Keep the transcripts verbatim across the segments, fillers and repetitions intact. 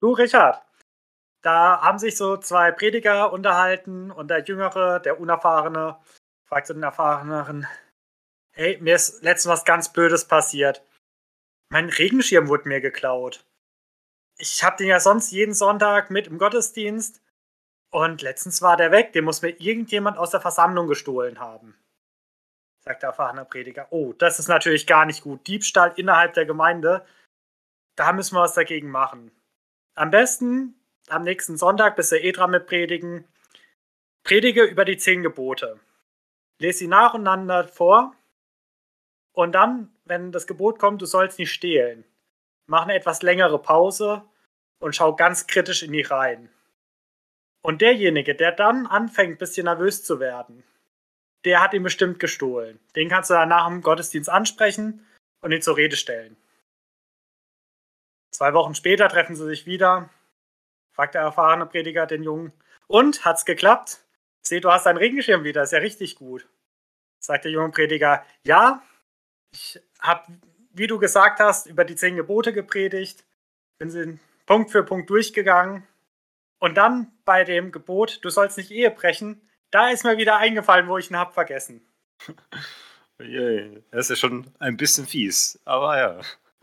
Du, Richard, da haben sich so zwei Prediger unterhalten und der Jüngere, der Unerfahrene, fragt so den Erfahreneren: Hey, mir ist letztens was ganz Blödes passiert. Mein Regenschirm wurde mir geklaut. Ich hab den ja sonst jeden Sonntag mit im Gottesdienst und letztens war der weg. Den muss mir irgendjemand aus der Versammlung gestohlen haben. Sagt der erfahrene Prediger: Oh, das ist natürlich gar nicht gut. Diebstahl innerhalb der Gemeinde, da müssen wir was dagegen machen. Am besten am nächsten Sonntag, bis wir eh dran mit predigen, predige über die zehn Gebote. Lese sie nacheinander vor und dann, wenn das Gebot kommt, du sollst nicht stehlen, mach eine etwas längere Pause und schau ganz kritisch in die Reihen. Und derjenige, der dann anfängt, ein bisschen nervös zu werden, der hat ihn bestimmt gestohlen. Den kannst du dann nach dem Gottesdienst ansprechen und ihn zur Rede stellen. Zwei Wochen später treffen sie sich wieder, fragt der erfahrene Prediger den Jungen: Und, hat's geklappt? Ich sehe, du hast deinen Regenschirm wieder, ist ja richtig gut. Sagt der junge Prediger: Ja, ich habe, wie du gesagt hast, über die zehn Gebote gepredigt, bin sie Punkt für Punkt durchgegangen. Und dann bei dem Gebot, du sollst nicht Ehe brechen, da ist mir wieder eingefallen, wo ich ihn hab vergessen. Yay. Das ist ja schon ein bisschen fies, aber ja.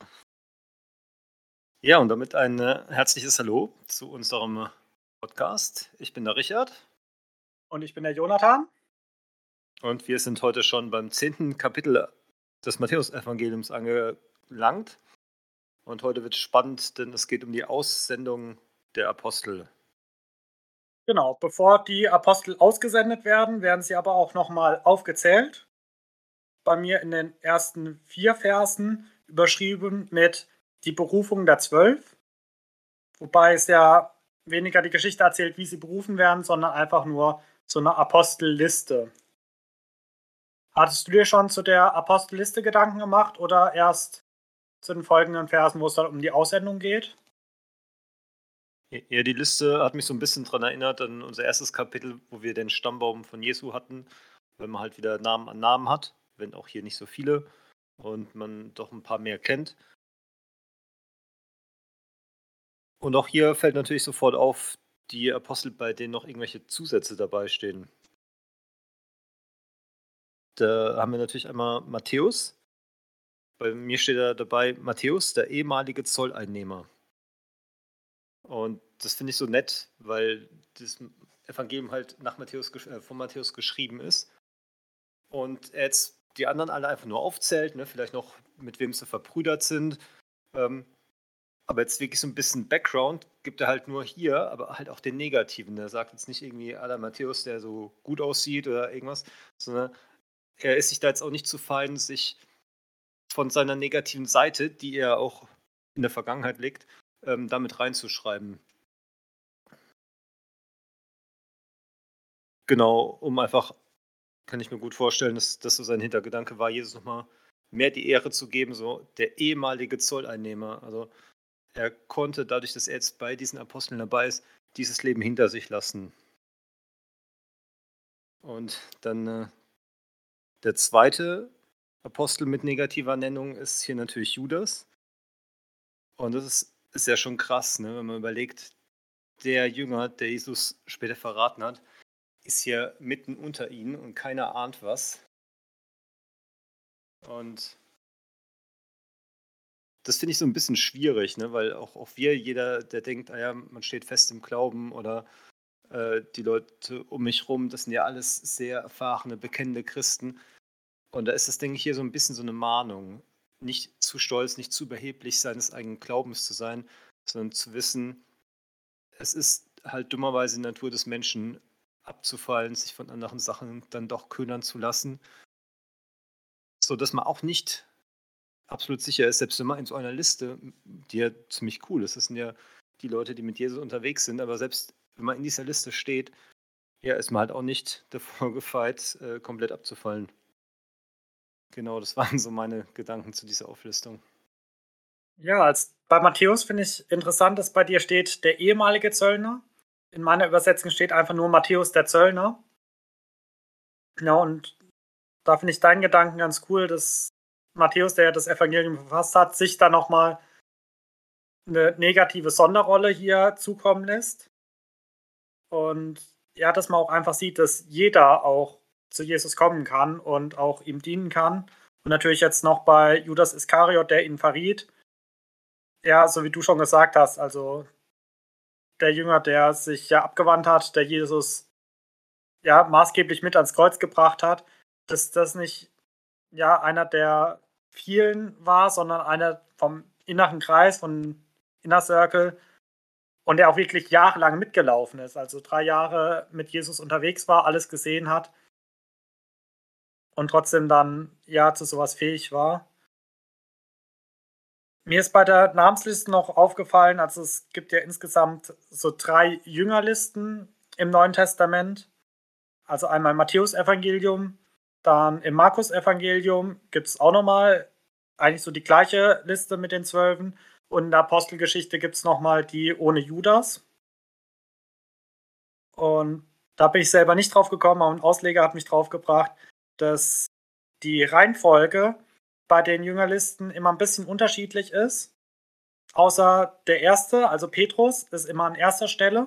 Ja, und damit ein äh, herzliches Hallo zu unserem Podcast. Ich bin der Richard. Und ich bin der Jonathan. Und wir sind heute schon beim zehnten Kapitel des Matthäus-Evangeliums angelangt. Und heute wird es spannend, denn es geht um die Aussendung der Apostel. Genau, bevor die Apostel ausgesendet werden, werden sie aber auch nochmal aufgezählt. Bei mir in den ersten vier Versen überschrieben mit die Berufung der Zwölf. Wobei es ja weniger die Geschichte erzählt, wie sie berufen werden, sondern einfach nur so eine Apostelliste. Hattest du dir schon zu der Apostelliste Gedanken gemacht oder erst zu den folgenden Versen, wo es dann um die Aussendung geht? Ja, die Liste hat mich so ein bisschen daran erinnert an unser erstes Kapitel, wo wir den Stammbaum von Jesu hatten, weil man halt wieder Namen an Namen hat, wenn auch hier nicht so viele und man doch ein paar mehr kennt. Und auch hier fällt natürlich sofort auf, die Apostel, bei denen noch irgendwelche Zusätze dabei stehen. Da haben wir natürlich einmal Matthäus. Bei mir steht da dabei Matthäus, der ehemalige Zolleinnehmer. Und das finde ich so nett, weil das Evangelium halt nach Matthäus, gesch- äh, von Matthäus geschrieben ist. Und er jetzt die anderen alle einfach nur aufzählt, ne? Vielleicht noch mit wem sie verbrüdert sind. Ähm, aber jetzt wirklich so ein bisschen Background gibt er halt nur hier, aber halt auch den Negativen. Er sagt jetzt nicht irgendwie, ah, der Matthäus, der so gut aussieht oder irgendwas, sondern er ist sich da jetzt auch nicht zu fein, sich von seiner negativen Seite, die er auch in der Vergangenheit legt, ähm, damit reinzuschreiben. Genau, um einfach, kann ich mir gut vorstellen, dass das so sein Hintergedanke war, Jesus nochmal mehr die Ehre zu geben, so der ehemalige Zolleinnehmer. Also er konnte dadurch, dass er jetzt bei diesen Aposteln dabei ist, dieses Leben hinter sich lassen. Und dann äh, der zweite Apostel mit negativer Nennung ist hier natürlich Judas. Und das ist, ist ja schon krass, ne? Wenn man überlegt, der Jünger, der Jesus später verraten hat, ist hier mitten unter ihnen und keiner ahnt was. Und das finde ich so ein bisschen schwierig, ne? Weil auch, auch wir, jeder, der denkt, ah ja, man steht fest im Glauben oder äh, die Leute um mich rum, das sind ja alles sehr erfahrene, bekennende Christen. Und da ist das, denke ich, hier so ein bisschen so eine Mahnung. Nicht zu stolz, nicht zu überheblich seines eigenen Glaubens zu sein, sondern zu wissen, es ist halt dummerweise die Natur des Menschen, abzufallen, sich von anderen Sachen dann doch ködern zu lassen, sodass man auch nicht absolut sicher ist, selbst wenn man in so einer Liste, die ja ziemlich cool ist, das sind ja die Leute, die mit Jesus unterwegs sind, aber selbst wenn man in dieser Liste steht, ja, ist man halt auch nicht davor gefeit, äh, komplett abzufallen. Genau, das waren so meine Gedanken zu dieser Auflistung. Ja, als bei Matthäus finde ich interessant, dass bei dir steht der ehemalige Zöllner. In meiner Übersetzung steht einfach nur Matthäus der Zöllner. Ja, und da finde ich deinen Gedanken ganz cool, dass Matthäus, der ja das Evangelium verfasst hat, sich da nochmal eine negative Sonderrolle hier zukommen lässt. Und ja, dass man auch einfach sieht, dass jeder auch zu Jesus kommen kann und auch ihm dienen kann. Und natürlich jetzt noch bei Judas Iskariot, der ihn verriet. Ja, so wie du schon gesagt hast, also der Jünger, der sich ja abgewandt hat, der Jesus ja maßgeblich mit ans Kreuz gebracht hat, dass das nicht ja einer der vielen war, sondern einer vom inneren Kreis, von Inner Circle, und der auch wirklich jahrelang mitgelaufen ist, also drei Jahre mit Jesus unterwegs war, alles gesehen hat und trotzdem dann ja zu sowas fähig war. Mir ist bei der Namensliste noch aufgefallen, also es gibt ja insgesamt so drei Jüngerlisten im Neuen Testament. Also einmal im Matthäus-Evangelium, dann im Markus-Evangelium gibt es auch nochmal eigentlich so die gleiche Liste mit den Zwölfen. Und in der Apostelgeschichte gibt es nochmal die ohne Judas. Und da bin ich selber nicht drauf gekommen, aber ein Ausleger hat mich drauf gebracht, dass die Reihenfolge bei den Jüngerlisten immer ein bisschen unterschiedlich ist. Außer der erste, also Petrus, ist immer an erster Stelle.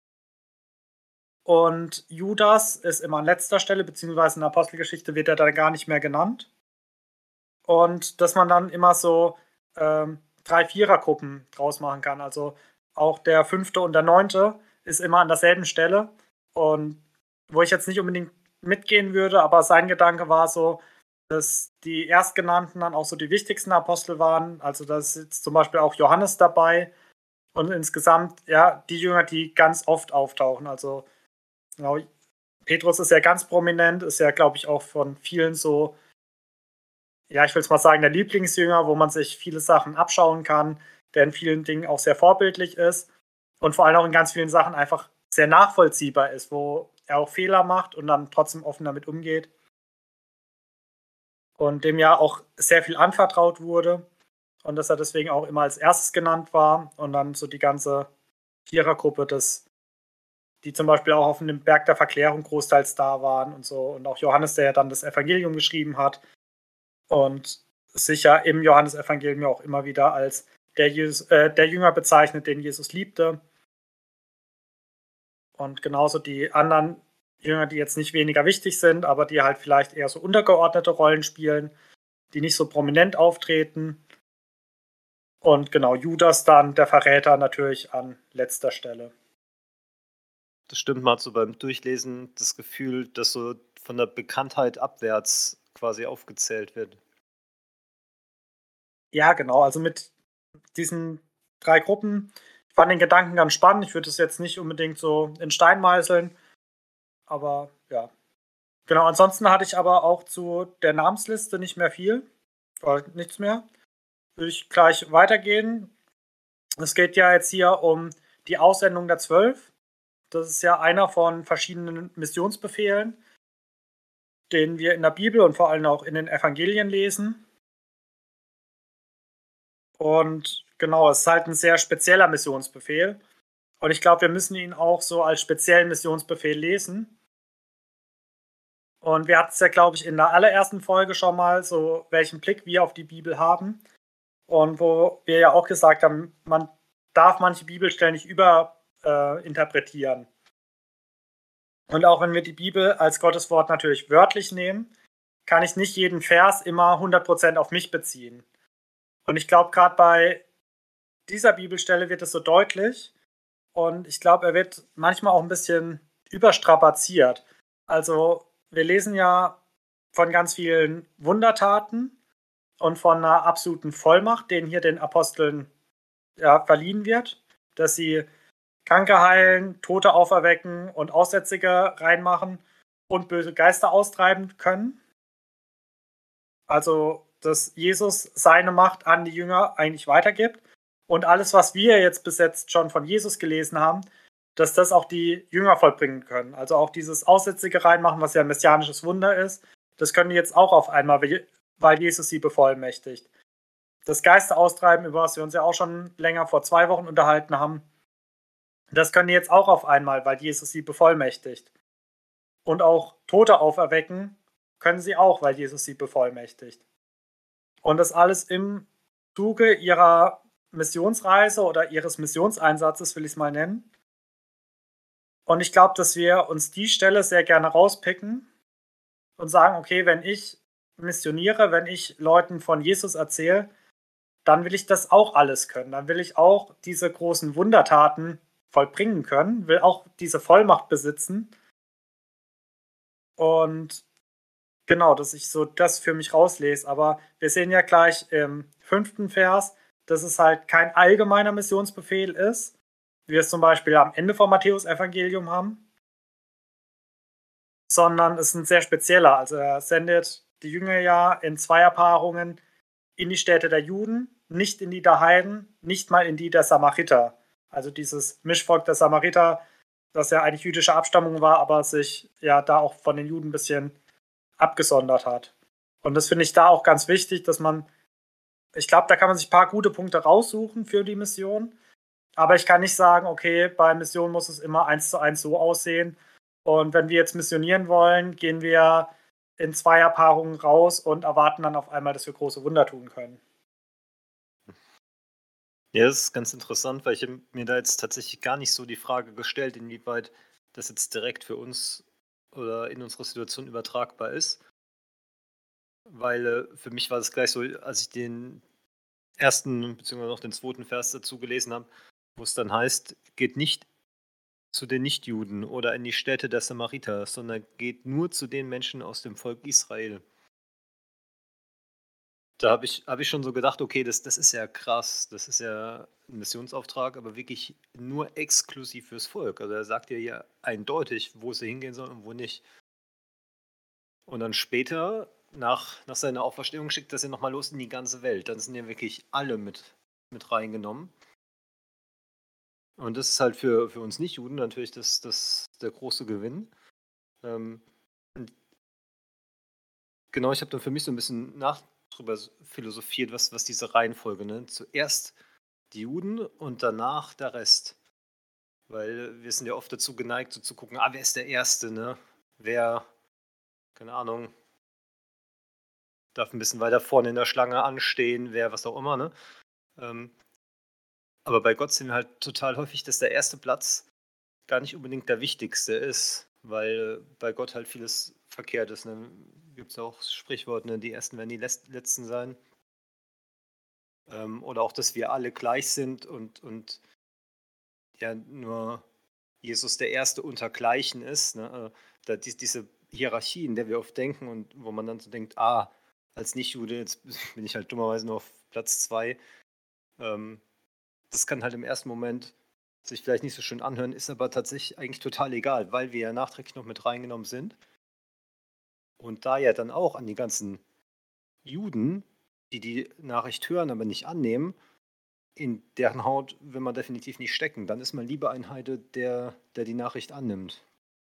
Und Judas ist immer an letzter Stelle, beziehungsweise in der Apostelgeschichte wird er dann gar nicht mehr genannt. Und dass man dann immer so ähm, drei Vierergruppen draus machen kann. Also auch der fünfte und der neunte ist immer an derselben Stelle. Und wo ich jetzt nicht unbedingt mitgehen würde, aber sein Gedanke war so, dass die Erstgenannten dann auch so die wichtigsten Apostel waren. Also da ist jetzt zum Beispiel auch Johannes dabei. Und insgesamt, ja, die Jünger, die ganz oft auftauchen. Also genau, Petrus ist ja ganz prominent, ist ja, glaube ich, auch von vielen so, ja, ich will es mal sagen, der Lieblingsjünger, wo man sich viele Sachen abschauen kann, der in vielen Dingen auch sehr vorbildlich ist und vor allem auch in ganz vielen Sachen einfach sehr nachvollziehbar ist, wo er auch Fehler macht und dann trotzdem offen damit umgeht. Und dem ja auch sehr viel anvertraut wurde und dass er deswegen auch immer als erstes genannt war und dann so die ganze Vierergruppe, das, die zum Beispiel auch auf dem Berg der Verklärung großteils da waren und so. Und auch Johannes, der ja dann das Evangelium geschrieben hat und sicher im Johannesevangelium ja auch immer wieder als der, Jesus, äh, der Jünger bezeichnet, den Jesus liebte. Und genauso die anderen Jünger, die jetzt nicht weniger wichtig sind, aber die halt vielleicht eher so untergeordnete Rollen spielen, die nicht so prominent auftreten. Und genau, Judas dann, der Verräter, natürlich an letzter Stelle. Das stimmt, man hat so beim Durchlesen das Gefühl, dass so von der Bekanntheit abwärts quasi aufgezählt wird. Ja, genau, also mit diesen drei Gruppen, ich fand den Gedanken ganz spannend. Ich würde es jetzt nicht unbedingt so in Stein meißeln, aber ja. Genau, ansonsten hatte ich aber auch zu der Namensliste nicht mehr viel, oder nichts mehr. Würde ich gleich weitergehen. Es geht ja jetzt hier um die Aussendung der Zwölf. Das ist ja einer von verschiedenen Missionsbefehlen, den wir in der Bibel und vor allem auch in den Evangelien lesen. Und genau, es ist halt ein sehr spezieller Missionsbefehl. Und ich glaube, wir müssen ihn auch so als speziellen Missionsbefehl lesen. Und wir hatten es ja, glaube ich, in der allerersten Folge schon mal, so welchen Blick wir auf die Bibel haben. Und wo wir ja auch gesagt haben, man darf manche Bibelstellen nicht überinterpretieren. Äh, Und auch wenn wir die Bibel als Gottes Wort natürlich wörtlich nehmen, kann ich nicht jeden Vers immer hundert Prozent auf mich beziehen. Und ich glaube, gerade bei dieser Bibelstelle wird es so deutlich. Und ich glaube, er wird manchmal auch ein bisschen überstrapaziert. Also wir lesen ja von ganz vielen Wundertaten und von einer absoluten Vollmacht, denen hier den Aposteln ja, verliehen wird, dass sie Kranke heilen, Tote auferwecken und Aussätzige reinmachen und böse Geister austreiben können. Also, dass Jesus seine Macht an die Jünger eigentlich weitergibt. Und alles, was wir jetzt bis jetzt schon von Jesus gelesen haben, dass das auch die Jünger vollbringen können. Also auch dieses Aussätzige reinmachen, was ja ein messianisches Wunder ist, das können die jetzt auch auf einmal, weil Jesus sie bevollmächtigt. Das Geister austreiben, über was wir uns ja auch schon länger vor zwei Wochen unterhalten haben, das können die jetzt auch auf einmal, weil Jesus sie bevollmächtigt. Und auch Tote auferwecken können sie auch, weil Jesus sie bevollmächtigt. Und das alles im Zuge ihrer Missionsreise oder ihres Missionseinsatzes, will ich es mal nennen. Und ich glaube, dass wir uns die Stelle sehr gerne rauspicken und sagen, okay, wenn ich missioniere, wenn ich Leuten von Jesus erzähle, dann will ich das auch alles können. Dann will ich auch diese großen Wundertaten vollbringen können, will auch diese Vollmacht besitzen. Und genau, dass ich so das für mich rauslese. Aber wir sehen ja gleich im fünften Vers, dass es halt kein allgemeiner Missionsbefehl ist, wie wir es zum Beispiel am Ende vom Matthäus-Evangelium haben, sondern es ist ein sehr spezieller. Also er sendet die Jünger ja in Zweierpaarungen in die Städte der Juden, nicht in die der Heiden, nicht mal in die der Samariter. Also dieses Mischvolk der Samariter, das ja eigentlich jüdische Abstammung war, aber sich ja da auch von den Juden ein bisschen abgesondert hat. Und das finde ich da auch ganz wichtig, dass man, ich glaube, da kann man sich ein paar gute Punkte raussuchen für die Mission. Aber ich kann nicht sagen, okay, bei Mission muss es immer eins zu eins so aussehen. Und wenn wir jetzt missionieren wollen, gehen wir in Zweierpaarungen raus und erwarten dann auf einmal, dass wir große Wunder tun können. Ja, das ist ganz interessant, weil ich hab mir da jetzt tatsächlich gar nicht so die Frage gestellt, inwieweit das jetzt direkt für uns oder in unsere Situation übertragbar ist. Weil äh, für mich war das gleich so, als ich den ersten beziehungsweise auch den zweiten Vers dazu gelesen habe, wo es dann heißt, geht nicht zu den Nichtjuden oder in die Städte der Samariter, sondern geht nur zu den Menschen aus dem Volk Israel. Da habe ich, hab ich schon so gedacht, okay, das, das ist ja krass, das ist ja ein Missionsauftrag, aber wirklich nur exklusiv fürs Volk. Also er sagt ja hier eindeutig, wo sie hingehen sollen und wo nicht. Und dann später, nach, nach seiner Auferstehung, schickt das ja nochmal los in die ganze Welt. Dann sind ja wirklich alle mit, mit reingenommen. Und das ist halt für, für uns Nicht-Juden natürlich das, das, der große Gewinn. Ähm, und genau, ich habe dann für mich so ein bisschen nach drüber philosophiert, was, was diese Reihenfolge, ne? Zuerst die Juden und danach der Rest. Weil wir sind ja oft dazu geneigt, so zu gucken, ah, wer ist der Erste, ne? Wer, keine Ahnung, darf ein bisschen weiter vorne in der Schlange anstehen, wer was auch immer, ne? Ähm, aber bei Gott sehen wir halt total häufig, dass der erste Platz gar nicht unbedingt der wichtigste ist, weil bei Gott halt vieles verkehrt ist. Ne? Gibt es ja auch das Sprichwort, ne? Die Ersten werden die Letz- Letzten sein. Ähm, oder auch, dass wir alle gleich sind und, und ja nur Jesus der Erste unter Gleichen ist. Ne? Äh, Da die, diese Hierarchie, in der wir oft denken und wo man dann so denkt, ah, als Nicht-Jude, jetzt bin ich halt dummerweise nur auf Platz zwei. Ähm, das kann halt im ersten Moment sich vielleicht nicht so schön anhören, ist aber tatsächlich eigentlich total egal, weil wir ja nachträglich noch mit reingenommen sind. Und da ja dann auch an die ganzen Juden, die die Nachricht hören, aber nicht annehmen, in deren Haut will man definitiv nicht stecken. Dann ist man lieber ein Heide, der, der die Nachricht annimmt.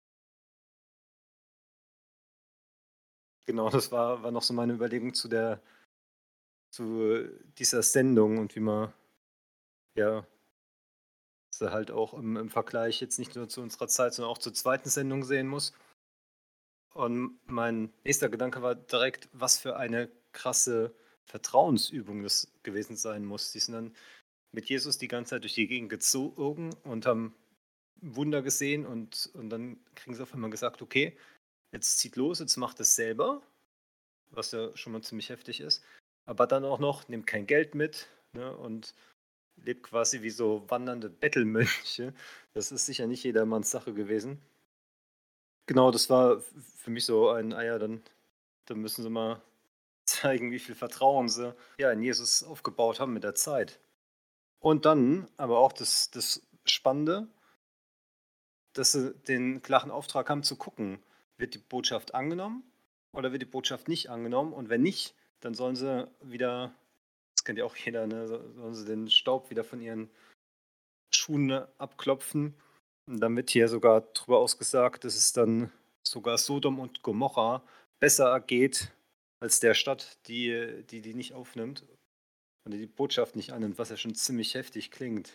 Genau, das war, war noch so meine Überlegung zu der zu dieser Sendung und wie man ja sie halt auch im, im Vergleich jetzt nicht nur zu unserer Zeit, sondern auch zur zweiten Sendung sehen muss. Und mein nächster Gedanke war direkt, was für eine krasse Vertrauensübung das gewesen sein muss. Die sind dann mit Jesus die ganze Zeit durch die Gegend gezogen und haben Wunder gesehen und, und dann kriegen sie auf einmal gesagt, okay, jetzt zieht los, jetzt macht es selber, was ja schon mal ziemlich heftig ist. Aber dann auch noch, nehmt kein Geld mit, ne, und lebt quasi wie so wandernde Bettelmönche. Das ist sicher nicht jedermanns Sache gewesen. Genau, das war f- für mich so ein, ah ja, dann, dann müssen sie mal zeigen, wie viel Vertrauen sie ja, in Jesus aufgebaut haben mit der Zeit. Und dann aber auch das, das Spannende, dass sie den klaren Auftrag haben zu gucken, wird die Botschaft angenommen oder wird die Botschaft nicht angenommen? Und wenn nicht, dann sollen sie wieder, das kennt ja auch jeder, ne, so- sollen sie den Staub wieder von ihren Schuhen ne, abklopfen. Und dann wird hier sogar drüber ausgesagt, dass es dann sogar Sodom und Gomorra besser geht als der Stadt, die die, die nicht aufnimmt oder die Botschaft nicht annimmt, was ja schon ziemlich heftig klingt.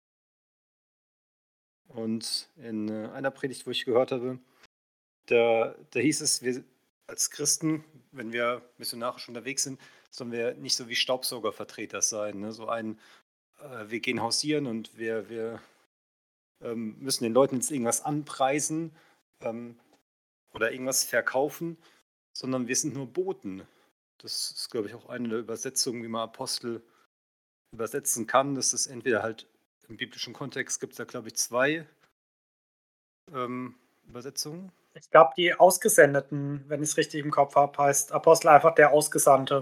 Und in äh, einer Predigt, wo ich gehört habe, da, da hieß es, wir als Christen, wenn wir missionarisch unterwegs sind, sollen wir nicht so wie Staubsaugervertreter sein. Ne? So ein, äh, wir gehen hausieren und wir, wir ähm, müssen den Leuten jetzt irgendwas anpreisen ähm, oder irgendwas verkaufen, sondern wir sind nur Boten. Das ist, glaube ich, auch eine der Übersetzungen, wie man Apostel übersetzen kann. Das ist entweder halt im biblischen Kontext gibt es da, glaube ich, zwei ähm, Übersetzungen. Ich glaube, die Ausgesendeten, wenn ich es richtig im Kopf habe, heißt Apostel einfach der Ausgesandte.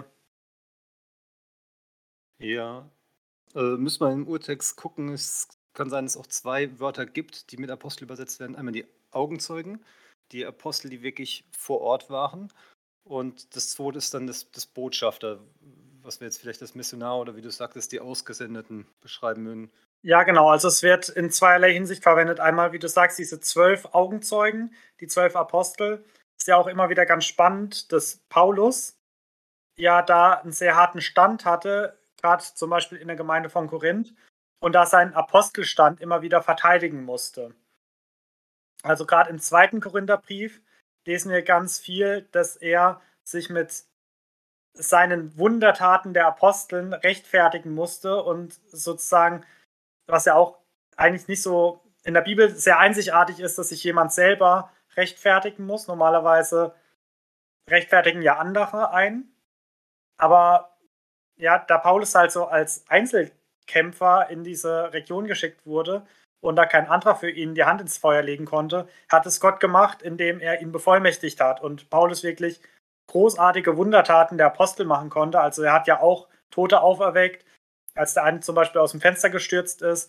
Ja, äh, müssen wir im Urtext gucken. Es kann sein, dass es auch zwei Wörter gibt, die mit Apostel übersetzt werden. Einmal die Augenzeugen, die Apostel, die wirklich vor Ort waren. Und das zweite ist dann das, das Botschafter, was wir jetzt vielleicht das Missionar oder wie du sagtest, die Ausgesendeten beschreiben würden. Ja, genau. Also es wird in zweierlei Hinsicht verwendet. Einmal, wie du sagst, diese zwölf Augenzeugen, die zwölf Apostel. Ist ja auch immer wieder ganz spannend, dass Paulus ja da einen sehr harten Stand hatte, gerade zum Beispiel in der Gemeinde von Korinth, und da seinen Apostelstand immer wieder verteidigen musste. Also gerade im zweiten Korintherbrief lesen wir ganz viel, dass er sich mit seinen Wundertaten der Aposteln rechtfertigen musste und sozusagen, was ja auch eigentlich nicht so in der Bibel sehr einzigartig ist, dass sich jemand selber rechtfertigen muss. Normalerweise rechtfertigen ja andere ein. Aber ja, da Paulus halt so als Einzelkämpfer in diese Region geschickt wurde und da kein anderer für ihn die Hand ins Feuer legen konnte, hat es Gott gemacht, indem er ihn bevollmächtigt hat und Paulus wirklich großartige Wundertaten der Apostel machen konnte. Also er hat ja auch Tote auferweckt, als der eine zum Beispiel aus dem Fenster gestürzt ist.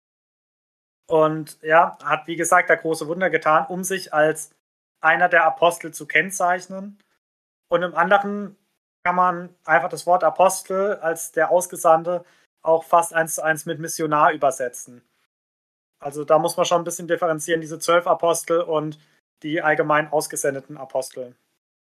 Und ja, hat wie gesagt da große Wunder getan, um sich als einer der Apostel zu kennzeichnen. Und im anderen kann man einfach das Wort Apostel als der Ausgesandte auch fast eins zu eins mit Missionar übersetzen. Also da muss man schon ein bisschen differenzieren, diese zwölf Apostel und die allgemein ausgesendeten Apostel.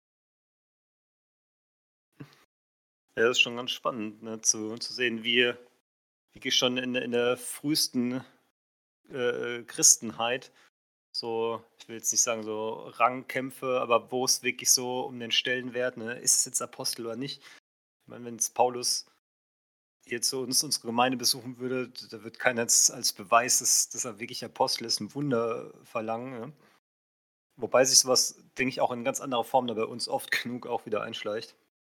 Ja, das ist schon ganz spannend, ne, zu, zu sehen, wie, wie schon in, in der frühesten äh, Christenheit so, ich will jetzt nicht sagen so Rangkämpfe, aber wo es wirklich so um den Stellenwert, ne, ist es jetzt Apostel oder nicht? Ich meine, wenn es Paulus jetzt so uns unsere Gemeinde besuchen würde, da wird keiner als, als Beweis, dass, dass er wirklich Apostel ist, ein Wunder verlangen. Ne? Wobei sich sowas, denke ich, auch in ganz anderer Form da bei uns oft genug auch wieder einschleicht.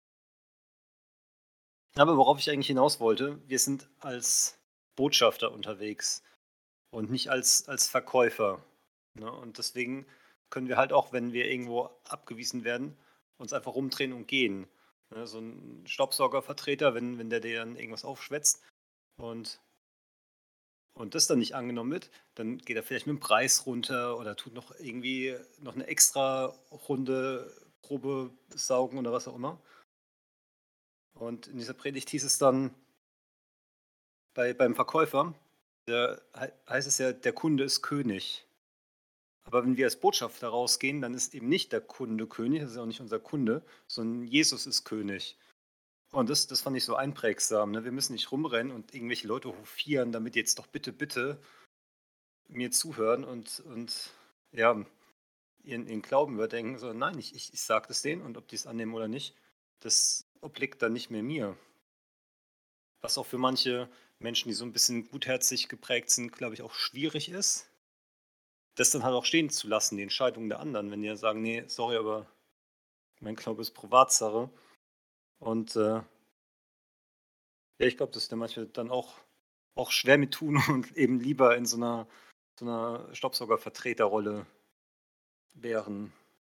Aber worauf ich eigentlich hinaus wollte, wir sind als Botschafter unterwegs und nicht als, als Verkäufer. Ne? Und deswegen können wir halt auch, wenn wir irgendwo abgewiesen werden, uns einfach rumdrehen und gehen. Ne? So ein Staubsaugervertreter, wenn, wenn der dir dann irgendwas aufschwätzt und, und das dann nicht angenommen wird, dann geht er vielleicht mit dem Preis runter oder tut noch irgendwie noch eine extra Runde Probe saugen oder was auch immer. Und in dieser Predigt hieß es dann bei, beim Verkäufer, da heißt es ja, der Kunde ist König. Aber wenn wir als Botschafter rausgehen, dann ist eben nicht der Kunde König, das ist auch nicht unser Kunde, sondern Jesus ist König. Und das, das fand ich so einprägsam. Ne? Wir müssen nicht rumrennen und irgendwelche Leute hofieren, damit jetzt doch bitte, bitte mir zuhören und, und ja, ihren, ihren Glauben überdenken, sondern nein, ich, ich, ich sage das denen und ob die es annehmen oder nicht, das obliegt dann nicht mehr mir. Was auch für manche Menschen, die so ein bisschen gutherzig geprägt sind, glaube ich, auch schwierig ist, das dann halt auch stehen zu lassen, die Entscheidungen der anderen, wenn die ja sagen, nee, sorry, aber mein Glaube ist Privatsache. Und äh, ja, ich glaube, dass der manche dann auch, auch schwer mit tun und eben lieber in so einer, so einer Staubsaugervertreterrolle wären.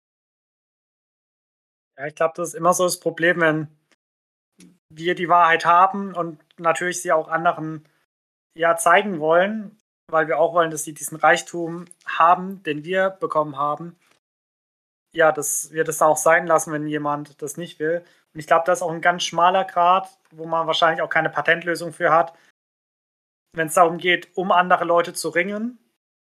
Ja, ich glaube, das ist immer so das Problem, wenn wir die Wahrheit haben und natürlich sie auch anderen ja zeigen wollen, weil wir auch wollen, dass sie diesen Reichtum haben, den wir bekommen haben. Ja, dass wir das auch sein lassen, wenn jemand das nicht will. Und ich glaube, das ist auch ein ganz schmaler Grat, wo man wahrscheinlich auch keine Patentlösung für hat, wenn es darum geht, um andere Leute zu ringen.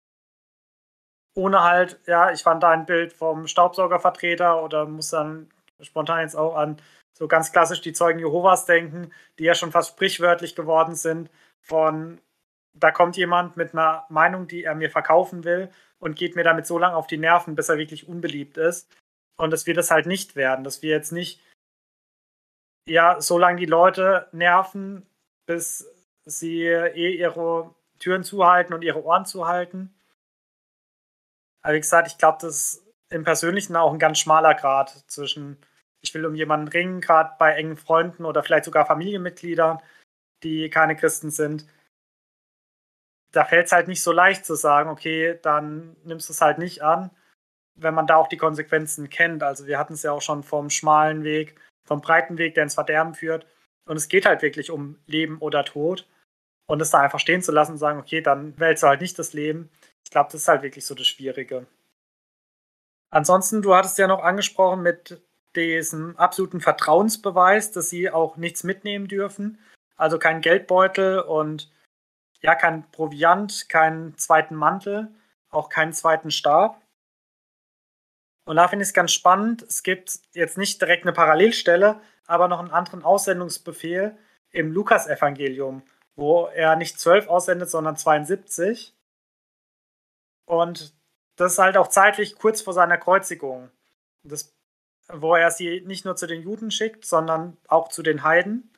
Ohne halt, ja, ich fand da ein Bild vom Staubsaugervertreter oder muss dann spontan jetzt auch an so ganz klassisch die Zeugen Jehovas denken, die ja schon fast sprichwörtlich geworden sind von, da kommt jemand mit einer Meinung, die er mir verkaufen will und geht mir damit so lange auf die Nerven, bis er wirklich unbeliebt ist. Und dass wir das halt nicht werden, dass wir jetzt nicht, ja, so lange die Leute nerven, bis sie eh ihre Türen zuhalten und ihre Ohren zuhalten. Aber wie gesagt, ich glaube, das ist im Persönlichen auch ein ganz schmaler Grat zwischen, ich will um jemanden ringen, gerade bei engen Freunden oder vielleicht sogar Familienmitgliedern, die keine Christen sind. Da fällt es halt nicht so leicht zu sagen, okay, dann nimmst du es halt nicht an, wenn man da auch die Konsequenzen kennt. Also wir hatten es ja auch schon vom schmalen Weg, vom breiten Weg, der ins Verderben führt. Und es geht halt wirklich um Leben oder Tod. Und es da einfach stehen zu lassen und sagen, okay, dann wählst du halt nicht das Leben. Ich glaube, das ist halt wirklich so das Schwierige. Ansonsten, du hattest ja noch angesprochen mit diesem absoluten Vertrauensbeweis, dass sie auch nichts mitnehmen dürfen. Also kein Geldbeutel und ja, kein Proviant, keinen zweiten Mantel, auch keinen zweiten Stab. Und da finde ich es ganz spannend. Es gibt jetzt nicht direkt eine Parallelstelle, aber noch einen anderen Aussendungsbefehl im Lukas-Evangelium, wo er nicht zwölf aussendet, sondern zweiundsiebzig. Und das ist halt auch zeitlich kurz vor seiner Kreuzigung. Das, wo er sie nicht nur zu den Juden schickt, sondern auch zu den Heiden.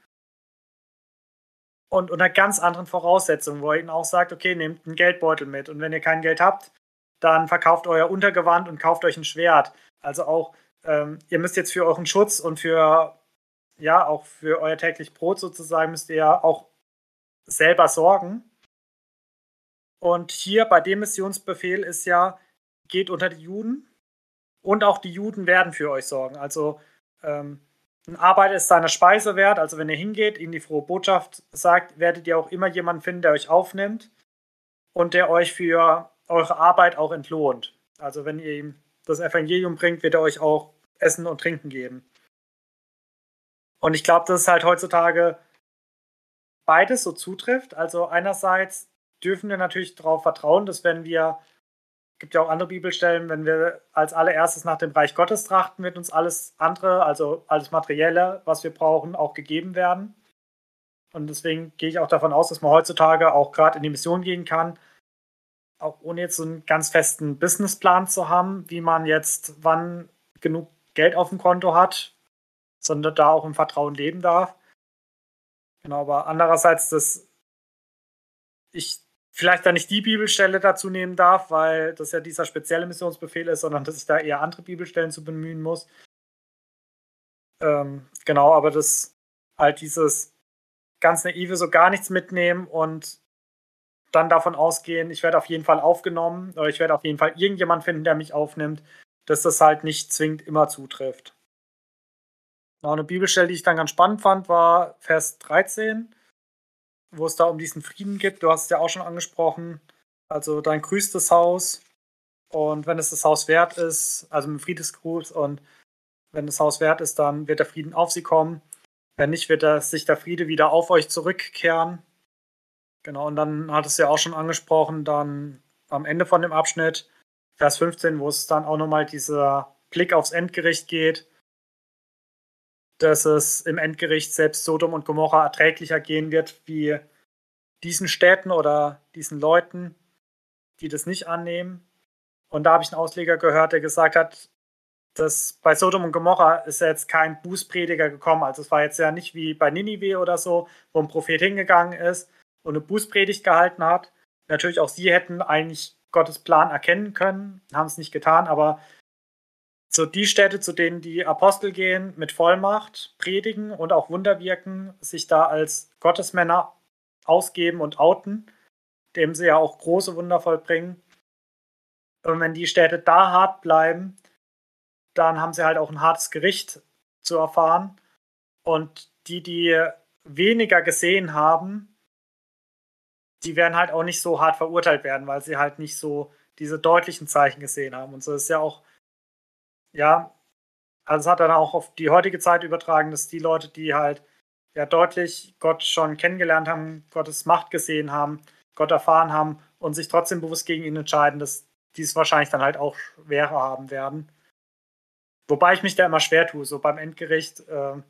Und unter ganz anderen Voraussetzungen, wo er ihnen auch sagt, okay, nehmt einen Geldbeutel mit. Und wenn ihr kein Geld habt, dann verkauft euer Untergewand und kauft euch ein Schwert. Also auch, ähm, ihr müsst jetzt für euren Schutz und für, ja, auch für euer täglich Brot sozusagen, müsst ihr ja auch selber sorgen. Und hier bei dem Missionsbefehl ist ja, geht unter die Juden und auch die Juden werden für euch sorgen. Also ähm, ein Arbeiter ist seiner Speise wert. Also wenn ihr hingeht, ihnen die frohe Botschaft sagt, werdet ihr auch immer jemanden finden, der euch aufnimmt und der euch für eure Arbeit auch entlohnt. Also wenn ihr ihm das Evangelium bringt, wird er euch auch Essen und Trinken geben. Und ich glaube, dass es halt heutzutage beides so zutrifft. Also einerseits dürfen wir natürlich darauf vertrauen, dass wenn wir, gibt ja auch andere Bibelstellen, wenn wir als allererstes nach dem Reich Gottes trachten, wird uns alles andere, also alles Materielle, was wir brauchen, auch gegeben werden. Und deswegen gehe ich auch davon aus, dass man heutzutage auch gerade in die Mission gehen kann, auch ohne jetzt so einen ganz festen Businessplan zu haben, wie man jetzt wann genug Geld auf dem Konto hat, sondern da auch im Vertrauen leben darf. Genau, aber andererseits, dass ich vielleicht da nicht die Bibelstelle dazu nehmen darf, weil das ja dieser spezielle Missionsbefehl ist, sondern dass ich da eher andere Bibelstellen zu bemühen muss. Ähm, genau, aber das halt dieses ganz naive so gar nichts mitnehmen und dann davon ausgehen, ich werde auf jeden Fall aufgenommen oder ich werde auf jeden Fall irgendjemand finden, der mich aufnimmt, dass das halt nicht zwingend immer zutrifft. Genau, eine Bibelstelle, die ich dann ganz spannend fand, war Vers dreizehn, wo es da um diesen Frieden geht. Du hast es ja auch schon angesprochen. Also dein grüßtes Haus und wenn es das Haus wert ist, also mit Friedensgruß und wenn das Haus wert ist, dann wird der Frieden auf sie kommen. Wenn nicht, wird der, sich der Friede wieder auf euch zurückkehren. Genau, und dann hat es ja auch schon angesprochen, dann am Ende von dem Abschnitt, Vers fünfzehn, wo es dann auch nochmal dieser Blick aufs Endgericht geht, dass es im Endgericht selbst Sodom und Gomorra erträglicher gehen wird wie diesen Städten oder diesen Leuten, die das nicht annehmen. Und da habe ich einen Ausleger gehört, der gesagt hat, dass bei Sodom und Gomorra ist ja jetzt kein Bußprediger gekommen. Also es war jetzt ja nicht wie bei Ninive oder so, wo ein Prophet hingegangen ist und eine Bußpredigt gehalten hat. Natürlich auch sie hätten eigentlich Gottes Plan erkennen können, haben es nicht getan, aber so die Städte, zu denen die Apostel gehen, mit Vollmacht predigen und auch Wunder wirken, sich da als Gottesmänner ausgeben und outen, dem sie ja auch große Wunder vollbringen. Und wenn die Städte da hart bleiben, dann haben sie halt auch ein hartes Gericht zu erfahren. Und die, die weniger gesehen haben, die werden halt auch nicht so hart verurteilt werden, weil sie halt nicht so diese deutlichen Zeichen gesehen haben. Und so ist ja auch, ja, also es hat dann auch auf die heutige Zeit übertragen, dass die Leute, die halt ja deutlich Gott schon kennengelernt haben, Gottes Macht gesehen haben, Gott erfahren haben und sich trotzdem bewusst gegen ihn entscheiden, dass die es wahrscheinlich dann halt auch schwerer haben werden. Wobei ich mich da immer schwer tue, so beim Endgericht. Äh,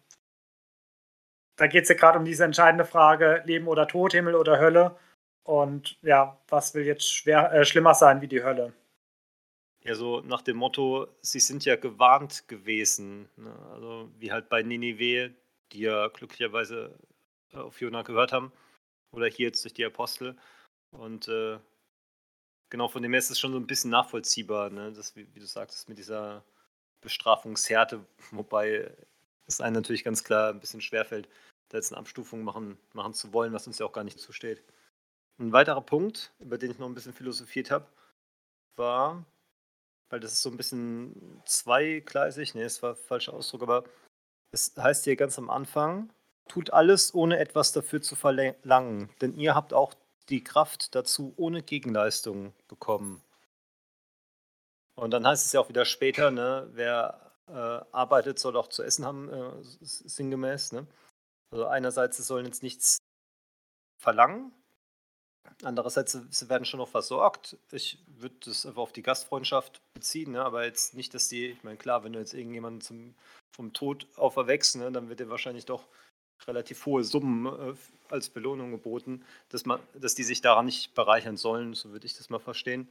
da geht es ja gerade um diese entscheidende Frage, Leben oder Tod, Himmel oder Hölle. Und ja, was will jetzt schwer, äh, schlimmer sein wie die Hölle? Ja, so nach dem Motto, sie sind ja gewarnt gewesen. Ne? Also wie halt bei Ninive, die ja glücklicherweise auf Jona gehört haben. oder hier jetzt durch die Apostel. Und äh, genau, von dem her ist es schon so ein bisschen nachvollziehbar, ne? Das, wie, wie du sagtest, mit dieser Bestrafungshärte, wobei es einem natürlich ganz klar ein bisschen schwerfällt, da jetzt eine Abstufung machen, machen zu wollen, was uns ja auch gar nicht zusteht. Ein weiterer Punkt, über den ich noch ein bisschen philosophiert habe, war, weil das ist so ein bisschen zweigleisig, nee, das war ein falscher Ausdruck, aber es heißt hier ganz am Anfang, tut alles, ohne etwas dafür zu verlangen, denn ihr habt auch die Kraft dazu ohne Gegenleistung bekommen. Und dann heißt es ja auch wieder später, ne, wer äh, arbeitet, soll auch zu essen haben, äh, sinngemäß. Ne? Also einerseits, sie sollen jetzt nichts verlangen, andererseits, sie werden schon noch versorgt. Ich würde das einfach auf die Gastfreundschaft beziehen, ne? Aber jetzt nicht, dass die, ich meine, klar, wenn du jetzt irgendjemanden zum, vom Tod auferweckst, ne, dann wird dir wahrscheinlich doch relativ hohe Summen äh, als Belohnung geboten, dass, man, dass die sich daran nicht bereichern sollen, so würde ich das mal verstehen.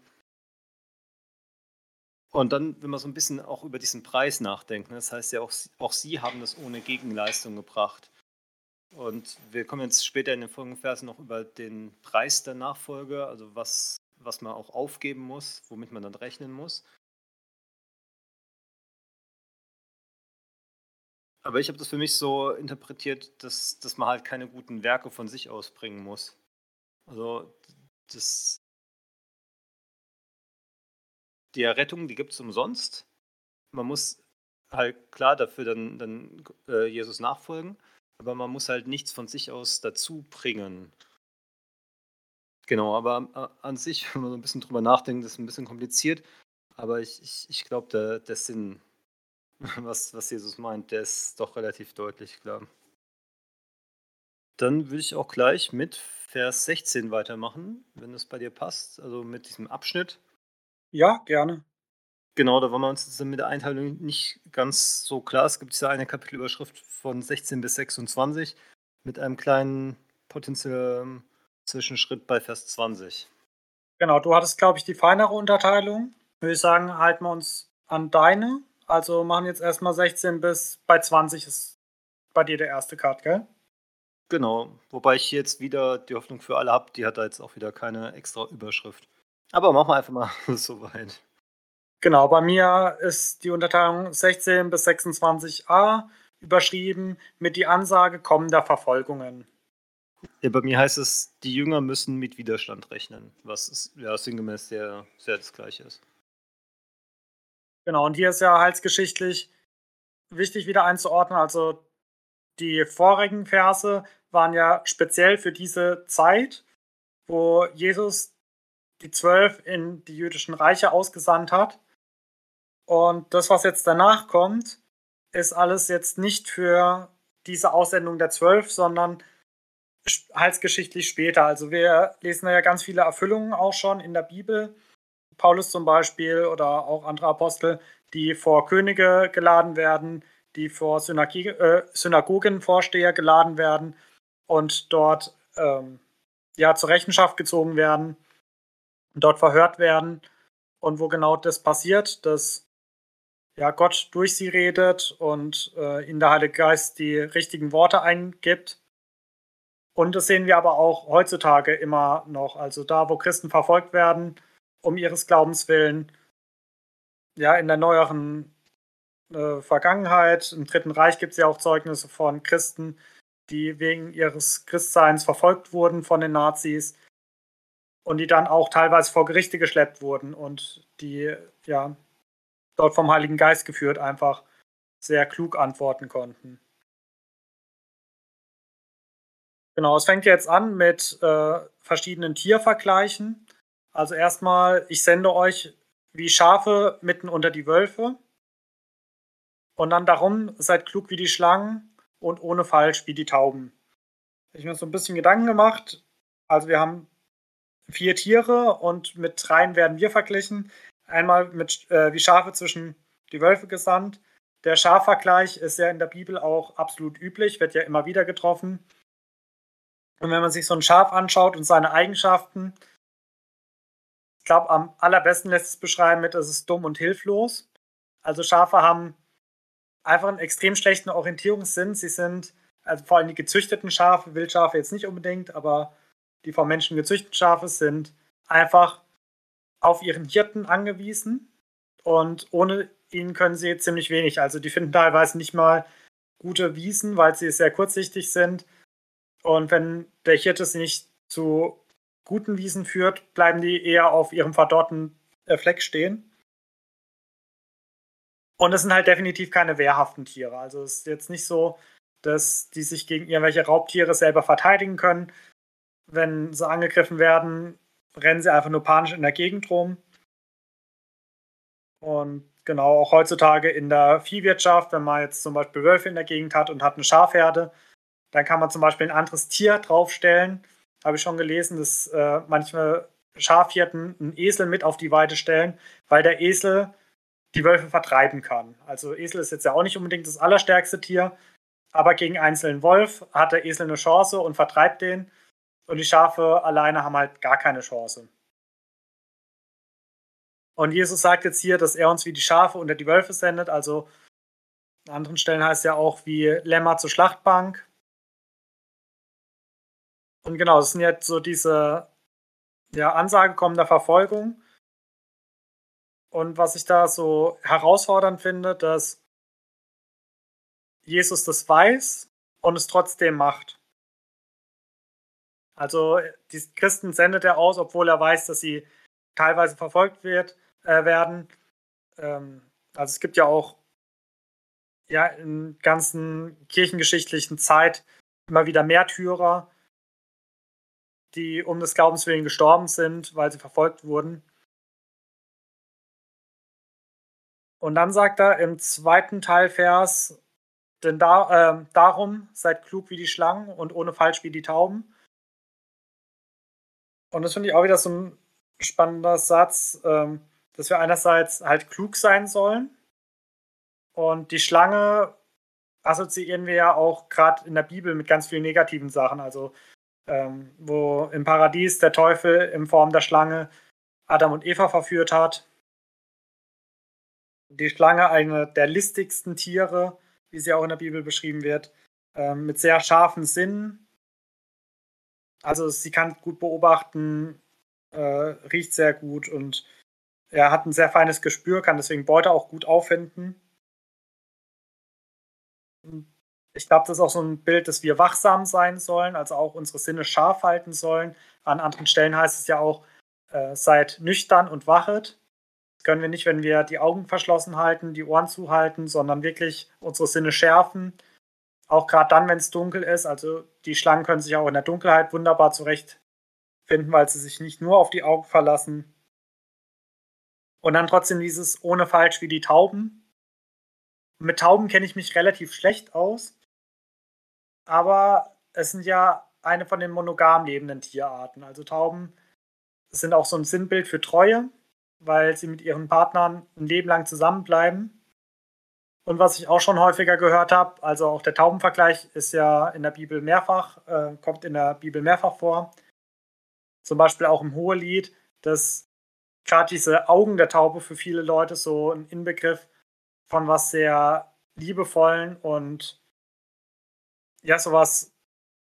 Und dann, wenn man so ein bisschen auch über diesen Preis nachdenkt, ne, das heißt ja auch, auch sie haben das ohne Gegenleistung gebracht. Und wir kommen jetzt später in den folgenden Versen noch über den Preis der Nachfolge, also was, was man auch aufgeben muss, womit man dann rechnen muss. Aber ich habe das für mich so interpretiert, dass, dass man halt keine guten Werke von sich aus bringen muss. Also das, die Errettung, die gibt es umsonst. Man muss halt klar dafür dann, dann äh, Jesus nachfolgen, aber man muss halt nichts von sich aus dazu bringen. Genau, aber äh, an sich, wenn man so ein bisschen drüber nachdenkt, ist es ein bisschen kompliziert. Aber ich, ich, ich glaube, der, der Sinn, was, was Jesus meint, der ist doch relativ deutlich, klar. Dann würde ich auch gleich mit Vers sechzehn weitermachen, wenn das bei dir passt, also mit diesem Abschnitt. Ja, gerne. Genau, da waren wir uns jetzt mit der Einteilung nicht ganz so klar. Es gibt ja eine Kapitelüberschrift von sechzehn bis sechsundzwanzig mit einem kleinen potenziellen Zwischenschritt bei Vers zwanzig. Genau, du hattest, glaube ich, die feinere Unterteilung. Würde ich sagen, halten wir uns an deine. Also machen jetzt erstmal sechzehn bis bei zwanzig ist bei dir der erste Cut, gell? Genau, wobei ich hier jetzt wieder die Hoffnung für alle habe, die hat da jetzt auch wieder keine extra Überschrift. Aber machen wir einfach mal so weit. Genau, bei mir ist die Unterteilung sechzehn bis sechsundzwanzig a überschrieben mit die Ansage kommender Verfolgungen. Ja, bei mir heißt es, die Jünger müssen mit Widerstand rechnen, was ist, ja sinngemäß sehr, sehr das Gleiche ist. Genau, und hier ist ja heilsgeschichtlich wichtig wieder einzuordnen. Also die vorigen Verse waren ja speziell für diese Zeit, wo Jesus die Zwölf in die jüdischen Reiche ausgesandt hat. Und das, was jetzt danach kommt, ist alles jetzt nicht für diese Aussendung der Zwölf, sondern heilsgeschichtlich später. Also wir lesen ja ganz viele Erfüllungen auch schon in der Bibel. Paulus zum Beispiel oder auch andere Apostel, die vor Könige geladen werden, die vor Synagoge, äh, Synagogenvorsteher geladen werden und dort ähm, ja, zur Rechenschaft gezogen werden und dort verhört werden. Und wo genau das passiert, dass ja, Gott durch sie redet und äh, ihnen der Heilige Geist die richtigen Worte eingibt. Und das sehen wir aber auch heutzutage immer noch. Also da, wo Christen verfolgt werden, um ihres Glaubens willen, ja, in der neueren äh, Vergangenheit, im Dritten Reich gibt es ja auch Zeugnisse von Christen, die wegen ihres Christseins verfolgt wurden von den Nazis und die dann auch teilweise vor Gerichte geschleppt wurden und die ja dort vom Heiligen Geist geführt einfach sehr klug antworten konnten. Genau, es fängt jetzt an mit äh, verschiedenen Tiervergleichen. Also erstmal, ich sende euch wie Schafe mitten unter die Wölfe. Und dann darum, seid klug wie die Schlangen und ohne falsch wie die Tauben. Ich habe mir so ein bisschen Gedanken gemacht. Also wir haben vier Tiere und mit dreien werden wir verglichen. Einmal mit äh, wie Schafe zwischen die Wölfe gesandt. Der Schafvergleich ist ja in der Bibel auch absolut üblich, wird ja immer wieder getroffen. Und wenn man sich so ein Schaf anschaut und seine Eigenschaften, ich glaube, am allerbesten lässt es beschreiben mit, es ist dumm und hilflos. Also Schafe haben einfach einen extrem schlechten Orientierungssinn. Sie sind, also vor allem die gezüchteten Schafe, Wildschafe jetzt nicht unbedingt, aber die vom Menschen gezüchteten Schafe sind einfach auf ihren Hirten angewiesen und ohne ihn können sie ziemlich wenig. Also die finden teilweise nicht mal gute Wiesen, weil sie sehr kurzsichtig sind. Und wenn der Hirte sie nicht zu guten Wiesen führt, bleiben die eher auf ihrem verdorrten äh, Fleck stehen. Und es sind halt definitiv keine wehrhaften Tiere. Also es ist jetzt nicht so, dass die sich gegen irgendwelche Raubtiere selber verteidigen können. Wenn sie angegriffen werden, rennen sie einfach nur panisch in der Gegend rum. Und genau, auch heutzutage in der Viehwirtschaft, wenn man jetzt zum Beispiel Wölfe in der Gegend hat und hat eine Schafherde, dann kann man zum Beispiel ein anderes Tier draufstellen. Habe ich schon gelesen, dass äh, manche Schafhirten einen Esel mit auf die Weide stellen, weil der Esel die Wölfe vertreiben kann. Also Esel ist jetzt ja auch nicht unbedingt das allerstärkste Tier, aber gegen einzelnen Wolf hat der Esel eine Chance und vertreibt den. Und die Schafe alleine haben halt gar keine Chance. Und Jesus sagt jetzt hier, dass er uns wie die Schafe unter die Wölfe sendet. Also an anderen Stellen heißt es ja auch wie Lämmer zur Schlachtbank. Und genau, das sind jetzt so diese ja, Ansage kommender Verfolgung. Und was ich da so herausfordernd finde, dass Jesus das weiß und es trotzdem macht. Also die Christen sendet er aus, obwohl er weiß, dass sie teilweise verfolgt wird, äh, werden. Ähm, also es gibt ja auch ja, in ganzen kirchengeschichtlichen Zeit immer wieder Märtyrer, die um des Glaubens willen gestorben sind, weil sie verfolgt wurden. Und dann sagt er im zweiten Teilvers, denn da, äh, darum seid klug wie die Schlangen und ohne Falsch wie die Tauben. Und das finde ich auch wieder so ein spannender Satz, ähm, dass wir einerseits halt klug sein sollen. Und die Schlange assoziieren wir ja auch gerade in der Bibel mit ganz vielen negativen Sachen. Also ähm, wo im Paradies der Teufel in Form der Schlange Adam und Eva verführt hat. Die Schlange, eine der listigsten Tiere, wie sie auch in der Bibel beschrieben wird, ähm, mit sehr scharfen Sinnen. Also sie kann gut beobachten, äh, riecht sehr gut und er hat ein sehr feines Gespür, kann deswegen Beute auch gut auffinden. Ich glaube, das ist auch so ein Bild, dass wir wachsam sein sollen, also auch unsere Sinne scharf halten sollen. An anderen Stellen heißt es ja auch, äh, seid nüchtern und wachet. Das können wir nicht, wenn wir die Augen verschlossen halten, die Ohren zuhalten, sondern wirklich unsere Sinne schärfen. Auch gerade dann, wenn es dunkel ist. Also die Schlangen können sich auch in der Dunkelheit wunderbar zurechtfinden, weil sie sich nicht nur auf die Augen verlassen. Und dann trotzdem dieses ohne Falsch wie die Tauben. Mit Tauben kenne ich mich relativ schlecht aus. Aber es sind ja eine von den monogam lebenden Tierarten. Also Tauben sind auch so ein Sinnbild für Treue, weil sie mit ihren Partnern ein Leben lang zusammenbleiben. Und was ich auch schon häufiger gehört habe, also auch der Taubenvergleich ist ja in der Bibel mehrfach, äh, kommt in der Bibel mehrfach vor. Zum Beispiel auch im Hohelied, dass gerade diese Augen der Taube für viele Leute so ein Inbegriff von was sehr liebevollen und ja, sowas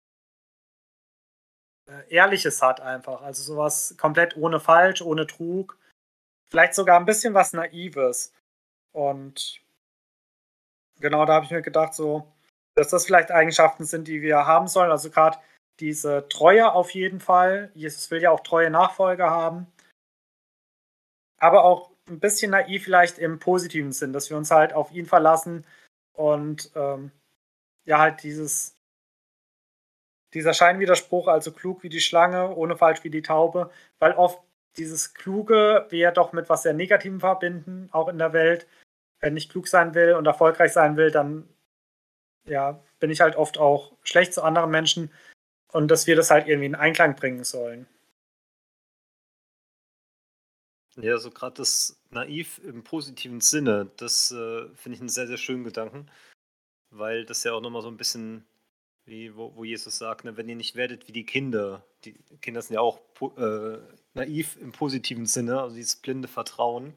äh, Ehrliches hat einfach. Also sowas komplett ohne Falsch, ohne Trug. Vielleicht sogar ein bisschen was Naives. Und genau da habe ich mir gedacht, so, dass das vielleicht Eigenschaften sind, die wir haben sollen. Also gerade diese Treue auf jeden Fall. Jesus will ja auch treue Nachfolger haben. Aber auch ein bisschen naiv vielleicht im positiven Sinn, dass wir uns halt auf ihn verlassen und ähm, ja, halt dieses, dieser Scheinwiderspruch, also klug wie die Schlange, ohne falsch wie die Taube, weil oft dieses Kluge wir ja doch mit was sehr Negativem verbinden, auch in der Welt. Wenn ich klug sein will und erfolgreich sein will, dann ja, bin ich halt oft auch schlecht zu anderen Menschen und dass wir das halt irgendwie in Einklang bringen sollen. Ja, so gerade das naiv im positiven Sinne, das äh, finde ich einen sehr, sehr schönen Gedanken, weil das ja auch nochmal so ein bisschen, wie wo, wo Jesus sagt, ne, wenn ihr nicht werdet wie die Kinder, die Kinder sind ja auch po äh, naiv im positiven Sinne, also dieses blinde Vertrauen.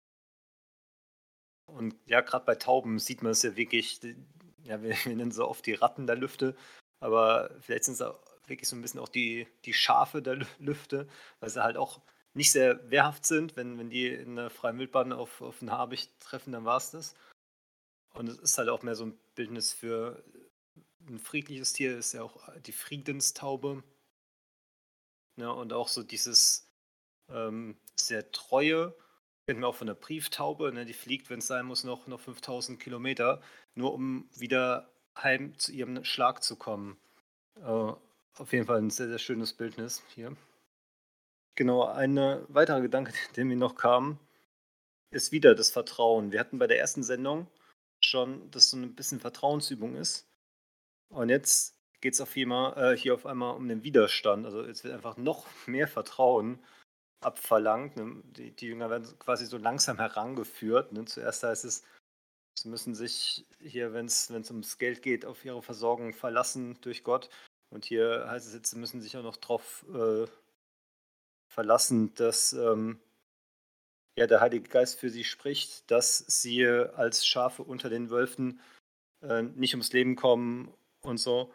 Und ja, gerade bei Tauben sieht man es ja wirklich, die- ja, wir, wir nennen sie oft die Ratten der Lüfte, aber vielleicht sind es wirklich so ein bisschen auch die die Schafe der Lü Lüfte, weil sie halt auch nicht sehr wehrhaft sind. Wenn wenn die in der freien Wildbahn auf auf 'n Habicht treffen, dann war's das. Und es ist halt auch mehr so ein Bildnis für ein friedliches Tier, ist ja auch die Friedenstaube, ne? Und auch so dieses, ähm, sehr Treue, kennen wir auch von der Brieftaube, ne? Die fliegt, wenn es sein muss, noch noch fünftausend Kilometer, nur um wieder heim zu ihrem Schlag zu kommen. Äh, auf jeden Fall ein sehr, sehr schönes Bildnis hier. Genau, ein weiterer Gedanke, der mir noch kam, ist wieder das Vertrauen. Wir hatten bei der ersten Sendung schon, dass so ein bisschen Vertrauensübung ist. Und jetzt geht es auf einmal, äh, hier auf einmal um den Widerstand. Also jetzt wird einfach noch mehr Vertrauen abverlangt. Ne? Die, die Jünger werden so quasi so langsam herangeführt. Ne? Zuerst heißt es, sie müssen sich hier, wenn es ums Geld geht, auf ihre Versorgung verlassen durch Gott. Und hier heißt es jetzt, sie müssen sich auch noch darauf äh, verlassen, dass ähm, ja, der Heilige Geist für sie spricht, dass sie als Schafe unter den Wölfen äh, nicht ums Leben kommen und so.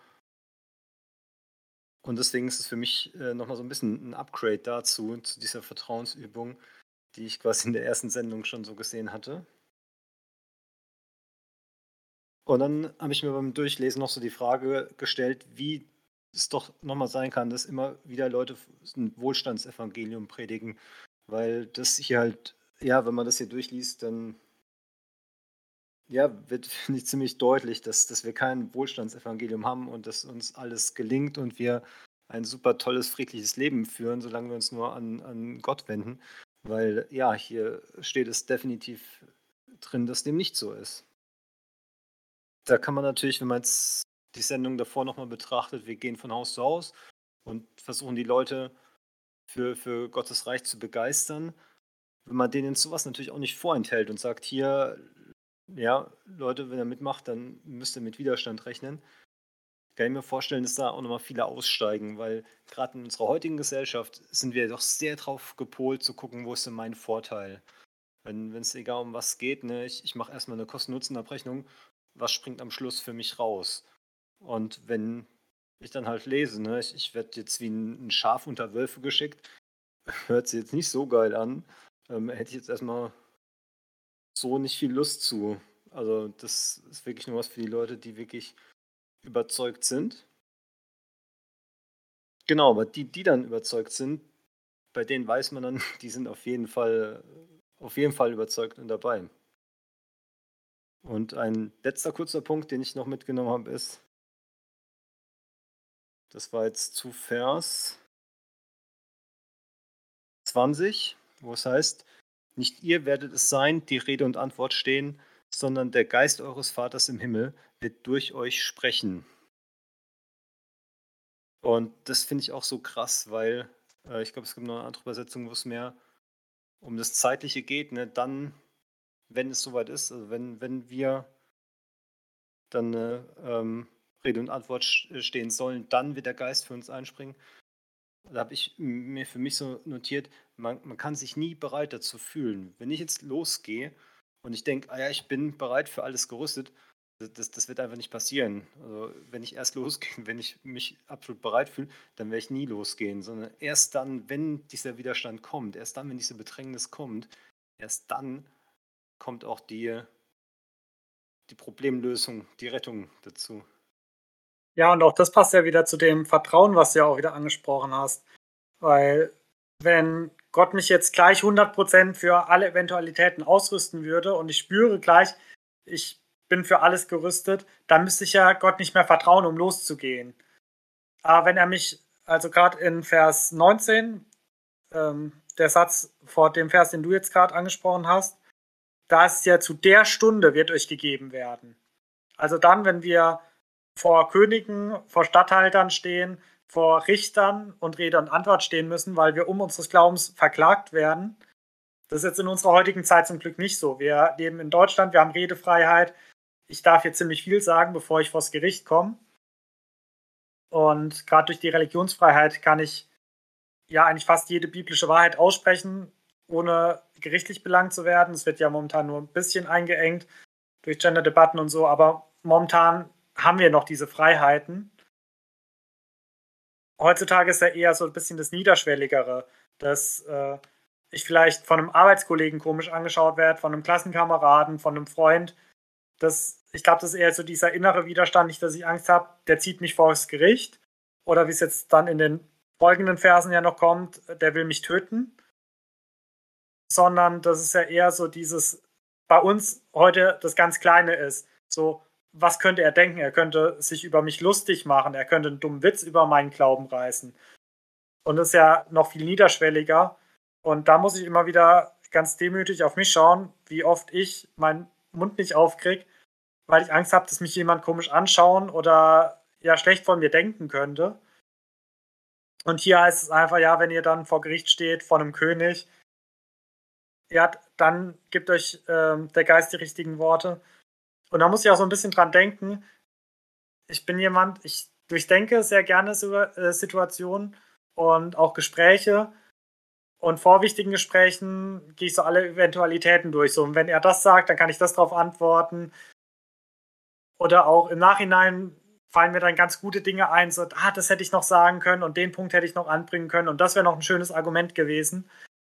Und deswegen ist es für mich äh, nochmal so ein bisschen ein Upgrade dazu, zu dieser Vertrauensübung, die ich quasi in der ersten Sendung schon so gesehen hatte. Und dann habe ich mir beim Durchlesen noch so die Frage gestellt, wie es doch nochmal sein kann, dass immer wieder Leute f- ein Wohlstandsevangelium predigen, weil das hier halt, ja, wenn man das hier durchliest, dann ja, wird, finde ich, ziemlich deutlich, dass, dass wir kein Wohlstandsevangelium haben und dass uns alles gelingt und wir ein super tolles, friedliches Leben führen, solange wir uns nur an, an Gott wenden. Weil ja, hier steht es definitiv drin, dass dem nicht so ist. Da kann man natürlich, wenn man jetzt die Sendung davor nochmal betrachtet, wir gehen von Haus zu Haus und versuchen die Leute für, für Gottes Reich zu begeistern, wenn man denen sowas natürlich auch nicht vorenthält und sagt, hier, ja, Leute, wenn ihr mitmacht, dann müsst ihr mit Widerstand rechnen. Kann ich mir vorstellen, dass da auch nochmal viele aussteigen, weil gerade in unserer heutigen Gesellschaft sind wir doch sehr drauf gepolt zu gucken, wo ist denn mein Vorteil. Wenn es egal um was geht, ne, ich, ich mache erstmal eine Kosten-Nutzen-Abrechnung, was springt am Schluss für mich raus? Und wenn ich dann halt lese, ne, ich, ich werde jetzt wie ein, ein Schaf unter Wölfe geschickt, hört sich jetzt nicht so geil an, ähm, hätte ich jetzt erstmal so nicht viel Lust zu. Also das ist wirklich nur was für die Leute, die wirklich überzeugt sind. Genau, aber die, die dann überzeugt sind, bei denen weiß man dann, die sind auf jeden Fall, auf jeden Fall überzeugt und dabei. Und ein letzter kurzer Punkt, den ich noch mitgenommen habe, ist, das war jetzt zu Vers zwanzig, wo es heißt, nicht ihr werdet es sein, die Rede und Antwort stehen, sondern der Geist eures Vaters im Himmel wird durch euch sprechen. Und das finde ich auch so krass, weil äh, ich glaube, es gibt noch eine andere Übersetzung, wo es mehr um das Zeitliche geht, ne? Dann, wenn es soweit ist, also wenn, wenn wir dann äh, ähm, Rede und Antwort sch- stehen sollen, dann wird der Geist für uns einspringen. Da habe ich mir für mich so notiert, man, man kann sich nie bereit dazu fühlen. Wenn ich jetzt losgehe und ich denke, ah ja, ich bin bereit für alles gerüstet, das, das, das wird einfach nicht passieren. Also wenn ich erst losgehe, wenn ich mich absolut bereit fühle, dann werde ich nie losgehen, sondern erst dann, wenn dieser Widerstand kommt, erst dann, wenn diese Bedrängnis kommt, erst dann kommt auch die, die Problemlösung, die Rettung dazu. Ja, und auch das passt ja wieder zu dem Vertrauen, was du ja auch wieder angesprochen hast. Weil wenn Gott mich jetzt gleich hundert Prozent für alle Eventualitäten ausrüsten würde und ich spüre gleich, ich bin für alles gerüstet, dann müsste ich ja Gott nicht mehr vertrauen, um loszugehen. Aber wenn er mich, also gerade in Vers neunzehn, ähm, der Satz vor dem Vers, den du jetzt gerade angesprochen hast, da ist ja zu der Stunde wird euch gegeben werden. Also dann, wenn wir vor Königen, vor Statthaltern stehen, vor Richtern und Rede und Antwort stehen müssen, weil wir um unseres Glaubens verklagt werden. Das ist jetzt in unserer heutigen Zeit zum Glück nicht so. Wir leben in Deutschland, wir haben Redefreiheit. Ich darf hier ziemlich viel sagen, bevor ich vors Gericht komme. Und gerade durch die Religionsfreiheit kann ich ja eigentlich fast jede biblische Wahrheit aussprechen, ohne gerichtlich belangt zu werden. Es wird ja momentan nur ein bisschen eingeengt durch Gender-Debatten und so, aber momentan haben wir noch diese Freiheiten. heutzutage ist ja eher so ein bisschen das Niederschwelligere, dass äh, ich vielleicht von einem Arbeitskollegen komisch angeschaut werde, von einem Klassenkameraden, von einem Freund. Das, ich glaube, das ist eher so dieser innere Widerstand, nicht, dass ich Angst habe, der zieht mich vors Gericht. Oder wie es jetzt dann in den folgenden Versen ja noch kommt, der will mich töten. Sondern das ist ja eher so dieses, bei uns heute das ganz Kleine ist. So, was könnte er denken? Er könnte sich über mich lustig machen, er könnte einen dummen Witz über meinen Glauben reißen. Und das ist ja noch viel niederschwelliger. Und da muss ich immer wieder ganz demütig auf mich schauen, wie oft ich meinen Mund nicht aufkriege, weil ich Angst habe, dass mich jemand komisch anschauen oder ja schlecht von mir denken könnte. Und hier heißt es einfach, ja, wenn ihr dann vor Gericht steht, vor einem König, ja, dann gibt euch ähm, der Geist die richtigen Worte. Und da muss ich auch so ein bisschen dran denken. Ich bin jemand, ich durchdenke sehr gerne so, äh, Situationen und auch Gespräche. Und vor wichtigen Gesprächen gehe ich so alle Eventualitäten durch. So, und wenn er das sagt, dann kann ich das darauf antworten. Oder auch im Nachhinein fallen mir dann ganz gute Dinge ein, so, ah, das hätte ich noch sagen können und den Punkt hätte ich noch anbringen können und das wäre noch ein schönes Argument gewesen.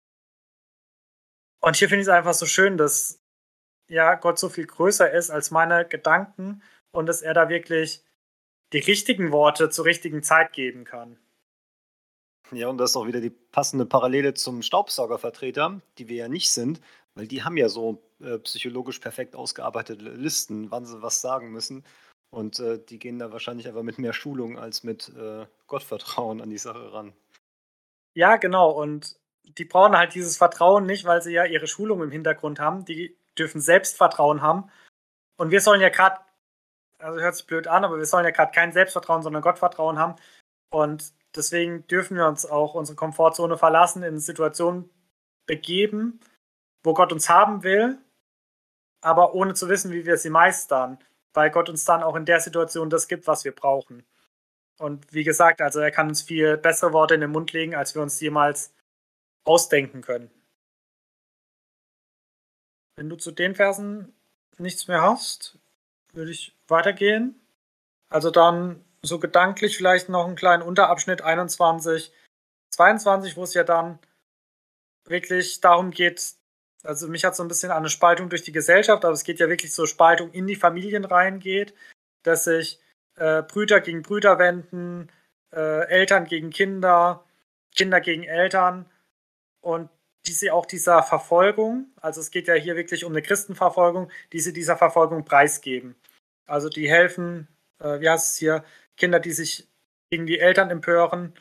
Und hier finde ich es einfach so schön, dass ja Gott so viel größer ist als meine Gedanken und dass er da wirklich die richtigen Worte zur richtigen Zeit geben kann. Ja, und das ist auch wieder die passende Parallele zum Staubsaugervertreter, die wir ja nicht sind, weil die haben ja so äh, psychologisch perfekt ausgearbeitete Listen, wann sie was sagen müssen. Und äh, die gehen da wahrscheinlich einfach mit mehr Schulung als mit äh, Gottvertrauen an die Sache ran. Ja, genau. Und die brauchen halt dieses Vertrauen nicht, weil sie ja ihre Schulung im Hintergrund haben. Die dürfen Selbstvertrauen haben. Und wir sollen ja gerade, also hört sich blöd an, aber wir sollen ja gerade kein Selbstvertrauen, sondern Gottvertrauen haben. Und deswegen dürfen wir uns auch unsere Komfortzone verlassen, in Situationen begeben, wo Gott uns haben will, aber ohne zu wissen, wie wir sie meistern, weil Gott uns dann auch in der Situation das gibt, was wir brauchen. Und wie gesagt, also er kann uns viel bessere Worte in den Mund legen, als wir uns jemals ausdenken können. Wenn du zu den Versen nichts mehr hast, würde ich weitergehen. Also dann so gedanklich vielleicht noch einen kleinen Unterabschnitt einundzwanzig, zweiundzwanzig, wo es ja dann wirklich darum geht, also mich hat so ein bisschen an eine Spaltung durch die Gesellschaft, aber es geht ja wirklich so Spaltung in die Familien reingeht, dass sich äh, Brüder gegen Brüder wenden, äh, Eltern gegen Kinder, Kinder gegen Eltern und diese auch dieser Verfolgung, also es geht ja hier wirklich um eine Christenverfolgung, die sie dieser Verfolgung preisgeben. Also die helfen, äh, wie heißt es hier, Kinder, die sich gegen die Eltern empören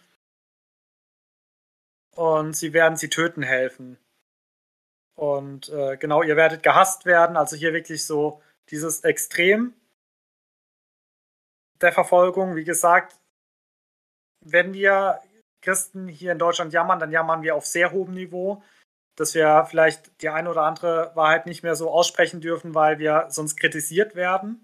und sie werden sie töten helfen. Und äh, genau, ihr werdet gehasst werden, also hier wirklich so dieses Extrem der Verfolgung. Wie gesagt, wenn wir Christen hier in Deutschland jammern, dann jammern wir auf sehr hohem Niveau, dass wir vielleicht die eine oder andere Wahrheit nicht mehr so aussprechen dürfen, weil wir sonst kritisiert werden.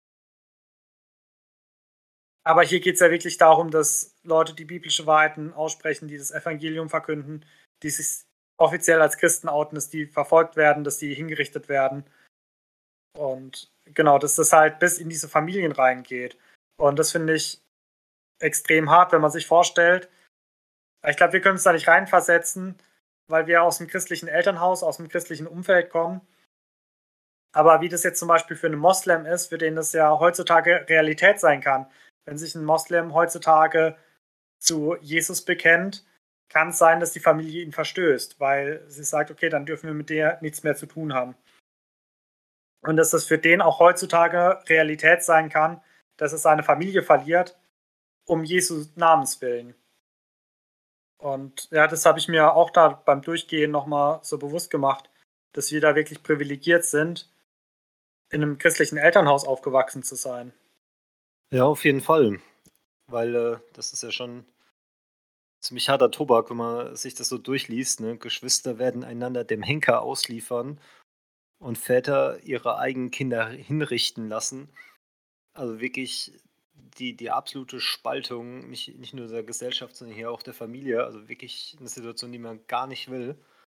Aber hier geht es ja wirklich darum, dass Leute, die biblische Wahrheiten aussprechen, die das Evangelium verkünden, die sich offiziell als Christen outen, dass die verfolgt werden, dass die hingerichtet werden. Und genau, dass das halt bis in diese Familien reingeht. Und das finde ich extrem hart, wenn man sich vorstellt. Ich glaube, wir können uns da nicht reinversetzen, weil wir aus dem christlichen Elternhaus, aus dem christlichen Umfeld kommen. Aber wie das jetzt zum Beispiel für einen Moslem ist, für den das ja heutzutage Realität sein kann. Wenn sich ein Moslem heutzutage zu Jesus bekennt, kann es sein, dass die Familie ihn verstößt, weil sie sagt, okay, dann dürfen wir mit der nichts mehr zu tun haben. Und dass das für den auch heutzutage Realität sein kann, dass es seine Familie verliert, um Jesu Namens willen. Und ja, das habe ich mir auch da beim Durchgehen nochmal so bewusst gemacht, dass wir da wirklich privilegiert sind, in einem christlichen Elternhaus aufgewachsen zu sein. Ja, auf jeden Fall, weil äh, das ist ja schon ziemlich harter Tobak, wenn man sich das so durchliest. Ne? Geschwister werden einander dem Henker ausliefern und Väter ihre eigenen Kinder hinrichten lassen. Also wirklich die, die absolute Spaltung, nicht, nicht nur der Gesellschaft, sondern hier auch der Familie. Also wirklich eine Situation, die man gar nicht will.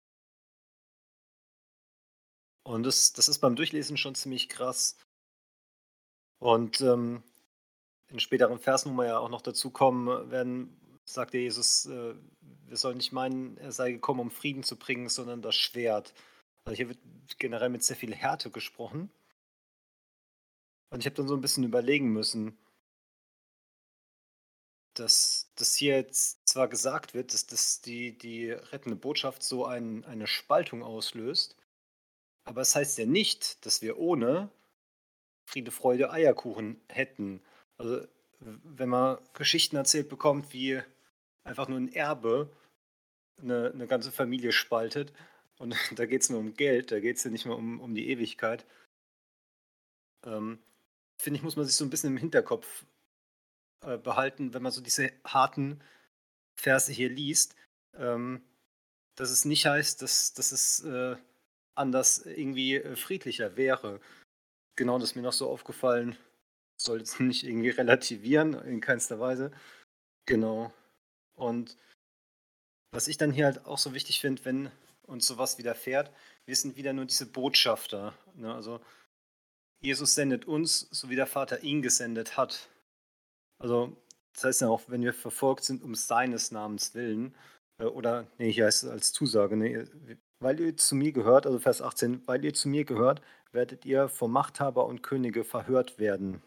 Und das, das ist beim Durchlesen schon ziemlich krass. Und ähm, in späteren Versen, wo wir ja auch noch dazu kommen werden, sagte Jesus, äh, wir sollen nicht meinen, er sei gekommen, um Frieden zu bringen, sondern das Schwert. Also hier wird generell mit sehr viel Härte gesprochen. Und ich habe dann so ein bisschen überlegen müssen, dass das hier jetzt zwar gesagt wird, dass das die die rettende Botschaft so ein eine Spaltung auslöst, aber es heißt ja nicht, dass wir ohne Friede, Freude, Eierkuchen hätten. Also, w wenn man Geschichten erzählt bekommt, wie einfach nur ein Erbe eine 'ne ganze Familie spaltet und da geht es nur um Geld, da geht es ja nicht mehr um um die Ewigkeit, ähm, finde ich, muss man sich so ein bisschen im Hinterkopf, äh, behalten, wenn man so diese harten Verse hier liest, ähm, dass es nicht heißt, dass dass es, äh, anders irgendwie, äh, friedlicher wäre. Genau, das ist mir noch so aufgefallen. Soll jetzt nicht irgendwie relativieren, in keinster Weise. Genau. Und was ich dann hier halt auch so wichtig finde, wenn uns sowas widerfährt, wir sind wieder nur diese Botschafter, ne? Also, Jesus sendet uns, so wie der Vater ihn gesendet hat. Also, das heißt ja auch, wenn wir verfolgt sind um seines Namens willen, äh, oder ne, hier heißt es als Zusage, ne, ihr weil ihr zu mir gehört, also Vers achtzehn: „Weil ihr zu mir gehört, werdet ihr vom Machthaber und Könige verhört werden.“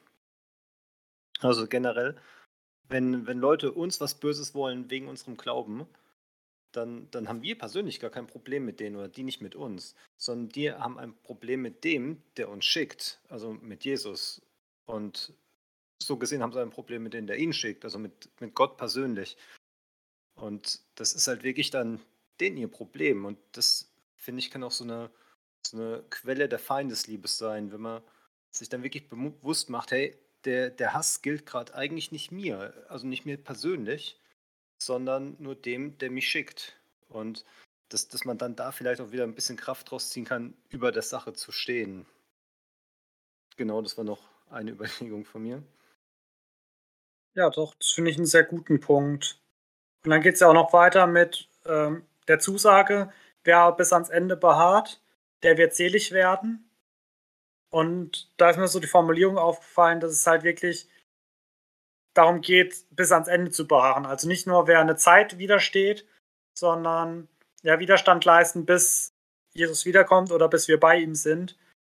Also, generell, wenn wenn Leute uns was Böses wollen wegen unserem Glauben, dann dann haben wir persönlich gar kein Problem mit denen oder die nicht mit uns, sondern die haben ein Problem mit dem, der uns schickt, also mit Jesus. Und so gesehen haben sie ein Problem mit dem, der ihn schickt, also mit mit Gott persönlich. Und das ist halt wirklich dann denen ihr Problem. Und das, finde ich, kann auch so eine so 'ne Quelle der Feindesliebe sein, wenn man sich dann wirklich bemu bewusst macht: „Hey, der der Hass gilt gerade eigentlich nicht mir, also nicht mir persönlich, sondern nur dem, der mich schickt.“ Und dass dass man dann da vielleicht auch wieder ein bisschen Kraft draus ziehen kann, über der Sache zu stehen. Genau, das war noch eine Überlegung von mir. Ja, doch, das finde ich einen sehr guten Punkt. Und dann geht's ja auch noch weiter mit, ähm, der Zusage: „Wer bis ans Ende beharrt, der wird selig werden.“ Und da ist mir so die Formulierung aufgefallen, dass es halt wirklich darum geht, bis ans Ende zu beharren. Also nicht nur, wer eine Zeit widersteht, sondern, ja, Widerstand leisten, bis Jesus wiederkommt oder bis wir bei ihm sind.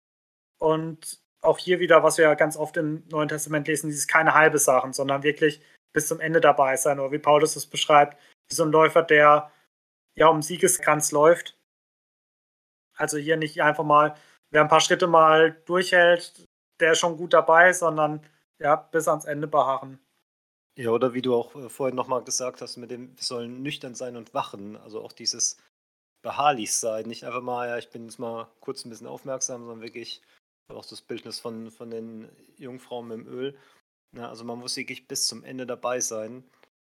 Und auch hier wieder, was wir ja ganz oft im Neuen Testament lesen, dieses keine halbe Sachen, sondern wirklich bis zum Ende dabei sein. Oder wie Paulus es beschreibt, wie so ein Läufer, der ja um Siegeskranz läuft. Also hier nicht einfach mal, wer ein paar Schritte mal durchhält, der ist schon gut dabei, sondern ja, bis ans Ende beharren. Ja, oder wie du auch, äh, vorhin noch mal gesagt hast mit dem: „Wir sollen nüchtern sein und wachen.“ Also, auch dieses beharrlich sein, nicht einfach mal: „Ja, ich bin jetzt mal kurz ein bisschen aufmerksam“, sondern wirklich auch das Bildnis von von den Jungfrauen mit dem Öl, ne? Also, man muss wirklich bis zum Ende dabei sein.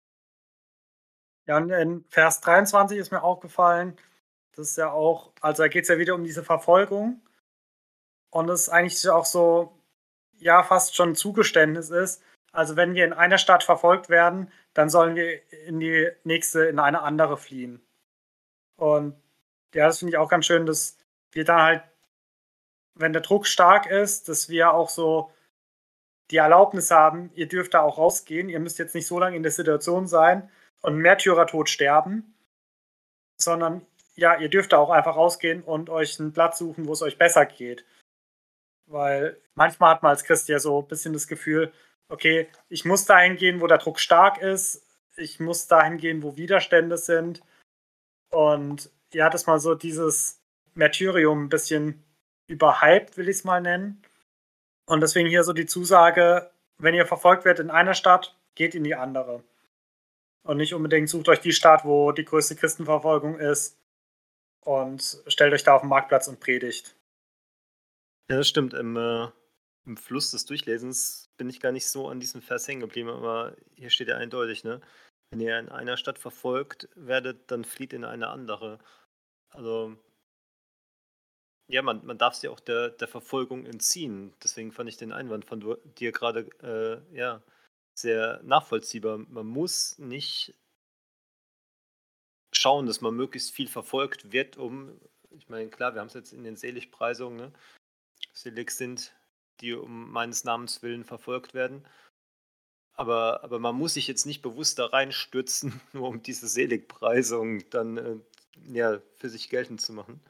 Ja, und in Vers dreiundzwanzig ist mir aufgefallen, das ist ja auch, also da geht es ja wieder um diese Verfolgung. Und das ist eigentlich auch so, ja, fast schon ein Zugeständnis ist. Also wenn wir in einer Stadt verfolgt werden, dann sollen wir in die nächste, in eine andere fliehen. Und ja, das finde ich auch ganz schön, dass wir dann halt, wenn der Druck stark ist, dass wir auch so die Erlaubnis haben, ihr dürft da auch rausgehen, ihr müsst jetzt nicht so lange in der Situation sein und Märtyrertod sterben, sondern ja, ihr dürft da auch einfach rausgehen und euch einen Platz suchen, wo es euch besser geht. Weil manchmal hat man als Christ ja so ein bisschen das Gefühl, okay, ich muss dahin gehen, wo der Druck stark ist. Ich muss dahin gehen, wo Widerstände sind. Und ja, dass man so dieses Martyrium ein bisschen überhyped, will ich es mal nennen. Und deswegen hier so die Zusage, wenn ihr verfolgt werdet in einer Stadt, geht in die andere. Und nicht unbedingt sucht euch die Stadt, wo die größte Christenverfolgung ist und stellt euch da auf den Marktplatz und predigt. Ja, das stimmt. Im, äh im Fluss des Durchlesens bin ich gar nicht so an diesem Vers hängen geblieben, aber hier steht ja eindeutig, ne? Wenn ihr in einer Stadt verfolgt werdet, dann flieht in eine andere. Also, ja, man man darf sich auch der der Verfolgung entziehen. Deswegen fand ich den Einwand von du dir gerade äh, ja, sehr nachvollziehbar. Man muss nicht schauen, dass man möglichst viel verfolgt wird, um ich meine, klar, wir haben es jetzt in den Seligpreisungen, ne? Selig sind, die um meines Namens willen verfolgt werden. Aber, aber man muss sich jetzt nicht bewusst da reinstürzen, nur um diese Seligpreisung dann äh, ja, für sich geltend zu machen.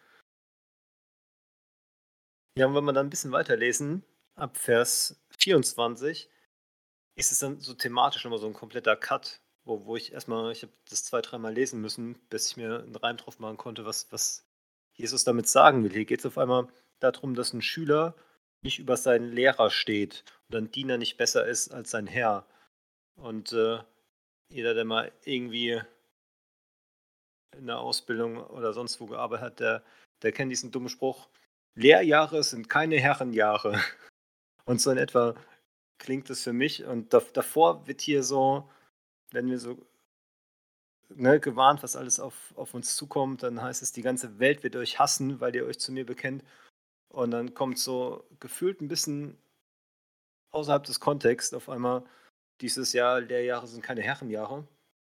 Ja, und wenn wir dann ein bisschen weiterlesen, ab Vers vierundzwanzig, ist es dann so thematisch nochmal so ein kompletter Cut, wo, wo ich erstmal, ich habe das zwei, dreimal lesen müssen, bis ich mir einen Reim drauf machen konnte, was, was Jesus damit sagen will. Hier geht es auf einmal darum, dass ein Schüler nicht über seinen Lehrer steht und ein Diener nicht besser ist als sein Herr. Und äh, jeder, der mal irgendwie in der Ausbildung oder sonst wo gearbeitet hat, der, der kennt diesen dummen Spruch: Lehrjahre sind keine Herrenjahre. Und so in etwa klingt es für mich. Und dav davor wird hier so, wenn wir so ne, gewarnt, was alles auf, auf uns zukommt, dann heißt es, die ganze Welt wird euch hassen, weil ihr euch zu mir bekennt. Und dann kommt so gefühlt ein bisschen außerhalb des Kontexts auf einmal dieses Jahr, Lehrjahre sind keine Herrenjahre.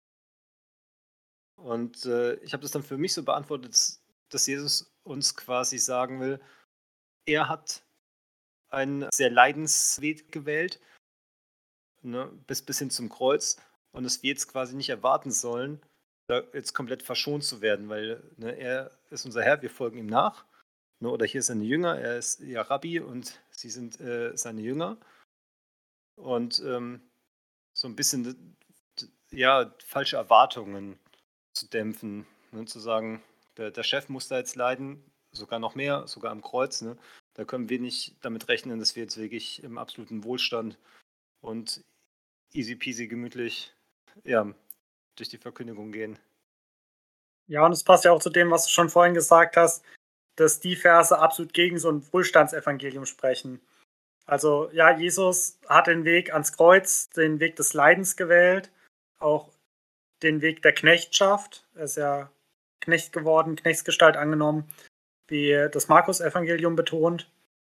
Und äh, ich habe das dann für mich so beantwortet, dass, dass Jesus uns quasi sagen will, er hat einen sehr Leidensweg gewählt, ne, bis, bis hin zum Kreuz. Und dass wir jetzt quasi nicht erwarten sollen, da jetzt komplett verschont zu werden, weil ne, er ist unser Herr, wir folgen ihm nach. Ne, oder hier ist seine Jünger, er ist ja Rabbi und sie sind äh, seine Jünger. Und ähm, so ein bisschen d- d- ja, falsche Erwartungen zu dämpfen, ne, zu sagen, der, der Chef muss da jetzt leiden, sogar noch mehr, sogar am Kreuz. Ne? Da können wir nicht damit rechnen, dass wir jetzt wirklich im absoluten Wohlstand und easy peasy gemütlich ja, durch die Verkündigung gehen. Ja, und es passt ja auch zu dem, was du schon vorhin gesagt hast, dass die Verse absolut gegen so ein Wohlstandsevangelium sprechen. Also ja, Jesus hat den Weg ans Kreuz, den Weg des Leidens gewählt, auch den Weg der Knechtschaft. Er ist ja Knecht geworden, Knechtsgestalt angenommen, wie das Markus-Evangelium betont.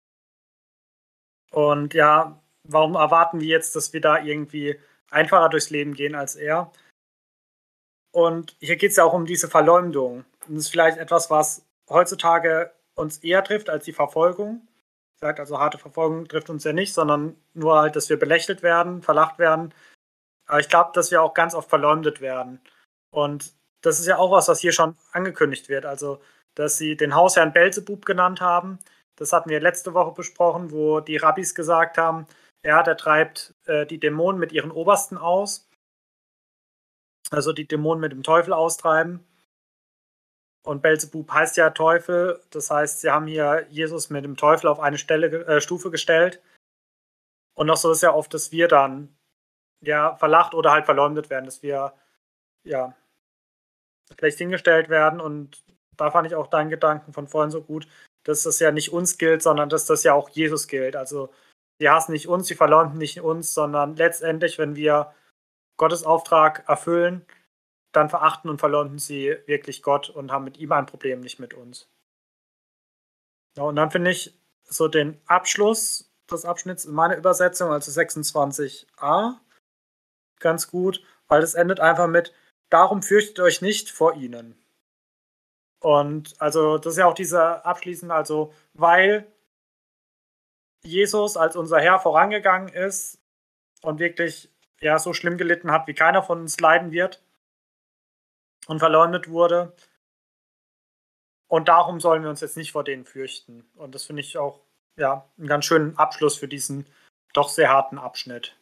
Und ja, warum erwarten wir jetzt, dass wir da irgendwie einfacher durchs Leben gehen als er? Und hier geht es ja auch um diese Verleumdung. Und das ist vielleicht etwas, was heutzutage uns eher trifft als die Verfolgung. Ich sage also, harte Verfolgung trifft uns ja nicht, sondern nur halt, dass wir belächelt werden, verlacht werden. Aber ich glaube, dass wir auch ganz oft verleumdet werden. Und das ist ja auch was, was hier schon angekündigt wird. Also, dass sie den Hausherrn Belzebub genannt haben. Das hatten wir letzte Woche besprochen, wo die Rabbis gesagt haben, ja, der treibt äh, die Dämonen mit ihren Obersten aus. Also die Dämonen mit dem Teufel austreiben. Und Belzebub heißt ja Teufel. Das heißt, sie haben hier Jesus mit dem Teufel auf eine Stelle, äh, Stufe gestellt. Und noch so ist ja oft, dass wir dann ja verlacht oder halt verleumdet werden, dass wir ja schlecht hingestellt werden. Und da fand ich auch deinen Gedanken von vorhin so gut, dass das ja nicht uns gilt, sondern dass das ja auch Jesus gilt. Also sie hassen nicht uns, sie verleumden nicht uns, sondern letztendlich, wenn wir Gottes Auftrag erfüllen, dann verachten und verleumden sie wirklich Gott und haben mit ihm ein Problem, nicht mit uns. Ja, und dann finde ich so den Abschluss des Abschnitts in meiner Übersetzung, also sechsundzwanzig a, ganz gut, weil es endet einfach mit: Darum fürchtet euch nicht vor ihnen. Und also das ist ja auch dieser abschließend, also weil Jesus als unser Herr vorangegangen ist und wirklich ja so schlimm gelitten hat, wie keiner von uns leiden wird und verleumdet wurde. Und darum sollen wir uns jetzt nicht vor denen fürchten. Und das finde ich auch ja einen ganz schönen Abschluss für diesen doch sehr harten Abschnitt.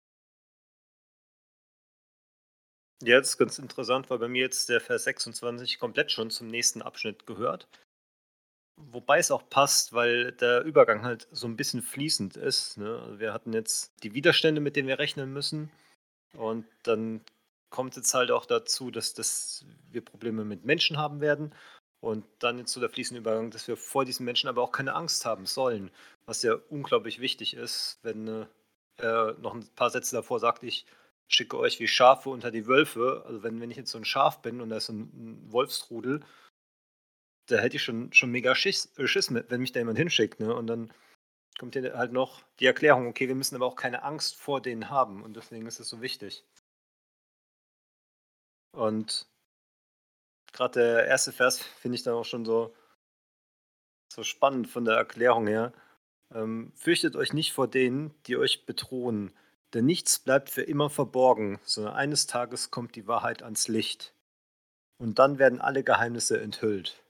Ja, das ist ganz interessant, weil bei mir jetzt der Vers sechsundzwanzig komplett schon zum nächsten Abschnitt gehört. Wobei es auch passt, weil der Übergang halt so ein bisschen fließend ist. Ne? Also wir hatten jetzt die Widerstände, mit denen wir rechnen müssen. Und dann kommt jetzt halt auch dazu, dass, dass wir Probleme mit Menschen haben werden. Und dann jetzt so der fließende Übergang, dass wir vor diesen Menschen aber auch keine Angst haben sollen. Was ja unglaublich wichtig ist, wenn äh, er noch ein paar Sätze davor sagt, ich schicke euch wie Schafe unter die Wölfe. Also wenn, wenn ich jetzt so ein Schaf bin und da ist so ein, ein Wolfsrudel, da hätte ich schon, schon mega Schiss, äh, Schiss mit, wenn mich da jemand hinschickt. Ne? Und dann kommt hier halt noch die Erklärung, okay, wir müssen aber auch keine Angst vor denen haben. Und deswegen ist es so wichtig. Und gerade der erste Vers finde ich dann auch schon so, so spannend von der Erklärung her. Ähm, fürchtet euch nicht vor denen, die euch bedrohen. Denn nichts bleibt für immer verborgen, sondern eines Tages kommt die Wahrheit ans Licht. Und dann werden alle Geheimnisse enthüllt.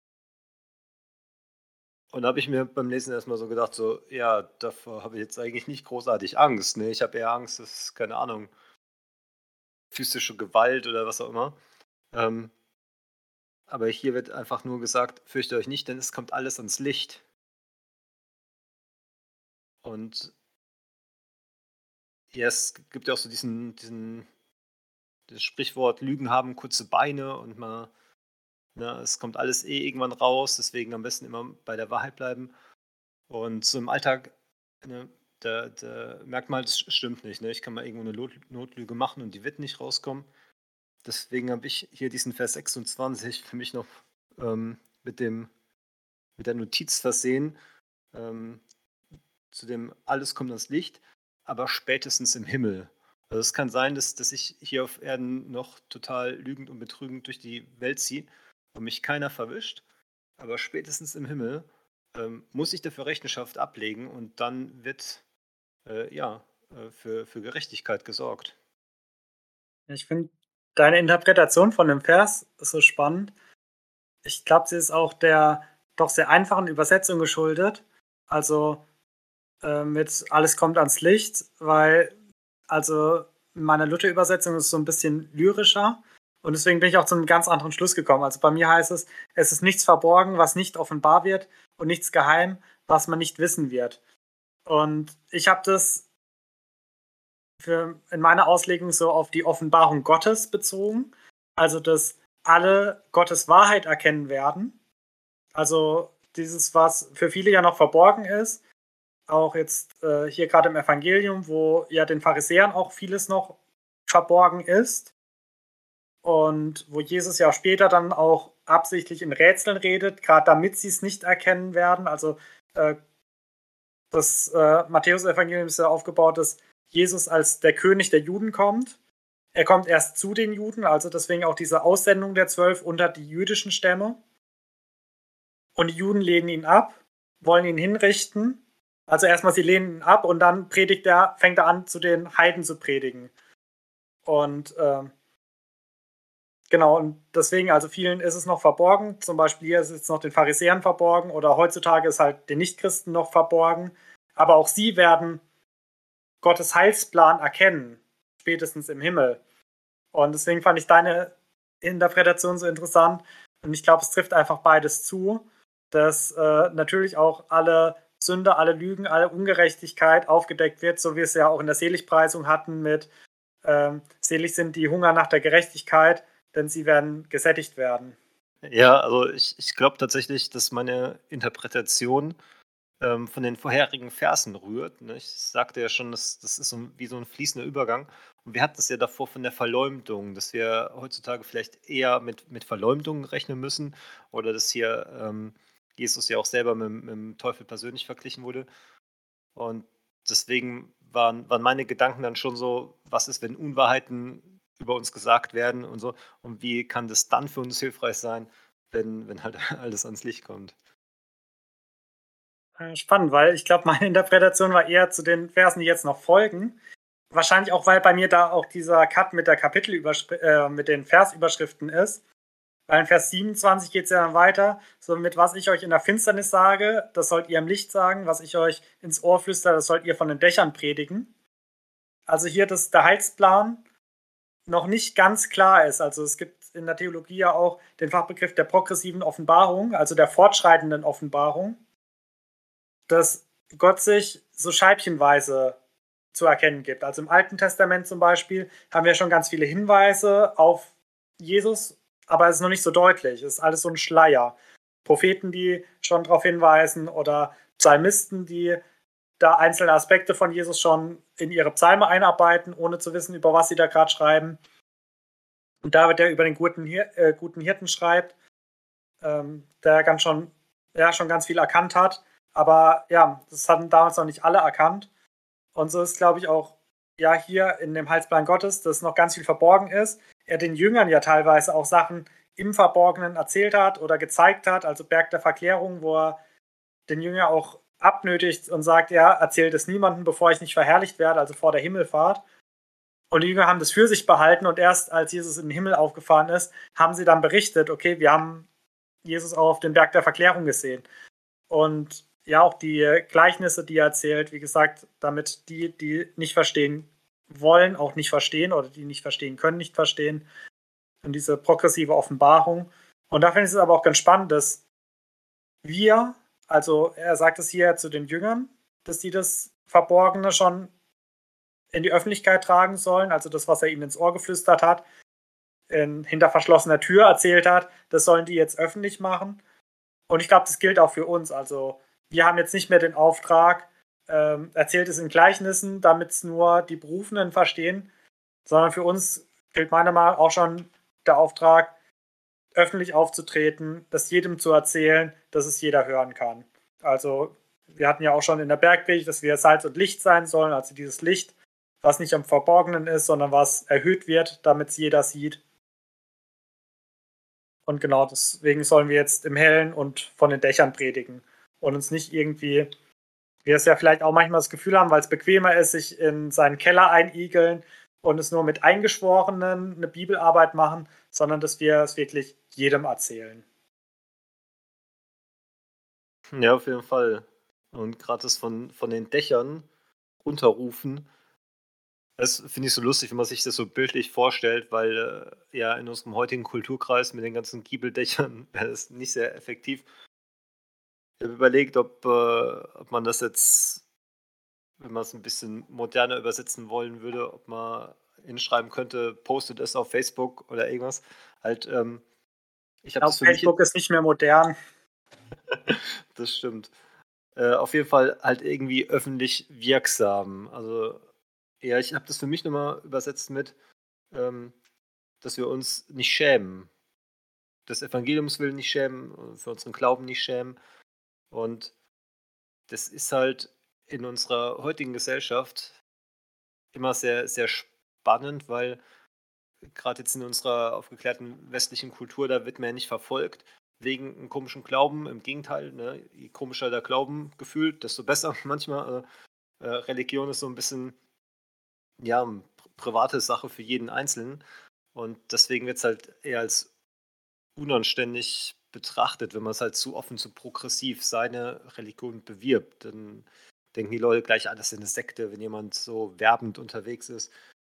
Und da habe ich mir beim Lesen erst mal so gedacht, so, ja, davor habe ich jetzt eigentlich nicht großartig Angst, ne? Ich habe eher Angst, dass, keine Ahnung, physische Gewalt oder was auch immer. Ähm, aber hier wird einfach nur gesagt: „Fürchtet euch nicht, denn es kommt alles ans Licht.“ Und ja, es gibt ja auch so diesen diesen das Sprichwort: „Lügen haben kurze Beine“ und man ne, es kommt alles eh irgendwann raus, deswegen am besten immer bei der Wahrheit bleiben. Und so im Alltag, ne, da da merkt man halt, das stimmt nicht, ne? Ich kann mal irgendwo 'ne Lot Notlüge machen und die wird nicht rauskommen. Deswegen habe ich hier diesen Vers sechsundzwanzig für mich noch, ähm, mit dem mit der Notiz versehen, ähm, zu dem: „Alles kommt ans Licht, aber spätestens im Himmel.“ Also, es kann sein, dass dass ich hier auf Erden noch total lügend und betrügend durch die Welt ziehe und mich keiner verwischt, aber spätestens im Himmel, ähm, muss ich dafür Rechenschaft ablegen und dann wird, äh, ja, äh, für für Gerechtigkeit gesorgt. Ich finde deine Interpretation von dem Vers so spannend. Ich glaube, sie ist auch der doch sehr einfachen Übersetzung geschuldet. Also, äh, mit „Alles kommt ans Licht“, weil also in meiner Luther-Übersetzung ist es so ein bisschen lyrischer und deswegen bin ich auch zu einem ganz anderen Schluss gekommen. Also, bei mir heißt es: „Es ist nichts verborgen, was nicht offenbar wird und nichts geheim, was man nicht wissen wird.“ Und ich habe das für in meiner Auslegung so auf die Offenbarung Gottes bezogen, also dass alle Gottes Wahrheit erkennen werden. Also dieses, was für viele ja noch verborgen ist, auch jetzt äh, hier gerade im Evangelium, wo ja den Pharisäern auch vieles noch verborgen ist und wo Jesus ja später dann auch absichtlich in Rätseln redet, gerade damit sie es nicht erkennen werden. Also äh, das äh, Matthäus-Evangelium ist ja aufgebaut, dass Jesus als der König der Juden kommt. Er kommt erst zu den Juden, also deswegen auch diese Aussendung der Zwölf unter die jüdischen Stämme. Und die Juden lehnen ihn ab, wollen ihn hinrichten. Also erstmal, sie lehnen ihn ab und dann predigt er, fängt er an, zu den Heiden zu predigen. Und ähm, genau, und deswegen, also vielen ist es noch verborgen. Zum Beispiel hier ist es jetzt noch den Pharisäern verborgen oder heutzutage ist halt den Nichtchristen noch verborgen. Aber auch sie werden Gottes Heilsplan erkennen, spätestens im Himmel. Und deswegen fand ich deine Interpretation so interessant. Und ich glaube, es trifft einfach beides zu, dass äh, natürlich auch alle Sünde, alle Lügen, alle Ungerechtigkeit aufgedeckt wird, so wie wir es ja auch in der Seligpreisung hatten mit ähm, selig sind die Hunger nach der Gerechtigkeit, denn sie werden gesättigt werden. Ja, also ich ich glaube tatsächlich, dass meine Interpretation ähm, von den vorherigen Versen rührt, ne? Ich sagte ja schon, das das ist so 'n wie so ein fließender Übergang. Und wir hatten es ja davor von der Verleumdung, dass wir heutzutage vielleicht eher mit mit Verleumdungen rechnen müssen oder dass hier, ähm, Jesus ja auch selber mit dem mit dem Teufel persönlich verglichen wurde. Und deswegen waren waren meine Gedanken dann schon so: „Was ist, wenn Unwahrheiten über uns gesagt werden und so? Und wie kann das dann für uns hilfreich sein, wenn wenn halt alles ans Licht kommt?“ Äh, spannend, weil ich glaube, meine Interpretation war eher zu den Versen, die jetzt noch folgen. Wahrscheinlich auch, weil bei mir da auch dieser Cut mit der Kapitelüberschrift, äh, mit den Versüberschriften ist. Weil in Vers siebenundzwanzig geht es ja dann weiter, so mit was ich euch in der Finsternis sage, das sollt ihr im Licht sagen, was ich euch ins Ohr flüstere, das sollt ihr von den Dächern predigen. Also hier, dass der Heilsplan noch nicht ganz klar ist. Also es gibt in der Theologie ja auch den Fachbegriff der progressiven Offenbarung, also der fortschreitenden Offenbarung, dass Gott sich so scheibchenweise zu erkennen gibt. Also im Alten Testament zum Beispiel haben wir schon ganz viele Hinweise auf Jesus, aber es ist noch nicht so deutlich. Es ist alles so ein Schleier. Propheten, die schon darauf hinweisen oder Psalmisten, die da einzelne Aspekte von Jesus schon in ihre Psalme einarbeiten, ohne zu wissen, über was sie da gerade schreiben. Und David, der über den guten, Hir äh, guten Hirten schreibt, ähm, der ganz schon, ja, schon ganz viel erkannt hat. Aber ja, das hatten damals noch nicht alle erkannt. Und so ist, glaube ich, auch ja hier in dem Heilsplan Gottes, dass noch ganz viel verborgen ist. Er den Jüngern ja teilweise auch Sachen im Verborgenen erzählt hat oder gezeigt hat, also Berg der Verklärung, wo er den Jüngern auch abnötigt und sagt, ja, erzählt es niemandem, bevor ich nicht verherrlicht werde, also vor der Himmelfahrt. Und die Jünger haben das für sich behalten und erst als Jesus in den Himmel aufgefahren ist, haben sie dann berichtet, okay, wir haben Jesus auch auf dem Berg der Verklärung gesehen. Und ja, auch die Gleichnisse, die er erzählt, wie gesagt, damit die, die nicht verstehen wollen, auch nicht verstehen oder die nicht verstehen können, nicht verstehen. Und diese progressive Offenbarung. Und da finde ich es aber auch ganz spannend, dass wir, also er sagt es hier zu den Jüngern, dass die das Verborgene schon in die Öffentlichkeit tragen sollen, also das, was er ihnen ins Ohr geflüstert hat, in, hinter verschlossener Tür erzählt hat, das sollen die jetzt öffentlich machen. Und ich glaube, das gilt auch für uns. Also wir haben jetzt nicht mehr den Auftrag, ähm, erzählt es in Gleichnissen, damit es nur die Berufenen verstehen, sondern für uns gilt meiner Meinung nach auch schon der Auftrag, öffentlich aufzutreten, das jedem zu erzählen, dass es jeder hören kann. Also wir hatten ja auch schon in der Bergpredigt, dass wir Salz und Licht sein sollen, also dieses Licht, was nicht am Verborgenen ist, sondern was erhöht wird, damit es jeder sieht. Und genau deswegen sollen wir jetzt im Hellen und von den Dächern predigen und uns nicht irgendwie, wir es ja vielleicht auch manchmal das Gefühl haben, weil es bequemer ist, sich in seinen Keller einigeln und es nur mit Eingeschworenen eine Bibelarbeit machen, sondern dass wir es wirklich jedem erzählen. Ja, auf jeden Fall. Und gerade das von, von den Dächern runterrufen, das finde ich so lustig, wenn man sich das so bildlich vorstellt, weil äh, ja in unserem heutigen Kulturkreis mit den ganzen Giebeldächern wäre das nicht sehr effektiv. Ich habe überlegt, ob, äh, ob man das jetzt, wenn man es ein bisschen moderner übersetzen wollen würde, ob man hinschreiben könnte, postet es auf Facebook oder irgendwas. Halt, ähm, ich habe Auf das für mich Facebook ist nicht mehr modern. das stimmt. Äh, auf jeden Fall halt irgendwie öffentlich wirksam. Also, ja, ich habe das für mich nochmal übersetzt mit, ähm, dass wir uns nicht schämen. Des Evangeliums willen nicht schämen, für unseren Glauben nicht schämen. Und das ist halt in unserer heutigen Gesellschaft immer sehr, sehr spannend, weil gerade jetzt in unserer aufgeklärten westlichen Kultur, da wird man ja nicht verfolgt wegen einem komischen Glauben. Im Gegenteil, ne? Je komischer der Glauben gefühlt, desto besser manchmal. Äh, äh, Religion ist so ein bisschen, ja, eine private Sache für jeden Einzelnen. Und deswegen wird es halt eher als unanständig betrachtet, wenn man es halt zu offen, zu progressiv seine Religion bewirbt. Dann denken die Leute gleich, ah, das ist eine Sekte, wenn jemand so werbend unterwegs ist.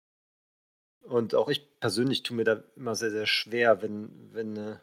Und auch ich persönlich tue mir da immer sehr, sehr schwer, wenn, wenn, äh,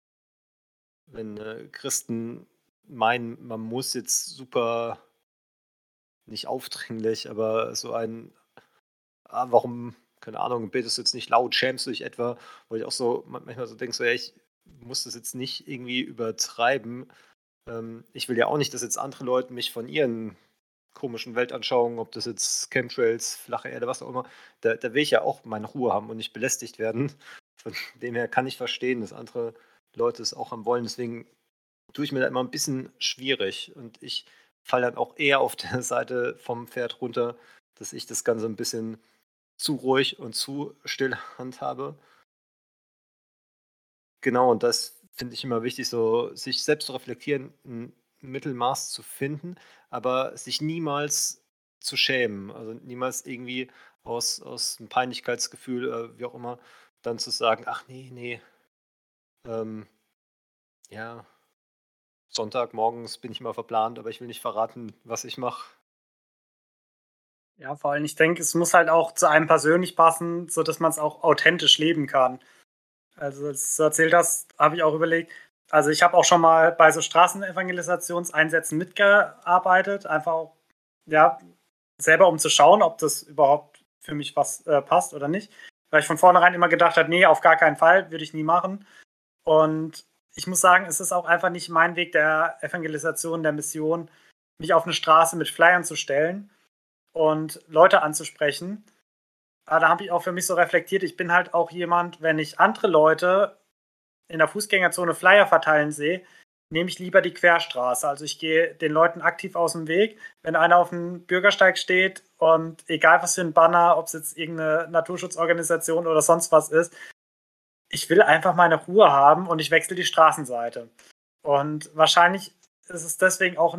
wenn äh, Christen meinen, man muss jetzt super, nicht aufdringlich, aber so ein, ah, warum, keine Ahnung, betest du jetzt nicht laut, schämst du dich etwa? Wo ich auch so man- manchmal so denke, so, ja, ich muss das jetzt nicht irgendwie übertreiben. Ähm, ich will ja auch nicht, dass jetzt andere Leute mich von ihren komischen Weltanschauungen, ob das jetzt Chemtrails, flache Erde, was auch immer, da, da will ich ja auch meine Ruhe haben und nicht belästigt werden. Von dem her kann ich verstehen, dass andere Leute es auch haben wollen. Deswegen tue ich mir da immer ein bisschen schwierig und ich falle dann auch eher auf der Seite vom Pferd runter, dass ich das Ganze ein bisschen zu ruhig und zu still handhabe. Genau, und das finde ich immer wichtig, so sich selbst zu reflektieren, ein Mittelmaß zu finden, aber sich niemals zu schämen. Also niemals irgendwie aus, aus einem Peinlichkeitsgefühl, äh, wie auch immer, dann zu sagen, ach nee, nee, ähm, ja, Sonntagmorgens bin ich mal verplant, aber ich will nicht verraten, was ich mache. Ja, vor allem, ich denke, es muss halt auch zu einem persönlich passen, sodass man es auch authentisch leben kann. Also, als du erzählt hast, habe ich auch überlegt, also ich habe auch schon mal bei so Straßenevangelisationseinsätzen mitgearbeitet, einfach auch, ja, selber um zu schauen, ob das überhaupt für mich was äh, passt oder nicht. Weil ich von vornherein immer gedacht habe, nee, auf gar keinen Fall, würde ich nie machen. Und ich muss sagen, es ist auch einfach nicht mein Weg der Evangelisation, der Mission, mich auf eine Straße mit Flyern zu stellen und Leute anzusprechen. Aber da habe ich auch für mich so reflektiert, ich bin halt auch jemand, wenn ich andere Leute in der Fußgängerzone Flyer verteilen sehe, nehme ich lieber die Querstraße. Also ich gehe den Leuten aktiv aus dem Weg. Wenn einer auf dem Bürgersteig steht und egal was für ein Banner, ob es jetzt irgendeine Naturschutzorganisation oder sonst was ist, ich will einfach meine Ruhe haben und ich wechsle die Straßenseite. Und wahrscheinlich ist es deswegen auch nicht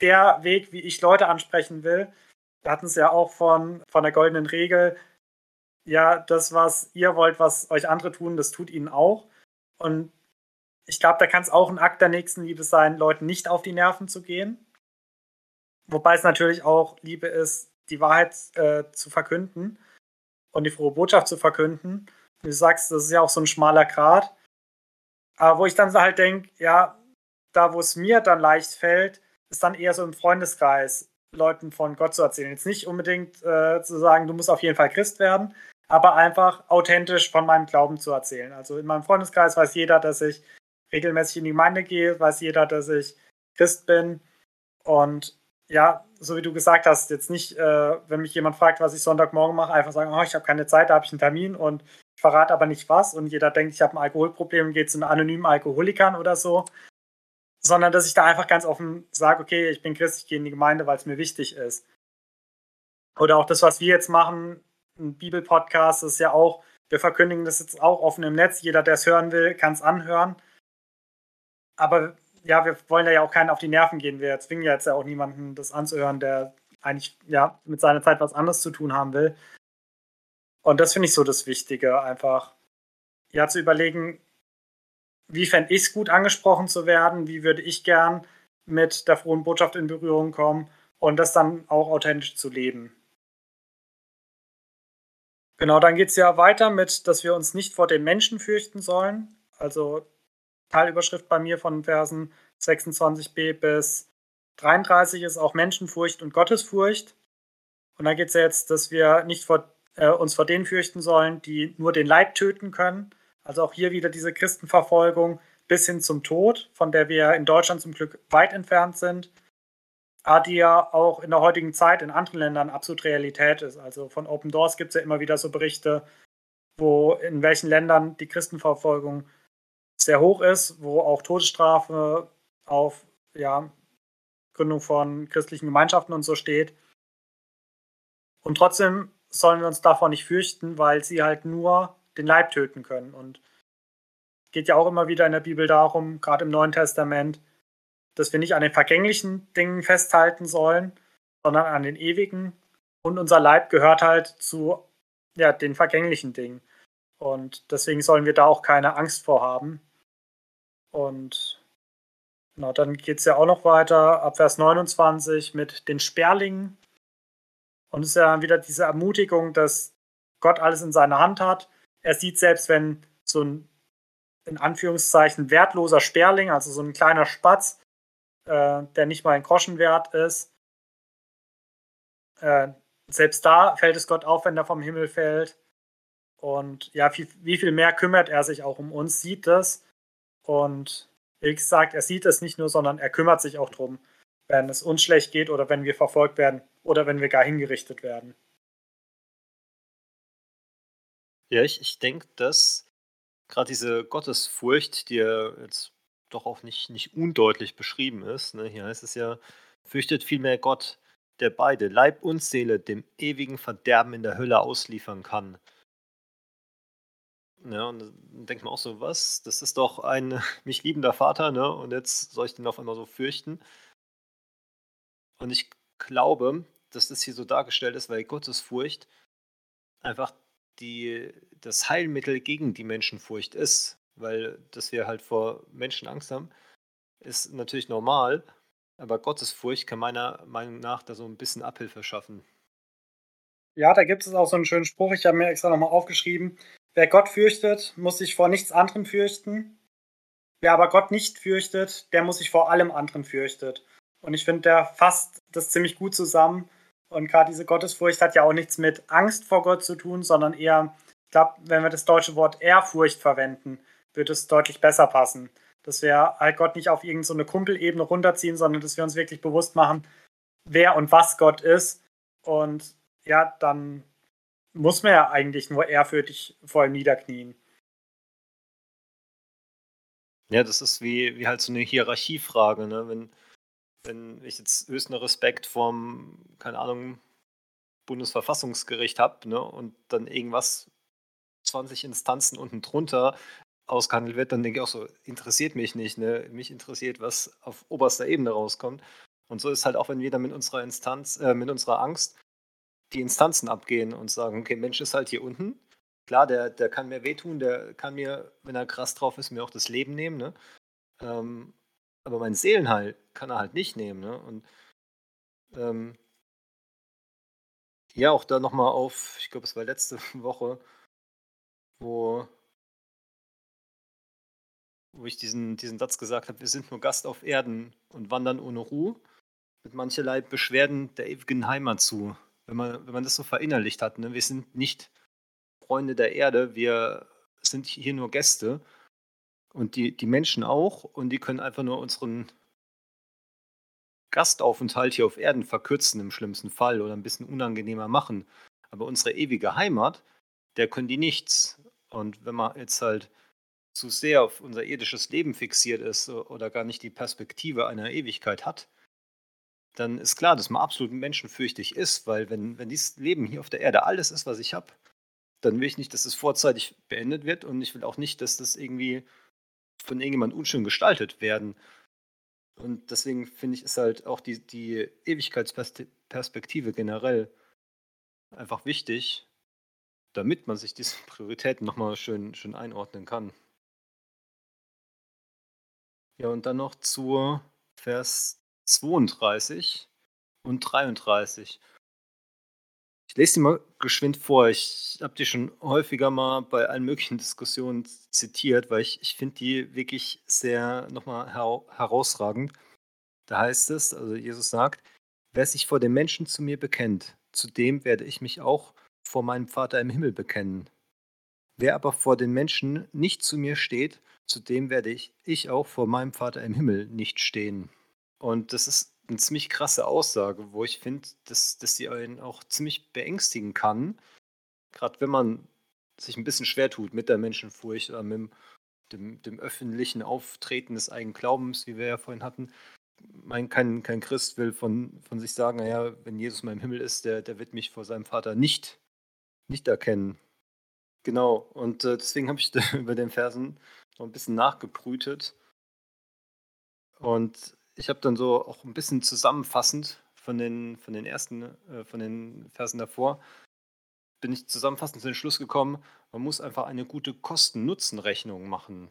der Weg, wie ich Leute ansprechen will. Wir hatten es ja auch von, von der goldenen Regel. Ja, das, was ihr wollt, was euch andere tun, das tut ihnen auch. Und ich glaube, da kann es auch ein Akt der Nächstenliebe sein, Leuten nicht auf die Nerven zu gehen. Wobei es natürlich auch Liebe ist, die Wahrheit äh, zu verkünden und die frohe Botschaft zu verkünden. Wie du sagst, das ist ja auch so ein schmaler Grat. Aber wo ich dann so halt denke, ja, da wo es mir dann leicht fällt, ist dann eher so im Freundeskreis Leuten von Gott zu erzählen. Jetzt nicht unbedingt äh, zu sagen, du musst auf jeden Fall Christ werden, aber einfach authentisch von meinem Glauben zu erzählen. Also in meinem Freundeskreis weiß jeder, dass ich regelmäßig in die Gemeinde gehe, weiß jeder, dass ich Christ bin. Und ja, so wie du gesagt hast, jetzt nicht, äh, wenn mich jemand fragt, was ich Sonntagmorgen mache, einfach sagen, oh, ich habe keine Zeit, da habe ich einen Termin und ich verrate aber nicht was und jeder denkt, ich habe ein Alkoholproblem und geht zu einem anonymen Alkoholikern oder so, sondern dass ich da einfach ganz offen sage, okay, ich bin Christ, ich gehe in die Gemeinde, weil es mir wichtig ist. Oder auch das, was wir jetzt machen, ein Bibelpodcast, ist ja auch, wir verkündigen das jetzt auch offen im Netz, jeder, der es hören will, kann es anhören. Aber ja, wir wollen ja auch keinen auf die Nerven gehen. Wir zwingen ja jetzt ja auch niemanden, das anzuhören, der eigentlich ja mit seiner Zeit was anderes zu tun haben will. Und das finde ich so das Wichtige, einfach ja zu überlegen, wie fände ich es gut, angesprochen zu werden, wie würde ich gern mit der frohen Botschaft in Berührung kommen und das dann auch authentisch zu leben. Genau, dann geht es ja weiter mit, dass wir uns nicht vor den Menschen fürchten sollen. Also Teilüberschrift bei mir von Versen sechsundzwanzig b bis dreiunddreißig ist auch Menschenfurcht und Gottesfurcht. Und da geht es ja jetzt, dass wir nicht vor, äh, uns vor denen fürchten sollen, die nur den Leib töten können. Also auch hier wieder diese Christenverfolgung bis hin zum Tod, von der wir in Deutschland zum Glück weit entfernt sind, aber die ja auch in der heutigen Zeit in anderen Ländern absolut Realität ist. Also von Open Doors gibt es ja immer wieder so Berichte, wo in welchen Ländern die Christenverfolgung sehr hoch ist, wo auch Todesstrafe auf ja, Gründung von christlichen Gemeinschaften und so steht. Und trotzdem sollen wir uns davor nicht fürchten, weil sie halt nur den Leib töten können. Und es geht ja auch immer wieder in der Bibel darum, gerade im Neuen Testament, dass wir nicht an den vergänglichen Dingen festhalten sollen, sondern an den ewigen. Und unser Leib gehört halt zu ja, den vergänglichen Dingen. Und deswegen sollen wir da auch keine Angst vor haben. Und genau, dann geht es ja auch noch weiter ab Vers neunundzwanzig mit den Sperlingen. Und es ist ja wieder diese Ermutigung, dass Gott alles in seiner Hand hat. Er sieht selbst, wenn so ein in Anführungszeichen wertloser Sperling, also so ein kleiner Spatz, äh, der nicht mal ein Groschen wert ist, äh, selbst da fällt es Gott auf, wenn er vom Himmel fällt. Und ja, wie, wie viel mehr kümmert er sich auch um uns, sieht das. Und wie gesagt, er sieht es nicht nur, sondern er kümmert sich auch drum, wenn es uns schlecht geht oder wenn wir verfolgt werden oder wenn wir gar hingerichtet werden. Ja, ich, ich denke, dass gerade diese Gottesfurcht, die ja jetzt doch auch nicht, nicht undeutlich beschrieben ist, ne? Hier heißt es ja, fürchtet vielmehr Gott, der beide, Leib und Seele, dem ewigen Verderben in der Hölle ausliefern kann. Ja, und dann denkt man auch so, was? Das ist doch ein mich liebender Vater, ne? Und jetzt soll ich den auf einmal so fürchten. Und ich glaube, dass das hier so dargestellt ist, weil Gottesfurcht einfach die, das Heilmittel gegen die Menschenfurcht ist. Weil, dass wir halt vor Menschen Angst haben, ist natürlich normal. Aber Gottesfurcht kann meiner Meinung nach da so ein bisschen Abhilfe schaffen. Ja, da gibt es auch so einen schönen Spruch, ich habe mir extra nochmal aufgeschrieben. Wer Gott fürchtet, muss sich vor nichts anderem fürchten. Wer aber Gott nicht fürchtet, der muss sich vor allem anderen fürchtet. Und ich finde, der fasst das ziemlich gut zusammen. Und gerade diese Gottesfurcht hat ja auch nichts mit Angst vor Gott zu tun, sondern eher, ich glaube, wenn wir das deutsche Wort Ehrfurcht verwenden, wird es deutlich besser passen. Dass wir halt Gott nicht auf irgendeine so Kumpelebene runterziehen, sondern dass wir uns wirklich bewusst machen, wer und was Gott ist. Und ja, dann muss man ja eigentlich nur ehrfürchtig vor ihm niederknien. Ja, das ist wie, wie halt so eine Hierarchiefrage, ne? Wenn, wenn ich jetzt höchsten Respekt vom, keine Ahnung, Bundesverfassungsgericht habe, ne, und dann irgendwas zwanzig Instanzen unten drunter ausgehandelt wird, dann denke ich auch so, interessiert mich nicht, ne? Mich interessiert, was auf oberster Ebene rauskommt. Und so ist halt auch, wenn wir dann mit unserer Instanz, äh, mit unserer Angst die Instanzen abgehen und sagen, okay, Mensch ist halt hier unten. Klar, der, der kann mir wehtun, der kann mir, wenn er krass drauf ist, mir auch das Leben nehmen, ne? Ähm, aber mein Seelenheil kann er halt nicht nehmen, ne? Und ähm, ja, auch da nochmal auf, ich glaube, es war letzte Woche, wo, wo ich diesen, diesen Satz gesagt habe, wir sind nur Gast auf Erden und wandern ohne Ruhe, mit mancherlei Beschwerden der ewigen Heimat zu. Wenn man, wenn man das so verinnerlicht hat, ne? Wir sind nicht Freunde der Erde, wir sind hier nur Gäste und die, die Menschen auch und die können einfach nur unseren Gastaufenthalt hier auf Erden verkürzen im schlimmsten Fall oder ein bisschen unangenehmer machen. Aber unsere ewige Heimat, der können die nichts. Und wenn man jetzt halt zu sehr auf unser irdisches Leben fixiert ist oder gar nicht die Perspektive einer Ewigkeit hat, dann ist klar, dass man absolut menschenfürchtig ist, weil wenn, wenn dieses Leben hier auf der Erde alles ist, was ich habe, dann will ich nicht, dass es vorzeitig beendet wird und ich will auch nicht, dass das irgendwie von irgendjemand unschön gestaltet werden. Und deswegen finde ich, ist halt auch die, die Ewigkeitsperspektive generell einfach wichtig, damit man sich diese Prioritäten nochmal schön, schön einordnen kann. Ja, und dann noch zu Vers zweiunddreißig und dreiunddreißig. Ich lese die mal geschwind vor. Ich habe die schon häufiger mal bei allen möglichen Diskussionen zitiert, weil ich, ich finde die wirklich sehr nochmal her herausragend. Da heißt es, also Jesus sagt, wer sich vor den Menschen zu mir bekennt, zu dem werde ich mich auch vor meinem Vater im Himmel bekennen. Wer aber vor den Menschen nicht zu mir steht, zu dem werde ich, ich auch vor meinem Vater im Himmel nicht stehen. Und das ist eine ziemlich krasse Aussage, wo ich finde, dass, dass sie einen auch ziemlich beängstigen kann, gerade wenn man sich ein bisschen schwer tut mit der Menschenfurcht oder mit dem, dem, dem öffentlichen Auftreten des eigenen Glaubens, wie wir ja vorhin hatten. Mein, kein, kein Christ will von, von sich sagen, naja, wenn Jesus mal im Himmel ist, der, der wird mich vor seinem Vater nicht, nicht erkennen. Genau, und äh, deswegen habe ich da über den Versen noch ein bisschen nachgebrütet. Und ich habe dann so auch ein bisschen zusammenfassend von den, von den ersten, äh, von den Versen davor, bin ich zusammenfassend zu dem Schluss gekommen, man muss einfach eine gute Kosten-Nutzen-Rechnung machen.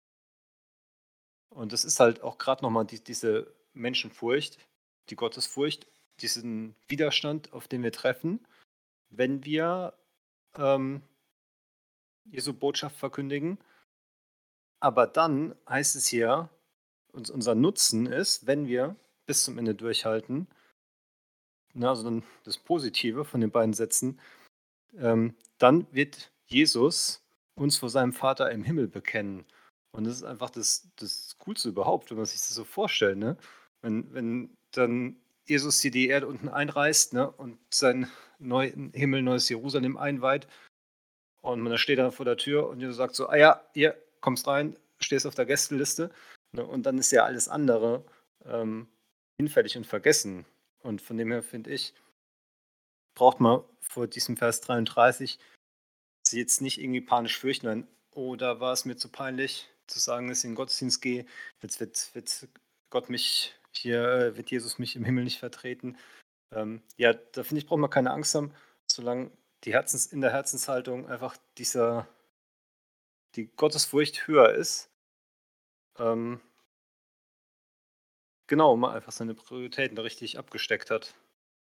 Und das ist halt auch gerade nochmal die, diese Menschenfurcht, die Gottesfurcht, diesen Widerstand, auf den wir treffen, wenn wir ähm, Jesu Botschaft verkündigen. Aber dann heißt es hier, uns, unser Nutzen ist, wenn wir bis zum Ende durchhalten, na, also dann das Positive von den beiden Sätzen, ähm, dann wird Jesus uns vor seinem Vater im Himmel bekennen. Und das ist einfach das, das Coolste überhaupt, wenn man sich das so vorstellt. Ne? Wenn, wenn dann Jesus hier die Erde unten einreißt, ne, und sein neuen Himmel, neues Jerusalem einweiht und man da steht dann vor der Tür und Jesus sagt so, ah ja, hier, kommst rein, stehst auf der Gästeliste, ne, und dann ist ja alles andere ähm, hinfällig und vergessen. Und von dem her finde ich, braucht man vor diesem Vers dreiunddreißig sie jetzt nicht irgendwie panisch fürchten, weil, oh, da war es mir zu peinlich zu sagen, dass ich in den Gottesdienst gehe, jetzt wird, wird Gott mich hier, äh, wird Jesus mich im Himmel nicht vertreten. Ähm, ja, da finde ich, braucht man keine Angst haben, solange die Herzens, in der Herzenshaltung einfach dieser, die Gottesfurcht höher ist. Ähm, genau, man einfach seine Prioritäten da richtig abgesteckt hat.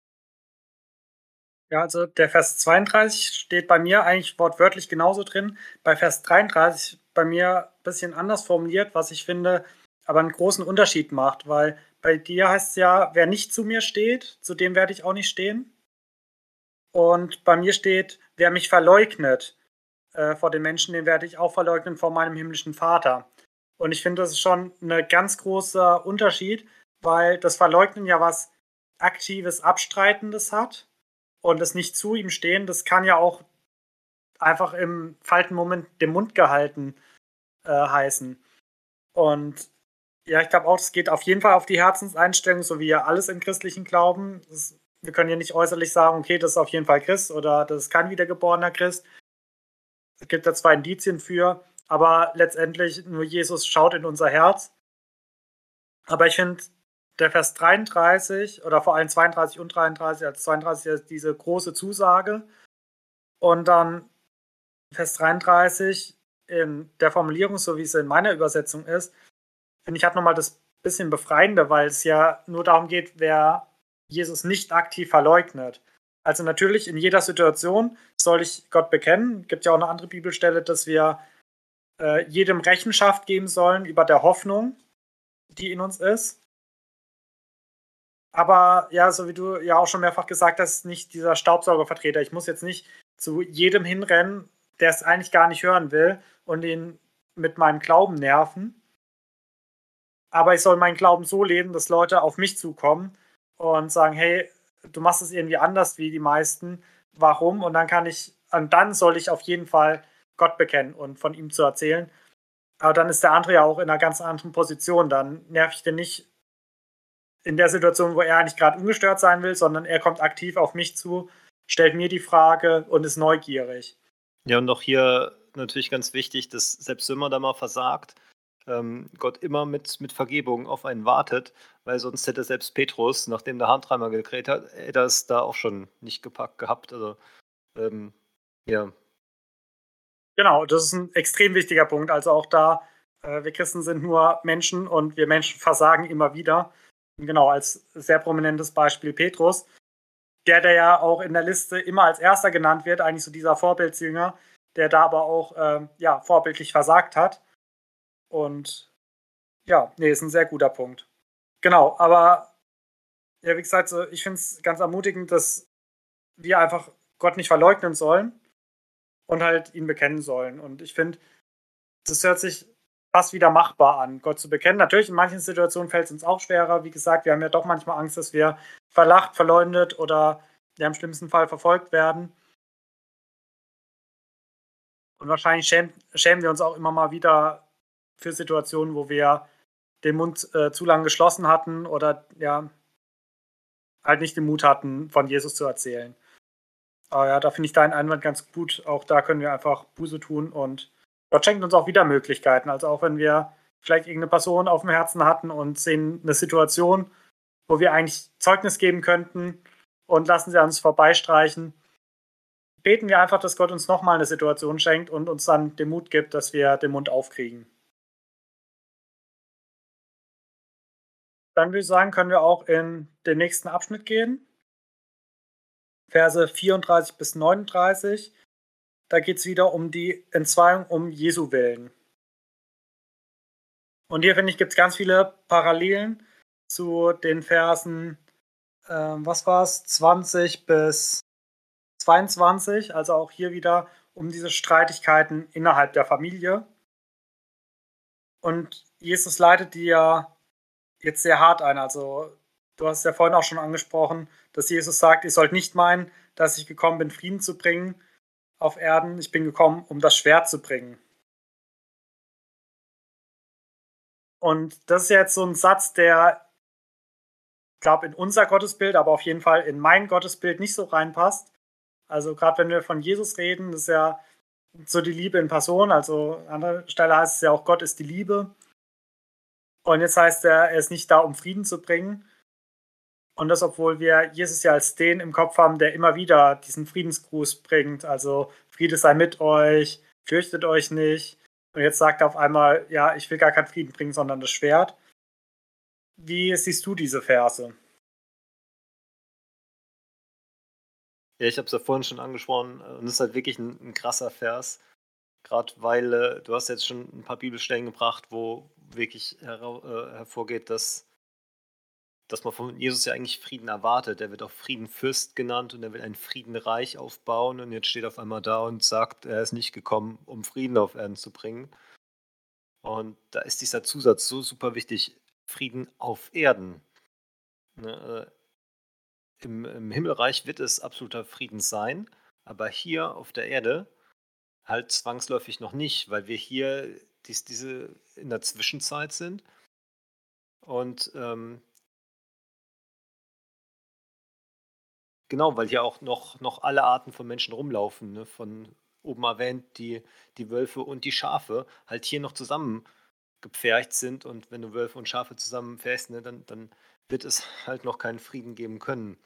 Ja, also der Vers zweiunddreißig steht bei mir eigentlich wortwörtlich genauso drin. Bei Vers dreiunddreißig bei mir ein bisschen anders formuliert, was ich finde, aber einen großen Unterschied macht, weil bei dir heißt es ja, wer nicht zu mir steht, zu dem werde ich auch nicht stehen. Und bei mir steht, wer mich verleugnet äh, vor den Menschen, den werde ich auch verleugnen vor meinem himmlischen Vater. Und ich finde, das ist schon ein ganz großer Unterschied, weil das Verleugnen ja was aktives, Abstreitendes hat. Und das nicht zu ihm stehen, das kann ja auch einfach im falschen Moment den Mund gehalten äh, heißen. Und ja, ich glaube auch, es geht auf jeden Fall auf die Herzenseinstellung, so wie ja alles im christlichen Glauben. Das, wir können ja nicht äußerlich sagen, okay, das ist auf jeden Fall Christ oder das ist kein wiedergeborener Christ. Es gibt da zwei Indizien für, aber letztendlich nur Jesus schaut in unser Herz. Aber ich finde, der Vers dreiunddreißig oder vor allem zweiunddreißig und dreiunddreißig, also zweiunddreißig ist diese große Zusage und dann Vers dreiunddreißig in der Formulierung, so wie es in meiner Übersetzung ist, finde ich, hat nochmal das bisschen Befreiende, weil es ja nur darum geht, wer Jesus nicht aktiv verleugnet. Also natürlich in jeder Situation soll ich Gott bekennen. Es gibt ja auch eine andere Bibelstelle, dass wir äh, jedem Rechenschaft geben sollen über der Hoffnung, die in uns ist. Aber ja, so wie du ja auch schon mehrfach gesagt hast, nicht dieser Staubsaugervertreter. Ich muss jetzt nicht zu jedem hinrennen, der es eigentlich gar nicht hören will und ihn mit meinem Glauben nerven. Aber ich soll meinen Glauben so leben, dass Leute auf mich zukommen und sagen, hey, du machst es irgendwie anders wie die meisten. Warum? Und dann kann ich, und dann soll ich auf jeden Fall Gott bekennen und von ihm zu erzählen. Aber dann ist der andere ja auch in einer ganz anderen Position. Dann nerv ich den nicht in der Situation, wo er eigentlich gerade ungestört sein will, sondern er kommt aktiv auf mich zu, stellt mir die Frage und ist neugierig. Ja, und auch hier natürlich ganz wichtig, dass selbst wenn man da mal versagt, ähm, Gott immer mit, mit Vergebung auf einen wartet, weil sonst hätte selbst Petrus, nachdem der Hahn dreimal gekräht hat, hätte er es da auch schon nicht gepackt gehabt. Also, ähm, ja. Genau, das ist ein extrem wichtiger Punkt. Also auch da, äh, wir Christen sind nur Menschen und wir Menschen versagen immer wieder. Und genau, als sehr prominentes Beispiel Petrus, der, der ja auch in der Liste immer als erster genannt wird, eigentlich so dieser Vorbildsjünger, der da aber auch ähm, ja, vorbildlich versagt hat. Und ja, nee, ist ein sehr guter Punkt. Genau, aber ja, wie gesagt, so, ich finde es ganz ermutigend, dass wir einfach Gott nicht verleugnen sollen und halt ihn bekennen sollen. Und ich finde, das hört sich fast wieder machbar an, Gott zu bekennen. Natürlich, in manchen Situationen fällt es uns auch schwerer. Wie gesagt, wir haben ja doch manchmal Angst, dass wir verlacht, verleugnet oder ja, im schlimmsten Fall verfolgt werden. Und wahrscheinlich schämen, schämen wir uns auch immer mal wieder für Situationen, wo wir den Mund äh, zu lang geschlossen hatten oder ja, halt nicht den Mut hatten, von Jesus zu erzählen. Aber ja, da finde ich deinen Einwand ganz gut. Auch da können wir einfach Buße tun und Gott schenkt uns auch wieder Möglichkeiten. Also auch wenn wir vielleicht irgendeine Person auf dem Herzen hatten und sehen eine Situation, wo wir eigentlich Zeugnis geben könnten und lassen sie an uns vorbeistreichen, beten wir einfach, dass Gott uns nochmal eine Situation schenkt und uns dann den Mut gibt, dass wir den Mund aufkriegen. Dann würde ich sagen, können wir auch in den nächsten Abschnitt gehen. Verse vierunddreißig bis neununddreißig. Da geht es wieder um die Entzweiung um Jesu willen. Und hier, finde ich, gibt es ganz viele Parallelen zu den Versen, äh, was war es, zwanzig bis zweiundzwanzig. Also auch hier wieder um diese Streitigkeiten innerhalb der Familie. Und Jesus leitet die ja jetzt sehr hart ein. Also du hast ja vorhin auch schon angesprochen, dass Jesus sagt, ihr sollt nicht meinen, dass ich gekommen bin, Frieden zu bringen auf Erden. Ich bin gekommen, um das Schwert zu bringen. Und das ist jetzt so ein Satz, der, ich glaube, in unser Gottesbild, aber auf jeden Fall in mein Gottesbild nicht so reinpasst. Also gerade wenn wir von Jesus reden, das ist ja so die Liebe in Person. Also an anderer Stelle heißt es ja auch, Gott ist die Liebe. Und jetzt heißt er, er ist nicht da, um Frieden zu bringen. Und das, obwohl wir Jesus ja als den im Kopf haben, der immer wieder diesen Friedensgruß bringt. Also Friede sei mit euch, fürchtet euch nicht. Und jetzt sagt er auf einmal, ja, ich will gar keinen Frieden bringen, sondern das Schwert. Wie siehst du diese Verse? Ja, ich habe es ja vorhin schon angesprochen, und es ist halt wirklich ein, ein krasser Vers. Gerade weil äh, du hast jetzt schon ein paar Bibelstellen gebracht, wo wirklich herau- äh, hervorgeht, dass, dass man von Jesus ja eigentlich Frieden erwartet. Er wird auch Friedenfürst genannt und er will ein Friedenreich aufbauen und jetzt steht er auf einmal da und sagt, er ist nicht gekommen, um Frieden auf Erden zu bringen. Und da ist dieser Zusatz so super wichtig, Frieden auf Erden. Ne, äh, im, Im Himmelreich wird es absoluter Frieden sein, aber hier auf der Erde halt zwangsläufig noch nicht, weil wir hier dies, diese in der Zwischenzeit sind und ähm, genau, weil hier auch noch, noch alle Arten von Menschen rumlaufen, ne? Von oben erwähnt, die, die Wölfe und die Schafe, halt hier noch zusammen gepfercht sind und wenn du Wölfe und Schafe zusammenfährst, ne, dann dann wird es halt noch keinen Frieden geben können.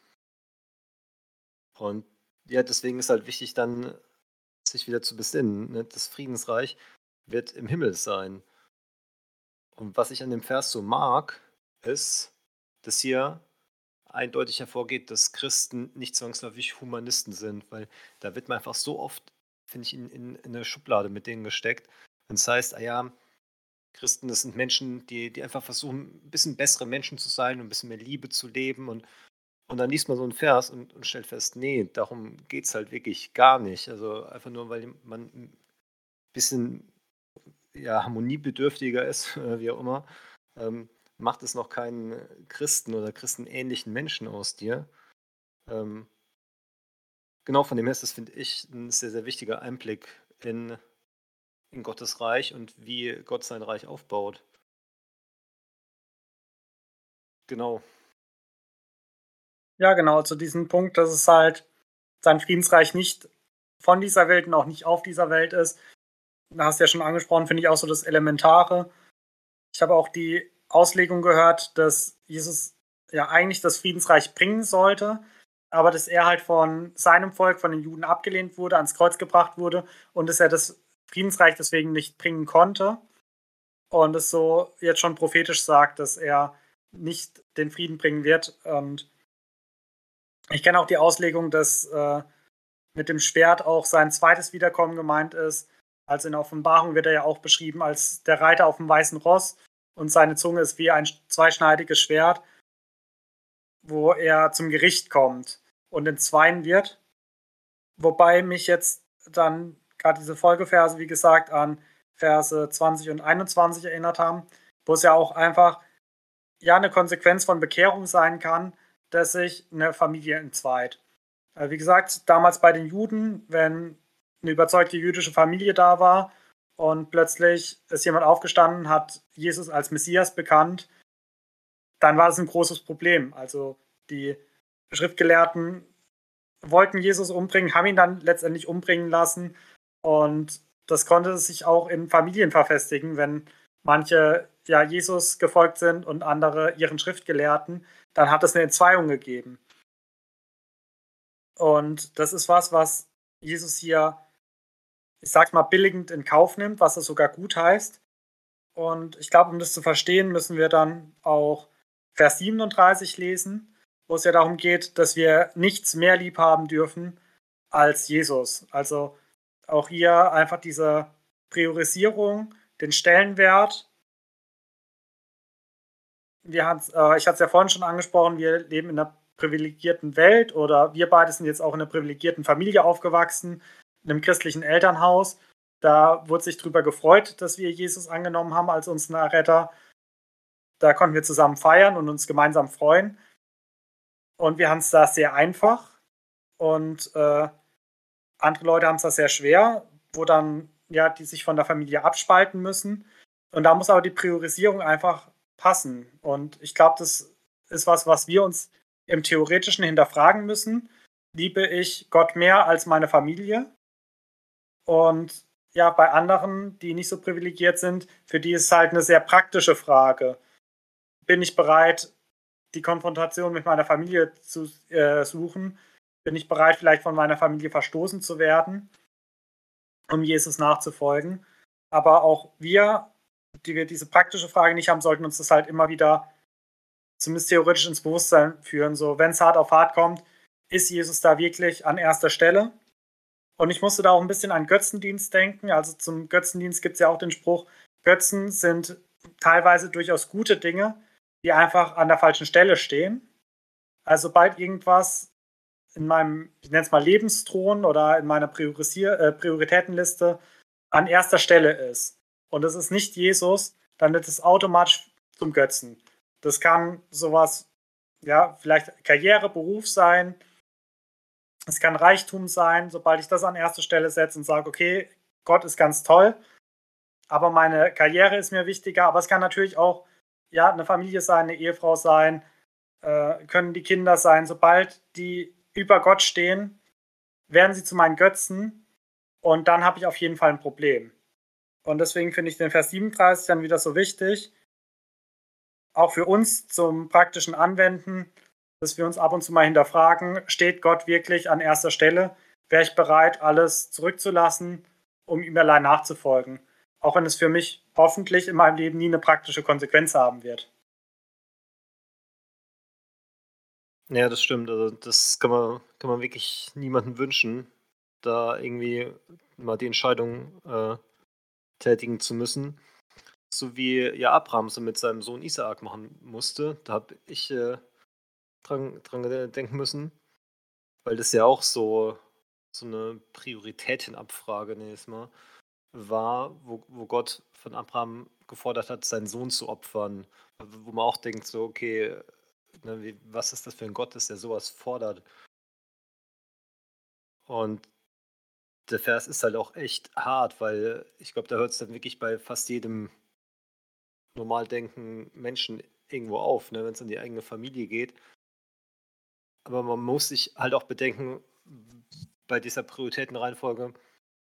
Und ja, deswegen ist halt wichtig dann, sich wieder zu besinnen, ne? Das Friedensreich wird im Himmel sein. Und was ich an dem Vers so mag, ist, dass hier eindeutig hervorgeht, dass Christen nicht zwangsläufig Humanisten sind, weil da wird man einfach so oft, finde ich, in in in 'ne Schublade mit denen gesteckt. Wenn's heißt: „Ah ja, Christen, das sind Menschen, die die einfach versuchen, 'n bisschen bessere Menschen zu sein und 'n bisschen mehr Liebe zu leben“, und und dann liest man so 'n Vers und und stellt fest: „Ne, darum geht's halt wirklich gar nicht.“ Also, einfach nur, weil man 'n bisschen, ja, harmoniebedürftiger ist oder wie auch immer, ähm, macht es noch keinen Christen oder christenähnlichen Menschen aus dir. Ähm genau, von dem her ist das, finde ich, 'n sehr, sehr wichtiger Einblick in in Gottes Reich und wie Gott sein Reich aufbaut. Genau. Ja, genau, zu diesem Punkt, dass es halt sein Friedensreich nicht von dieser Welt und auch nicht auf dieser Welt ist. Da hast du ja schon angesprochen, finde ich auch so das Elementare. Ich habe auch die Auslegung gehört, dass Jesus ja eigentlich das Friedensreich bringen sollte, aber dass er halt von seinem Volk, von den Juden abgelehnt wurde, ans Kreuz gebracht wurde und dass er das Friedensreich deswegen nicht bringen konnte und es so jetzt schon prophetisch sagt, dass er nicht den Frieden bringen wird. Und ich kenne auch die Auslegung, dass äh, mit dem Schwert auch sein zweites Wiederkommen gemeint ist. Also in der Offenbarung wird er ja auch beschrieben als der Reiter auf dem weißen Ross und seine Zunge ist wie ein zweischneidiges Schwert, wo er zum Gericht kommt und entzweien wird. Wobei mich jetzt dann gerade diese Folgeverse, wie gesagt, an Verse zwanzig und einundzwanzig erinnert haben, wo es ja auch einfach ja eine Konsequenz von Bekehrung sein kann, dass sich eine Familie entzweit. Äh, Wie gesagt, damals bei den Juden, wenn eine überzeugte jüdische Familie da war und plötzlich ist jemand aufgestanden, hat Jesus als Messias bekannt, dann war das ein großes Problem. Also die Schriftgelehrten wollten Jesus umbringen, haben ihn dann letztendlich umbringen lassen und das konnte sich auch in Familien verfestigen, wenn manche ja Jesus gefolgt sind und andere ihren Schriftgelehrten, dann hat es eine Entzweiung gegeben. Und das ist was, was Jesus hier, ich sag's mal, billigend in Kauf nimmt, was es sogar gut heißt. Und ich glaube, um das zu verstehen, müssen wir dann auch Vers siebenunddreißig lesen, wo es ja darum geht, dass wir nichts mehr lieb haben dürfen als Jesus. Also auch hier einfach diese Priorisierung, den Stellenwert. Wir haben's, äh, ich hatte es ja vorhin schon angesprochen, wir leben in einer privilegierten Welt oder wir beide sind jetzt auch in einer privilegierten Familie aufgewachsen, in einem christlichen Elternhaus. Da wurde sich drüber gefreut, dass wir Jesus angenommen haben als unseren Erretter. Da konnten wir zusammen feiern und uns gemeinsam freuen. Und wir haben es da sehr einfach. Und äh, andere Leute haben es da sehr schwer, wo dann, ja, die sich von der Familie abspalten müssen. Und da muss aber die Priorisierung einfach passen. Und ich glaube, das ist was, was wir uns im Theoretischen hinterfragen müssen. Liebe ich Gott mehr als meine Familie? Und ja, bei anderen, die nicht so privilegiert sind, für die ist es halt eine sehr praktische Frage. Bin ich bereit, die Konfrontation mit meiner Familie zu äh, suchen? Bin ich bereit, vielleicht von meiner Familie verstoßen zu werden, um Jesus nachzufolgen? Aber auch wir, die wir diese praktische Frage nicht haben, sollten uns das halt immer wieder zumindest theoretisch ins Bewusstsein führen. So, wenn es hart auf hart kommt, ist Jesus da wirklich an erster Stelle? Und ich musste da auch ein bisschen an Götzendienst denken. Also zum Götzendienst gibt es ja auch den Spruch, Götzen sind teilweise durchaus gute Dinge, die einfach an der falschen Stelle stehen. Also sobald irgendwas in meinem, ich nenne es mal Lebensthron oder in meiner Priorisier äh, Prioritätenliste an erster Stelle ist und es ist nicht Jesus, dann wird es automatisch zum Götzen. Das kann sowas, ja, vielleicht Karriere, Beruf sein, es kann Reichtum sein, sobald ich das an erste Stelle setze und sage, okay, Gott ist ganz toll, aber meine Karriere ist mir wichtiger, aber es kann natürlich auch ja, eine Familie sein, eine Ehefrau sein, äh, können die Kinder sein. Sobald die über Gott stehen, werden sie zu meinen Götzen und dann habe ich auf jeden Fall ein Problem. Und deswegen finde ich den Vers siebenunddreißig dann wieder so wichtig, auch für uns zum praktischen Anwenden, dass wir uns ab und zu mal hinterfragen, steht Gott wirklich an erster Stelle? Wäre ich bereit, alles zurückzulassen, um ihm allein nachzufolgen? Auch wenn es für mich hoffentlich in meinem Leben nie eine praktische Konsequenz haben wird. Ja, das stimmt. Also das kann man, kann man wirklich niemandem wünschen, da irgendwie mal die Entscheidung äh, tätigen zu müssen. So wie ja Abraham so mit seinem Sohn Isaak machen musste. Da habe ich äh, dran, dran gede- denken müssen, weil das ja auch so, so eine Prioritätenabfrage, nenne ich es mal, war, wo, wo Gott von Abraham gefordert hat, seinen Sohn zu opfern. Wo man auch denkt, so, okay, ne, wie, was ist das für ein Gott, dass der sowas fordert? Und der Vers ist halt auch echt hart, weil ich glaube, da hört es dann wirklich bei fast jedem normal denkenden Menschen irgendwo auf, ne, wenn es an die eigene Familie geht. Aber man muss sich halt auch bedenken, bei dieser Prioritätenreihenfolge,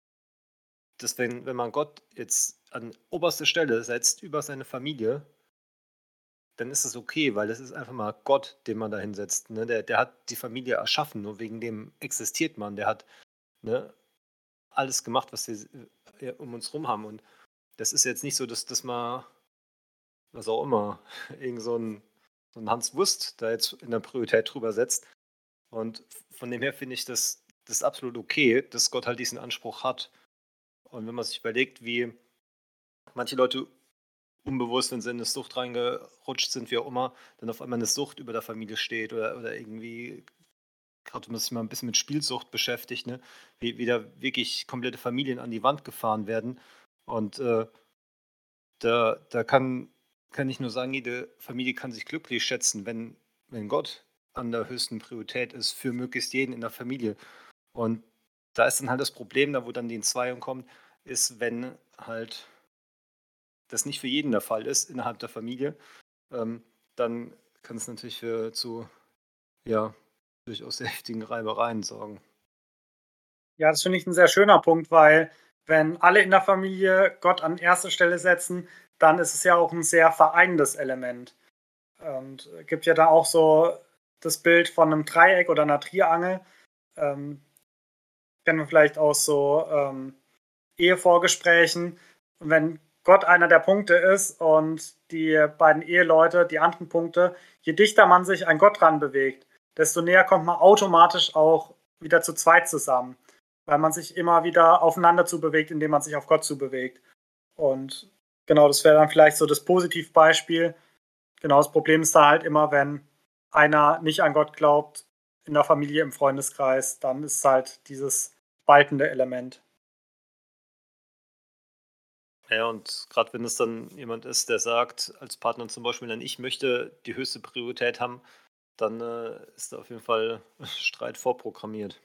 dass wenn, wenn man Gott jetzt an oberste Stelle setzt über seine Familie, dann ist es okay, weil es ist einfach mal Gott, den man da hinsetzt. Ne? Der, der hat die Familie erschaffen, nur wegen dem existiert man. Der hat, ne, alles gemacht, was wir äh, um uns rum haben. Und das ist jetzt nicht so, dass, dass man, was auch immer, irgend so ein, so ein Hans Wurst da jetzt in der Priorität drüber setzt. Und von dem her finde ich das, das absolut okay, dass Gott halt diesen Anspruch hat. Und wenn man sich überlegt, wie manche Leute unbewusst, wenn sie in eine Sucht reingerutscht sind, wie auch immer, dann auf einmal eine Sucht über der Familie steht oder, oder irgendwie, gerade wenn man sich mal ein bisschen mit Spielsucht beschäftigt, ne, wie, wie da wirklich komplette Familien an die Wand gefahren werden. Und äh, da, da kann, kann ich nur sagen, jede Familie kann sich glücklich schätzen, wenn, wenn Gott an der höchsten Priorität ist für möglichst jeden in der Familie. Und da ist dann halt das Problem, da wo dann die Entzweiung kommt, ist, wenn halt das nicht für jeden der Fall ist innerhalb der Familie, ähm, dann kann es natürlich für zu, ja, durchaus sehr heftigen Reibereien sorgen. Ja, das finde ich ein sehr schöner Punkt, weil wenn alle in der Familie Gott an erste Stelle setzen, dann ist es ja auch ein sehr vereinendes Element. Und es gibt ja da auch so das Bild von einem Dreieck oder einer Triangel. Ähm, kennen wir vielleicht aus so ähm, Ehevorgesprächen. Und wenn Gott einer der Punkte ist und die beiden Eheleute die anderen Punkte, je dichter man sich an Gott ran bewegt, desto näher kommt man automatisch auch wieder zu zweit zusammen, weil man sich immer wieder aufeinander zubewegt, indem man sich auf Gott zubewegt. Und genau, das wäre dann vielleicht so das Positivbeispiel. Genau, das Problem ist da halt immer, wenn einer nicht an Gott glaubt, in der Familie, im Freundeskreis, dann ist halt dieses spaltende Element. Ja, und gerade wenn es dann jemand ist, der sagt, als Partner zum Beispiel, dann ich möchte die höchste Priorität haben, dann äh, ist da auf jeden Fall Streit vorprogrammiert.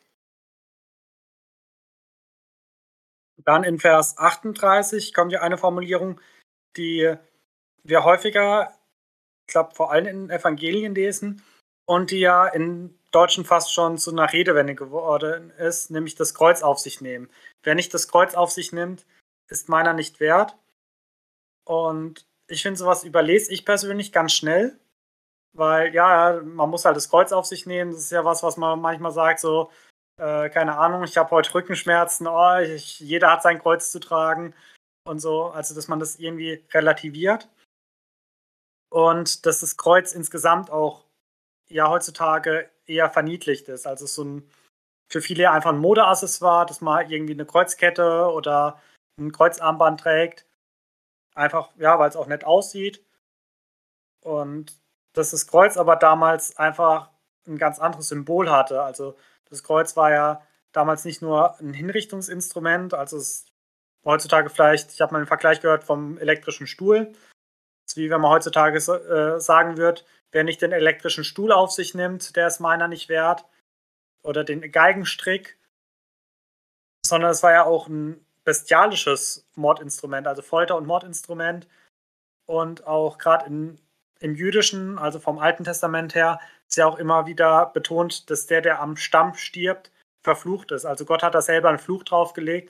Dann in Vers achtunddreißig kommt ja eine Formulierung, die wir häufiger, ich glaube, vor allem in Evangelien lesen und die ja im Deutschen fast schon zu einer Redewendung geworden ist, nämlich das Kreuz auf sich nehmen. Wer nicht das Kreuz auf sich nimmt, ist meiner nicht wert. Und ich finde, sowas überlese ich persönlich ganz schnell, weil ja, man muss halt das Kreuz auf sich nehmen. Das ist ja was, was man manchmal sagt, so, äh, keine Ahnung, ich habe heute Rückenschmerzen, oh, ich, jeder hat sein Kreuz zu tragen und so. Also, dass man das irgendwie relativiert und dass das Kreuz insgesamt auch ja heutzutage eher verniedlicht ist. Also so ein für viele einfach ein Modeaccessoire, dass man irgendwie eine Kreuzkette oder ein Kreuzarmband trägt. Einfach, ja, weil es auch nett aussieht. Und dass das Kreuz aber damals einfach ein ganz anderes Symbol hatte. Also das Kreuz war ja damals nicht nur ein Hinrichtungsinstrument, also es heutzutage vielleicht, ich habe mal einen Vergleich gehört vom elektrischen Stuhl. Das ist wie wenn man heutzutage so, äh, sagen wird, wer nicht den elektrischen Stuhl auf sich nimmt, der ist meiner nicht wert. Oder den Geigenstrick. Sondern es war ja auch ein bestialisches Mordinstrument, also Folter- und Mordinstrument. Und auch gerade im Jüdischen, also vom Alten Testament her, ist ja auch immer wieder betont, dass der, der am Stamm stirbt, verflucht ist. Also Gott hat da selber einen Fluch draufgelegt.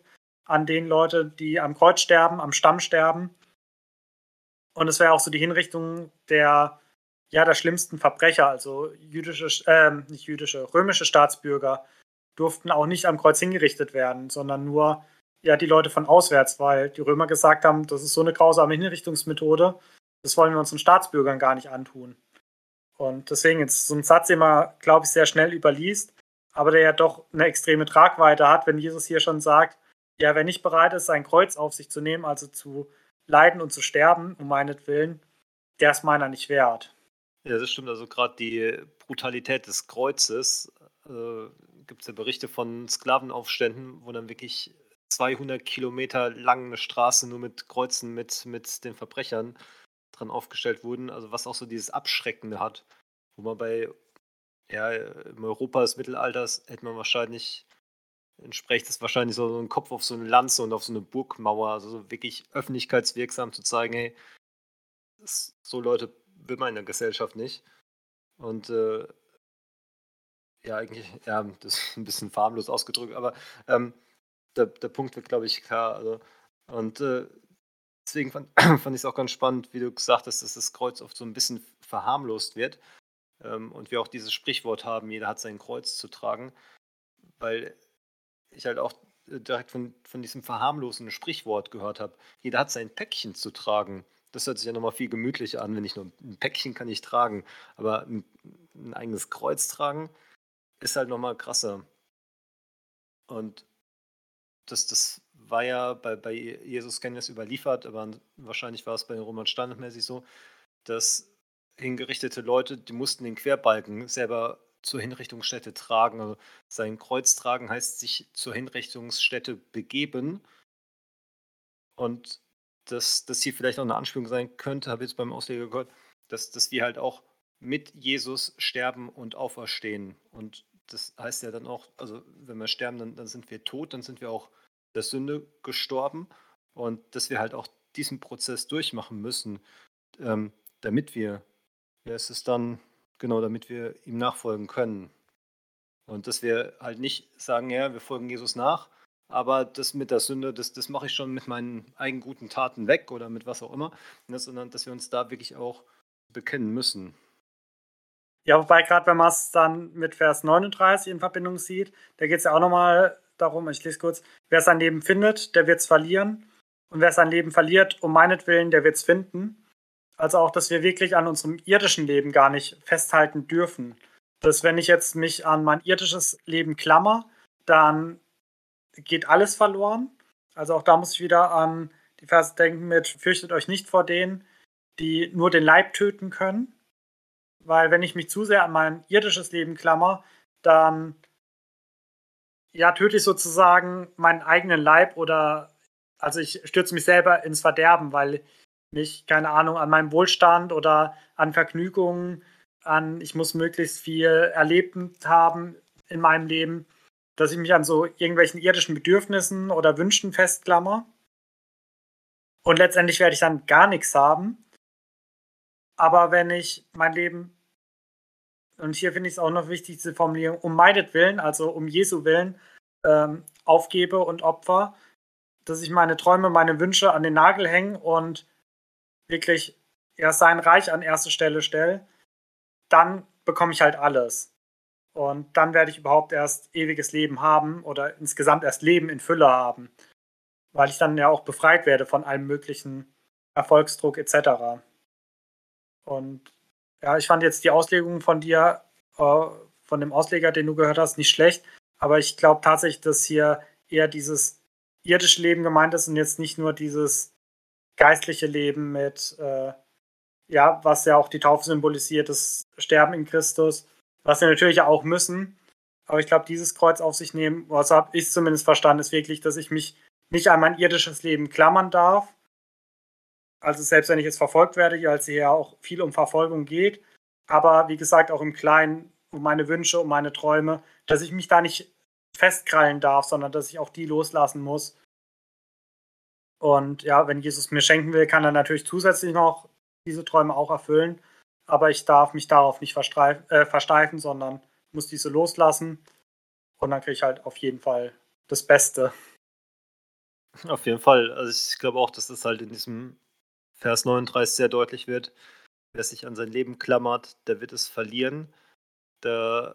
an den Leute, die am Kreuz sterben, am Stamm sterben. Und es wäre auch so die Hinrichtung der, ja, der schlimmsten Verbrecher, also jüdische, ähm, nicht jüdische, römische Staatsbürger durften auch nicht am Kreuz hingerichtet werden, sondern nur ja, die Leute von auswärts, weil die Römer gesagt haben, das ist so eine grausame Hinrichtungsmethode, das wollen wir unseren Staatsbürgern gar nicht antun. Und deswegen ist so ein Satz, den man, glaube ich, sehr schnell überliest, aber der ja doch eine extreme Tragweite hat, wenn Jesus hier schon sagt, ja, wer nicht bereit ist, sein Kreuz auf sich zu nehmen, also zu leiden und zu sterben, um meinetwillen, der ist meiner nicht wert. Ja, das stimmt. Also gerade die Brutalität des Kreuzes, äh, gibt es ja Berichte von Sklavenaufständen, wo dann wirklich zweihundert Kilometer lang eine Straße nur mit Kreuzen mit, mit den Verbrechern dran aufgestellt wurden. Also was auch so dieses Abschreckende hat, wo man bei, ja, im Europa des Mittelalters hätte man wahrscheinlich, entspricht es wahrscheinlich so einen Kopf auf so eine Lanze und auf so eine Burgmauer, also so wirklich öffentlichkeitswirksam zu zeigen, hey, das, so Leute will man in der Gesellschaft nicht. Und äh, ja, eigentlich, ja, das ist ein bisschen farmlos ausgedrückt, aber ähm, der, der Punkt wird, glaube ich, klar. Also, und äh, deswegen fand, fand ich es auch ganz spannend, wie du gesagt hast, dass das Kreuz oft so ein bisschen verharmlost wird. Ähm, und wir auch dieses Sprichwort haben, jeder hat sein Kreuz zu tragen, weil ich halt auch äh, direkt von, von diesem verharmlosenden Sprichwort gehört habe. Jeder hat sein Päckchen zu tragen. Das hört sich ja nochmal viel gemütlicher an, wenn ich nur ein Päckchen kann ich tragen. Aber ein, ein eigenes Kreuz tragen ist halt nochmal krasser. Und das, das war ja bei, bei Jesus Kenntnis überliefert, aber wahrscheinlich war es bei den Römern standardmäßig so, dass hingerichtete Leute, die mussten den Querbalken selber zur Hinrichtungsstätte tragen. Also sein Kreuz tragen heißt sich zur Hinrichtungsstätte begeben. Und dass das hier vielleicht auch eine Anspielung sein könnte, habe ich jetzt beim Ausleger gehört, dass, dass wir halt auch mit Jesus sterben und auferstehen. Und das heißt ja dann auch, also wenn wir sterben, dann, dann sind wir tot, dann sind wir auch der Sünde gestorben. Und dass wir halt auch diesen Prozess durchmachen müssen, ähm, damit wir, ja, es ist dann, genau, damit wir ihm nachfolgen können. Und dass wir halt nicht sagen, ja, wir folgen Jesus nach, aber das mit der Sünde, das, das mache ich schon mit meinen eigenen guten Taten weg oder mit was auch immer, ne, sondern dass wir uns da wirklich auch bekennen müssen. Ja, wobei gerade wenn man es dann mit Vers neununddreißig in Verbindung sieht, da geht es ja auch nochmal darum, ich lese kurz, wer sein Leben findet, der wird es verlieren. Und wer sein Leben verliert, um meinetwillen, der wird es finden. Also auch, dass wir wirklich an unserem irdischen Leben gar nicht festhalten dürfen. Dass wenn ich jetzt mich an mein irdisches Leben klammer, dann geht alles verloren. Also auch da muss ich wieder an die Verse denken mit, fürchtet euch nicht vor denen, die nur den Leib töten können. Weil wenn ich mich zu sehr an mein irdisches Leben klammer, dann ja, töte ich sozusagen meinen eigenen Leib oder also ich stürze mich selber ins Verderben, weil mich, keine Ahnung, an meinem Wohlstand oder an Vergnügungen, an ich muss möglichst viel erlebt haben in meinem Leben, dass ich mich an so irgendwelchen irdischen Bedürfnissen oder Wünschen festklammer. Und letztendlich werde ich dann gar nichts haben. Aber wenn ich mein Leben, und hier finde ich es auch noch wichtig, diese Formulierung, um meinetwillen, also um Jesu Willen, ähm, aufgebe und opfer, dass ich meine Träume, meine Wünsche an den Nagel hänge und wirklich ja, sein Reich an erste Stelle stelle, dann bekomme ich halt alles. Und dann werde ich überhaupt erst ewiges Leben haben oder insgesamt erst Leben in Fülle haben, weil ich dann ja auch befreit werde von allem möglichen Erfolgsdruck et cetera. Und ja, ich fand jetzt die Auslegung von dir, äh, von dem Ausleger, den du gehört hast, nicht schlecht, aber ich glaube tatsächlich, dass hier eher dieses irdische Leben gemeint ist und jetzt nicht nur dieses geistliche Leben mit, äh, ja, was ja auch die Taufe symbolisiert, das Sterben in Christus, was wir natürlich auch müssen. Aber ich glaube, dieses Kreuz auf sich nehmen, was habe ich zumindest verstanden, ist wirklich, dass ich mich nicht an mein irdisches Leben klammern darf. Also selbst wenn ich jetzt verfolgt werde, als hier ja auch viel um Verfolgung geht, aber wie gesagt auch im Kleinen um meine Wünsche, um meine Träume, dass ich mich da nicht festkrallen darf, sondern dass ich auch die loslassen muss. Und ja, wenn Jesus mir schenken will, kann er natürlich zusätzlich noch diese Träume auch erfüllen. Aber ich darf mich darauf nicht äh, versteifen, sondern muss diese loslassen. Und dann kriege ich halt auf jeden Fall das Beste. Auf jeden Fall. Also, ich glaube auch, dass das halt in diesem Vers neununddreißig sehr deutlich wird. Wer sich an sein Leben klammert, der wird es verlieren. Da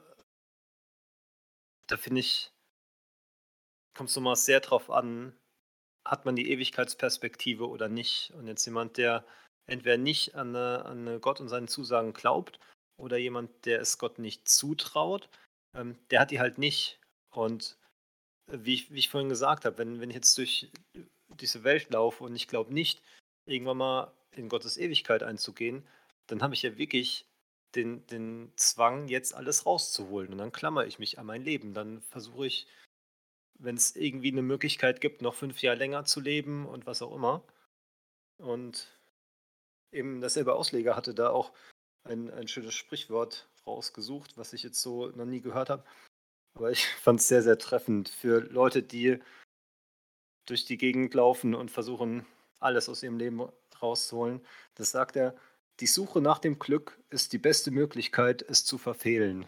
da finde ich, kommt es noch mal sehr drauf an, hat man die Ewigkeitsperspektive oder nicht? Und jetzt jemand, der entweder nicht an 'ne an 'ne Gott und seine Zusagen glaubt oder jemand, der es Gott nicht zutraut, ähm, der hat die halt nicht. Und, äh, wie ich wie ich vorhin gesagt habe, wenn wenn ich jetzt durch diese Welt laufe und ich glaube nicht, irgendwann mal in Gottes Ewigkeit einzugehen, dann habe ich ja wirklich den den Zwang, jetzt alles rauszuholen. Und dann klammere ich mich an mein Leben. Dann versuche ich, wenn es irgendwie eine Möglichkeit gibt, noch fünf Jahre länger zu leben und was auch immer. Und eben derselbe Ausleger hatte da auch ein ein schönes Sprichwort rausgesucht, was ich jetzt so noch nie gehört habe. Aber ich fand es sehr, sehr treffend für Leute, die durch die Gegend laufen und versuchen, alles aus ihrem Leben rauszuholen. Das sagt er: „Die Suche nach dem Glück ist die beste Möglichkeit, es zu verfehlen.“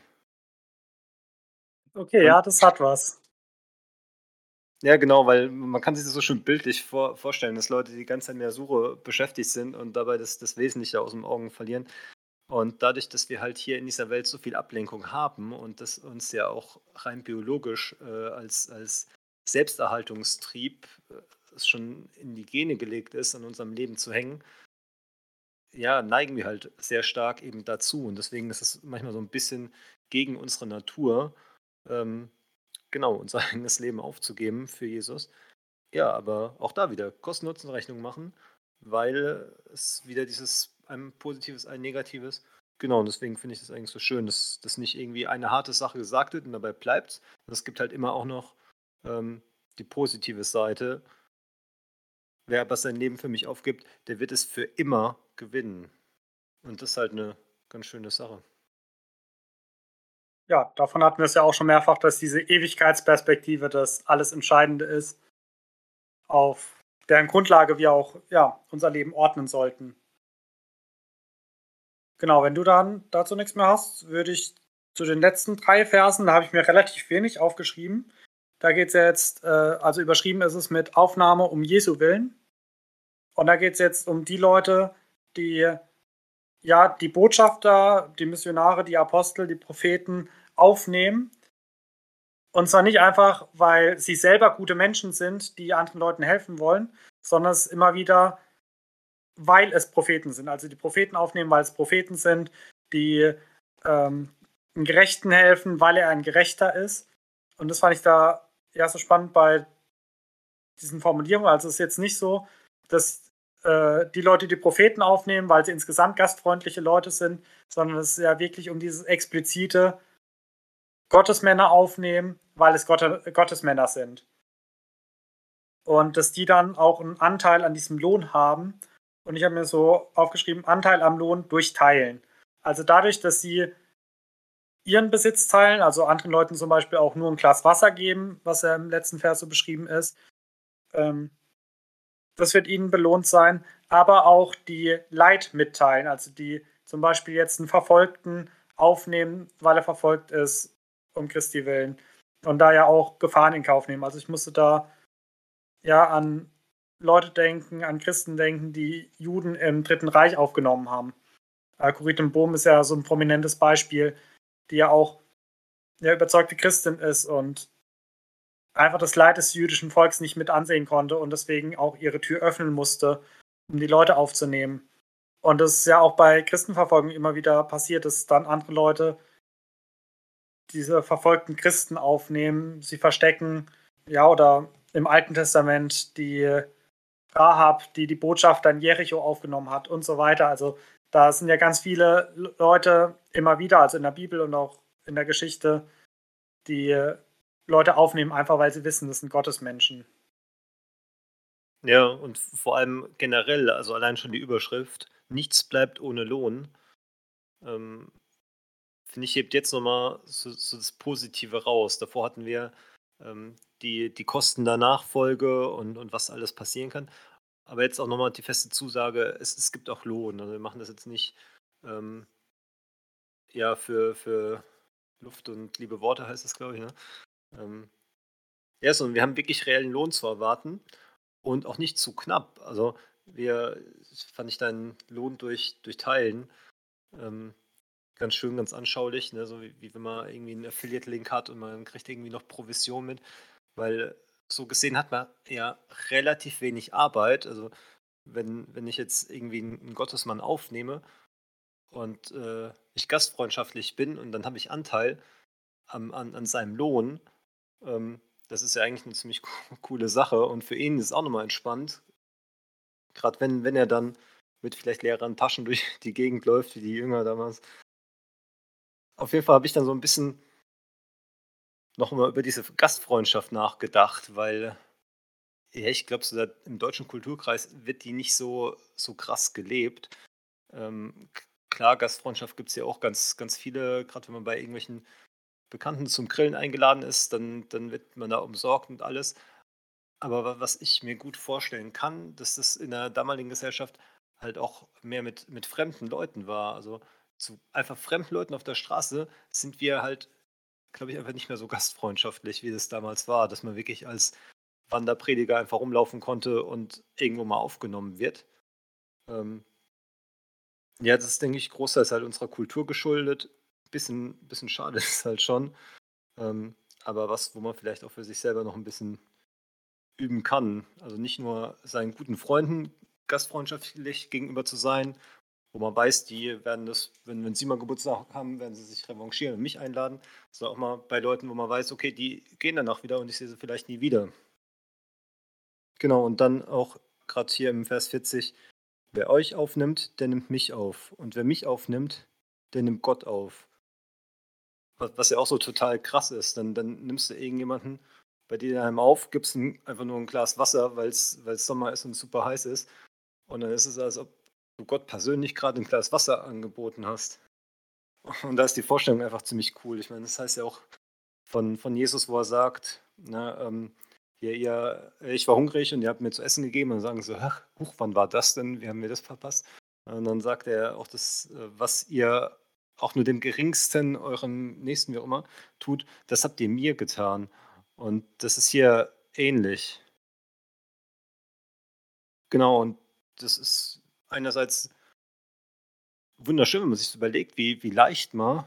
Okay, Und ja, das hat was. ja, genau, weil man kann sich das so schön bildlich vor vorstellen, dass Leute die ganze Zeit in der Suche beschäftigt sind und dabei das das Wesentliche aus den Augen verlieren. Und dadurch, dass wir halt hier in dieser Welt so viel Ablenkung haben und das uns ja auch rein biologisch, äh, als als Selbsterhaltungstrieb, äh, es schon in die Gene gelegt ist, an unserem Leben zu hängen, ja, neigen wir halt sehr stark eben dazu. Und deswegen ist es manchmal so ein bisschen gegen unsere Natur, ähm, genau, unser eigenes Leben aufzugeben für Jesus. Ja, aber auch da wieder Kosten-Nutzen-Rechnung machen, weil es wieder dieses ein positives, ein negatives. Genau, und deswegen finde ich das eigentlich so schön, dass dass nicht irgendwie eine harte Sache gesagt wird und dabei bleibt. Es gibt halt immer auch noch, ähm, die positive Seite. Wer aber sein Leben für mich aufgibt, der wird es für immer gewinnen. Und das ist halt eine ganz schöne Sache. Ja, davon hatten wir es ja auch schon mehrfach, dass diese Ewigkeitsperspektive das alles Entscheidende ist, auf deren Grundlage wir auch, ja, unser Leben ordnen sollten. Genau, wenn du dann dazu nichts mehr hast, würde ich zu den letzten drei Versen, da habe ich mir relativ wenig aufgeschrieben. Da geht es jetzt, äh, also überschrieben ist es mit Aufnahme um Jesu Willen. Und da geht es jetzt um die Leute, die ja die Botschafter, die Missionare, die Apostel, die Propheten aufnehmen. Und zwar nicht einfach, weil sie selber gute Menschen sind, die anderen Leuten helfen wollen, sondern es ist immer wieder, weil es Propheten sind. Also die Propheten aufnehmen, weil es Propheten sind, die ähm, einem Gerechten helfen, weil er ein Gerechter ist. Und das fand ich da ja so spannend bei diesen Formulierungen. Also es ist jetzt nicht so, dass äh, die Leute die Propheten aufnehmen, weil sie insgesamt gastfreundliche Leute sind, sondern es ist ja wirklich um dieses explizite Gottesmänner aufnehmen, weil es Gott Gottesmänner sind. Und dass die dann auch einen Anteil an diesem Lohn haben. Und ich habe mir so aufgeschrieben, Anteil am Lohn durch Teilen. Also dadurch, dass sie ihren Besitz teilen, also anderen Leuten zum Beispiel auch nur ein Glas Wasser geben, was ja im letzten Vers so beschrieben ist, ähm, das wird ihnen belohnt sein, aber auch die Leid mitteilen, also die zum Beispiel jetzt einen Verfolgten aufnehmen, weil er verfolgt ist, um Christi willen. Und da ja auch Gefahren in Kauf nehmen. Also ich musste da ja an Leute denken, an Christen denken, die Juden im Dritten Reich aufgenommen haben. Äh, Corrie ten Boom ist ja so ein prominentes Beispiel, die ja auch eine überzeugte Christin ist und einfach das Leid des jüdischen Volks nicht mit ansehen konnte und deswegen auch ihre Tür öffnen musste, um die Leute aufzunehmen. Und das ist ja auch bei Christenverfolgung immer wieder passiert, dass dann andere Leute diese verfolgten Christen aufnehmen, sie verstecken, ja, oder im Alten Testament die Rahab, die die Botschafter in Jericho aufgenommen hat und so weiter. Also da sind ja ganz viele Leute immer wieder, also in der Bibel und auch in der Geschichte, die Leute aufnehmen, einfach weil sie wissen, das sind Gottesmenschen. Ja, und vor allem generell, also allein schon die Überschrift: „Nichts bleibt ohne Lohn“, ähm, finde ich, hebt jetzt noch mal so so das Positive raus. Davor hatten wir, ähm, die die Kosten der Nachfolge und und was alles passieren kann. Aber jetzt auch noch mal die feste Zusage, es es gibt auch Lohn. Also, wir machen das jetzt nicht, ähm, ja, für für Luft und liebe Worte heißt es, glaube ich, ne? Ähm, ja, sondern wir haben wirklich reellen Lohn zu erwarten. und auch nicht zu knapp. Also, wir fand ich deinen Lohn durch durch Teilen, ähm, ganz schön, ganz anschaulich, ne? So wie wie wenn man irgendwie 'n Affiliate-Link hat und man kriegt irgendwie noch Provision mit, weil so gesehen hat man ja relativ wenig Arbeit. Also, wenn wenn ich jetzt irgendwie 'n 'n Gottesmann aufnehme und, äh, ich gastfreundschaftlich bin und dann habe ich Anteil am an an seinem Lohn, ähm, das ist ja eigentlich 'ne ziemlich co coole Sache und für ihn ist es auch noch mal entspannt. Grad wenn wenn er dann mit vielleicht leeren Taschen durch die Gegend läuft wie die Jünger damals. Auf jeden Fall habe ich dann so 'n bisschen noch mal über diese F Gastfreundschaft nachgedacht, weil, ja, ich glaube, so da im deutschen Kulturkreis wird die nicht so so krass gelebt. Ähm, k klar, Gastfreundschaft gibt's ja auch ganz ganz viele, grad wenn man bei irgendwelchen Bekannten zum Grillen eingeladen ist, dann dann wird man da umsorgt und alles. Aber wa was ich mir gut vorstellen kann, dass das in der damaligen Gesellschaft halt auch mehr mit mit fremden Leuten war. Also, zu einfach fremden Leuten auf der Straße sind wir halt, glaube ich, einfach nicht mehr so gastfreundschaftlich, wie das damals war, dass man wirklich als Wanderprediger einfach rumlaufen konnte und irgendwo mal aufgenommen wird. Ähm ja, das ist, denke ich, großteils halt unserer Kultur geschuldet. Bisschen bisschen schade ist halt schon, ähm, aber was, wo man vielleicht auch für sich selber noch 'n bisschen üben kann. Also, nicht nur seinen guten Freunden gastfreundschaftlich gegenüber zu sein, wo man weiß, die werden das wenn wenn sie mal Geburtstag haben, werden sie sich revanchieren und mich einladen, sondern auch mal bei Leuten, wo man weiß, okay, die gehen danach wieder und ich sehe sie vielleicht nie wieder. Genau, und dann auch grad hier im Vers vierzig: „Wer euch aufnimmt, der nimmt mich auf. Und wer mich aufnimmt, der nimmt Gott auf.“ Wa was ja auch so total krass ist, dann dann nimmst du irgendjemanden bei dir daheim auf, gibst ihm einfach nur 'n Glas Wasser, weil's weil's Sommer ist und super heiß ist. Und dann ist es, als ob du Gott persönlich grad 'n Glas Wasser angeboten hast. Und da ist die Vorstellung einfach ziemlich cool. Ich meine, das heißt ja auch von von Jesus, wo er sagt, ne, ähm: „Hier, ihr ich war hungrig und ihr habt mir zu essen gegeben.“ Und dann sagen sie: „Ach, huch, wann war das denn? Wie haben wir das verpasst?“ Und dann sagt er auch das, äh: „Was ihr auch nur dem Geringsten, eurem Nächsten, wie auch immer, tut, das habt ihr mir getan.“ Und das ist hier ähnlich. Genau, und das ist einerseits wunderschön, wenn man sich's überlegt, wie wie leicht man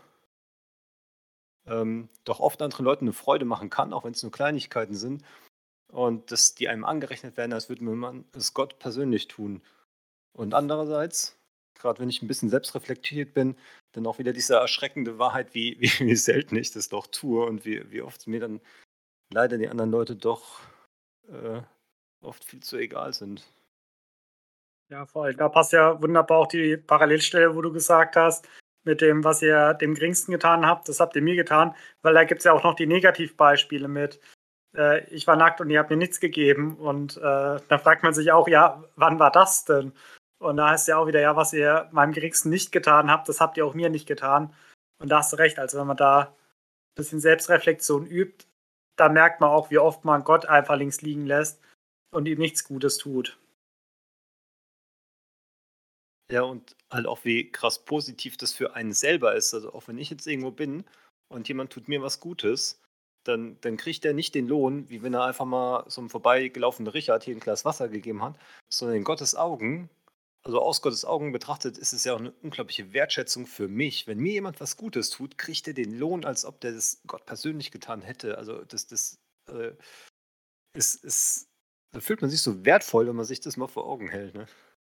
ähm, doch oft anderen Leuten 'ne Freude machen kann, auch wenn's nur Kleinigkeiten sind und dass die einem angerechnet werden, als würde man es Gott persönlich tun. Und andererseits, grad wenn ich 'n bisschen selbstreflektiert bin, dann auch wieder diese erschreckende Wahrheit, wie wie wie selten ich das doch tue und wie wie oft mir dann leider die anderen Leute doch, äh, oft viel zu egal sind. Ja, voll. Da passt ja wunderbar auch die Parallelstelle, wo du gesagt hast, mit dem, was ihr dem Geringsten getan habt, das habt ihr mir getan, weil da gibt's ja auch noch die Negativbeispiele mit, äh: „Ich war nackt und ihr habt mir nichts gegeben.“ Und, äh, da fragt man sich auch: „Ja, wann war das denn?“ Und da heißt's ja auch wieder: „Ja, was ihr meinem Geringsten nicht getan habt, das habt ihr auch mir nicht getan.“ Und da hast du recht. Also, wenn man da bisschen Selbstreflexion übt, da merkt man auch, wie oft man Gott einfach links liegen lässt und ihm nichts Gutes tut. Ja, und halt auch, wie krass positiv das für einen selber ist. Also, auch wenn ich jetzt irgendwo bin und jemand tut mir was Gutes, dann dann kriegt der nicht den Lohn, wie wenn er einfach mal so 'nem vorbeigelaufenen Richard hier 'n Glas Wasser gegeben hat, sondern in Gottes Augen also, aus Gottes Augen betrachtet, ist es ja auch 'ne unglaubliche Wertschätzung für mich. Wenn mir jemand was Gutes tut, kriegt der den Lohn, als ob der das Gott persönlich getan hätte. Also, das das, äh, ist ist da fühlt man sich so wertvoll, wenn man sich das mal vor Augen hält, ne?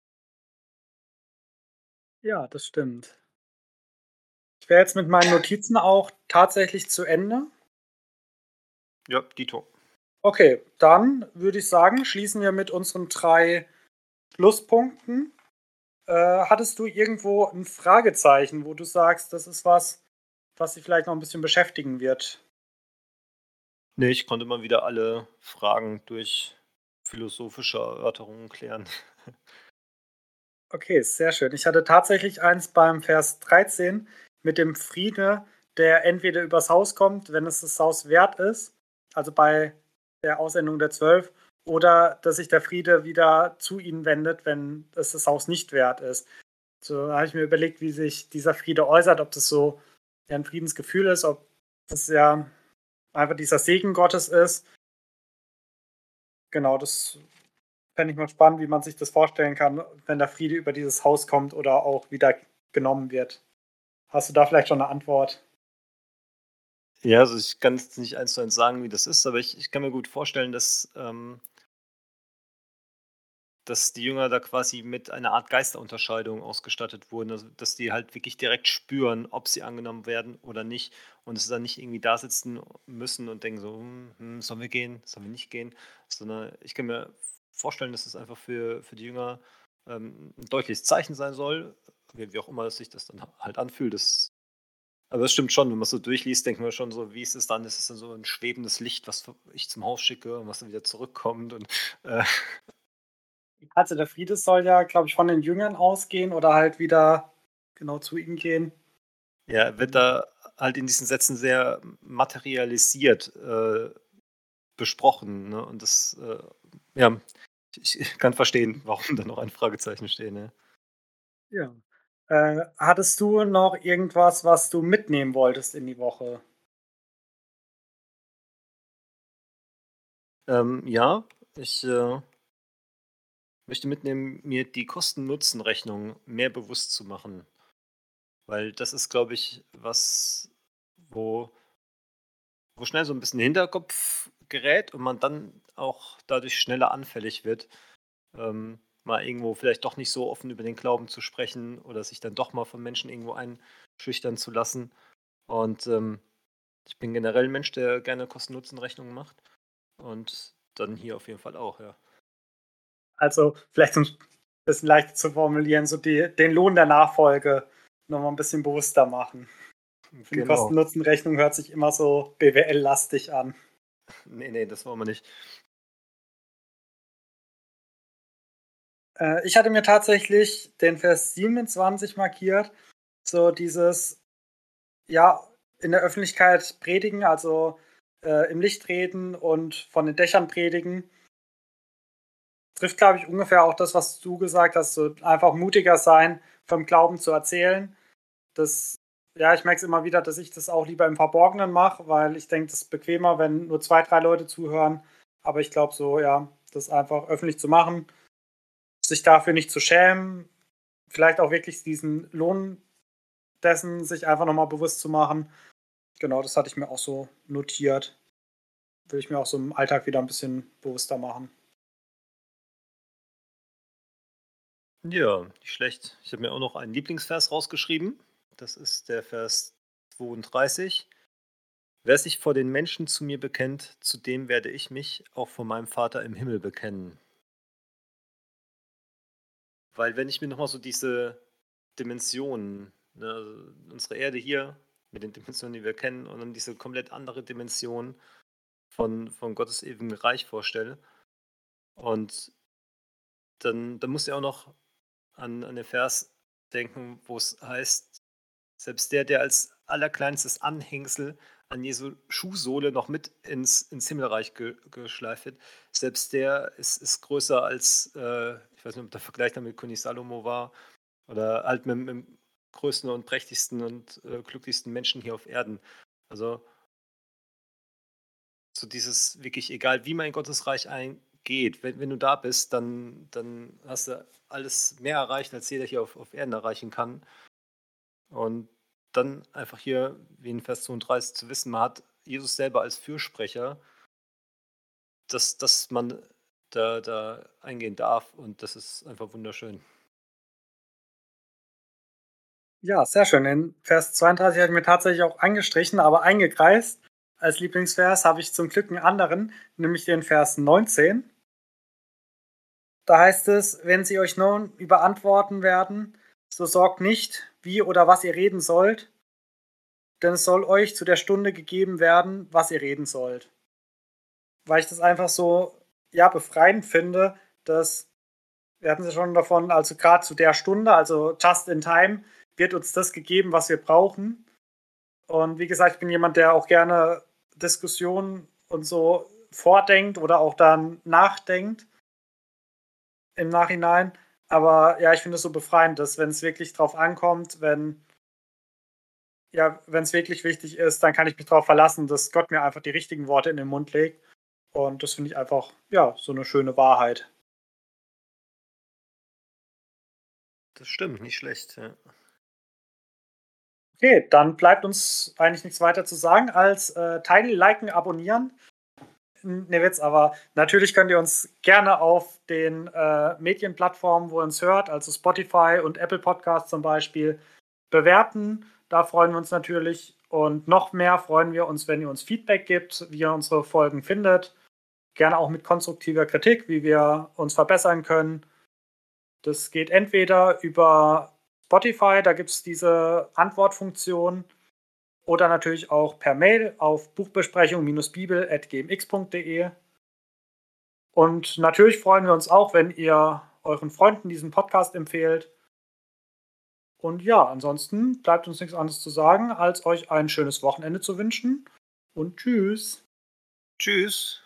Ja, das stimmt. Ich wäre jetzt mit meinen Notizen auch tatsächlich zu Ende. Ja, dito. Okay, dann würde ich sagen, schließen wir mit unseren drei Pluspunkten. Äh, hattest du irgendwo 'n Fragezeichen, wo du sagst, das ist was, was dich vielleicht noch 'n bisschen beschäftigen wird? Ne, ich konnte mal wieder alle Fragen durch philosophische Erörterungen klären. Okay, sehr schön. Ich hatte tatsächlich eins beim Vers dreizehn mit dem Friede, der entweder übers Haus kommt, wenn es das Haus wert ist, also bei der Aussendung der zwölf, oder dass sich der Friede wieder zu ihnen wendet, wenn es das Haus nicht wert ist. So habe ich mir überlegt, wie sich dieser Friede äußert, ob das so, ja, 'n Friedensgefühl ist, ob das ja einfach dieser Segen Gottes ist. Genau, das Fände ich mal spannend, wie man sich das vorstellen kann, wenn der Friede über dieses Haus kommt oder auch wieder genommen wird. Hast du da vielleicht schon eine Antwort? Ja, also ich kann jetzt nicht eins zu eins sagen, wie das ist, aber ich ich kann mir gut vorstellen, dass, ähm dass die Jünger da quasi mit einer Art Geisterunterscheidung ausgestattet wurden, also, dass die halt wirklich direkt spüren, ob sie angenommen werden oder nicht und dass sie dann nicht irgendwie da sitzen müssen und denken so: „Hm, hm, sollen wir gehen? Sollen wir nicht gehen?“ Sondern ich kann mir vorstellen, dass es einfach für für die Jünger, ähm, 'n deutliches Zeichen sein soll, wie wie auch immer sich das dann halt anfühlt. Das aber das stimmt schon, wenn man's so durchliest, denkt man schon so: „Wie ist es dann? Ist es dann so ein schwebendes Licht, was ich zum Haus schicke und was dann wieder zurückkommt?“ Und, äh Also, der Friede soll ja, glaube ich, von den Jüngern ausgehen oder halt wieder genau zu ihm gehen. Ja, wird Mhm. da halt in diesen Sätzen sehr materialisiert, äh, besprochen, ne? Und das, äh ja, ich ich kann verstehen, warum da noch ein Fragezeichen stehen, ja. Ja. Äh, hattest du noch irgendwas, was du mitnehmen wolltest in die Woche? Ähm, ja, ich, äh, möchte mitnehmen, mir die Kosten-Nutzen-Rechnung mehr bewusst zu machen, weil das ist, glaube ich, was, wo wo schnell so ein bisschen Hinterkopf gerät und man dann auch dadurch schneller anfällig wird, ähm, mal irgendwo vielleicht doch nicht so offen über den Glauben zu sprechen oder sich dann doch mal von Menschen irgendwo einschüchtern zu lassen. Und, ähm, ich bin generell 'n Mensch, der gerne Kosten-Nutzen-Rechnungen macht und dann hier auf jeden Fall auch, ja. Also, vielleicht um's bisschen leichter zu formulieren, so die den Lohn der Nachfolge noch mal 'n bisschen bewusster machen. Ich finde, Genau. Kosten-Nutzen-Rechnung hört sich immer so B W L-lastig an. Ne, ne, das wollen wir nicht. Äh, ich hatte mir tatsächlich den Vers siebenundzwanzig markiert, so dieses, ja, in der Öffentlichkeit predigen, also, äh, im Licht reden und von den Dächern predigen. Trifft, glaube ich, ungefähr auch das, was du gesagt hast, so einfach mutiger sein, vom Glauben zu erzählen. Das Ja, ich merke es immer wieder, dass ich das auch lieber im Verborgenen mache, weil ich denke, das ist bequemer, wenn nur zwei, drei Leute zuhören. Aber ich glaube so, ja, das einfach öffentlich zu machen, sich dafür nicht zu schämen, vielleicht auch wirklich diesen Lohn dessen sich einfach noch mal bewusst zu machen. Genau, das hatte ich mir auch so notiert. Will ich mir auch so im Alltag wieder ein bisschen bewusster machen. Ja, nicht schlecht. Ich habe mir auch noch einen Lieblingsvers rausgeschrieben. Das ist der Vers zweiunddreißig. „Wer sich vor den Menschen zu mir bekennt, zu dem werde ich mich auch vor meinem Vater im Himmel bekennen.“ Weil wenn ich mir noch mal so diese Dimensionen, ne, also unsere Erde hier mit den Dimensionen, die wir kennen, und dann diese komplett andere Dimension von von Gottes ewigem Reich vorstelle und dann dann musst du ja auch noch an an den Vers denken, wo es heißt: „Selbst der, der als allerkleinstes Anhängsel an Jesu Schuhsohle noch mit ins ins Himmelreich ge geschleift wird, selbst der ist ist größer als“, äh ich weiß nicht, ob der Vergleich dann mit König Salomo war oder halt mit dem größten und prächtigsten und, äh, glücklichsten Menschen hier auf Erden. Also, so dieses wirklich egal, wie man in Gottes Reich eingeht, wenn wenn du da bist, dann dann hast du alles mehr erreicht, als jeder hier auf auf Erden erreichen kann. Und dann einfach hier, wie in Vers zweiunddreißig zu wissen, man hat Jesus selber als Fürsprecher, dass dass man da da eingehen darf und das ist einfach wunderschön. Ja, sehr schön. Den Vers zweiunddreißig habe ich mir tatsächlich auch angestrichen, aber eingekreist. Als Lieblingsvers habe ich zum Glück einen anderen, nämlich den Vers neunzehn. Da heißt es: „Wenn sie euch nun überantworten werden, so sorgt nicht, wie oder was ihr reden sollt, denn es soll euch zu der Stunde gegeben werden, was ihr reden sollt.“ Weil ich das einfach so, ja, befreiend finde, dass wir hatten es ja schon davon, also gerade zu der Stunde, also just in time, wird uns das gegeben, was wir brauchen. Und wie gesagt, ich bin jemand, der auch gerne Diskussionen und so vordenkt oder auch dann nachdenkt im Nachhinein. Aber ja, ich finde es so befreiend, dass wenn es wirklich drauf ankommt, wenn ja, wenn es wirklich wichtig ist, dann kann ich mich darauf verlassen, dass Gott mir einfach die richtigen Worte in den Mund legt. Und das finde ich einfach, ja, so eine schöne Wahrheit. Das stimmt, nicht schlecht, ja. Okay, dann bleibt uns eigentlich nichts weiter zu sagen als äh, teilen, liken, abonnieren. Ne Witz, aber natürlich könnt ihr uns gerne auf den äh, Medienplattformen, wo ihr uns hört, also Spotify und Apple Podcasts zum Beispiel, bewerten. Da freuen wir uns natürlich. Und noch mehr freuen wir uns, wenn ihr uns Feedback gibt, wie ihr unsere Folgen findet. Gerne auch mit konstruktiver Kritik, wie wir uns verbessern können. Das geht entweder über Spotify, da gibt es diese Antwortfunktion, oder natürlich auch per Mail auf buchbesprechung-bibel at gmx punkt de. Und natürlich freuen wir uns auch, wenn ihr euren Freunden diesen Podcast empfehlt. Und ja, ansonsten bleibt uns nichts anderes zu sagen, als euch ein schönes Wochenende zu wünschen. Und tschüss. Tschüss.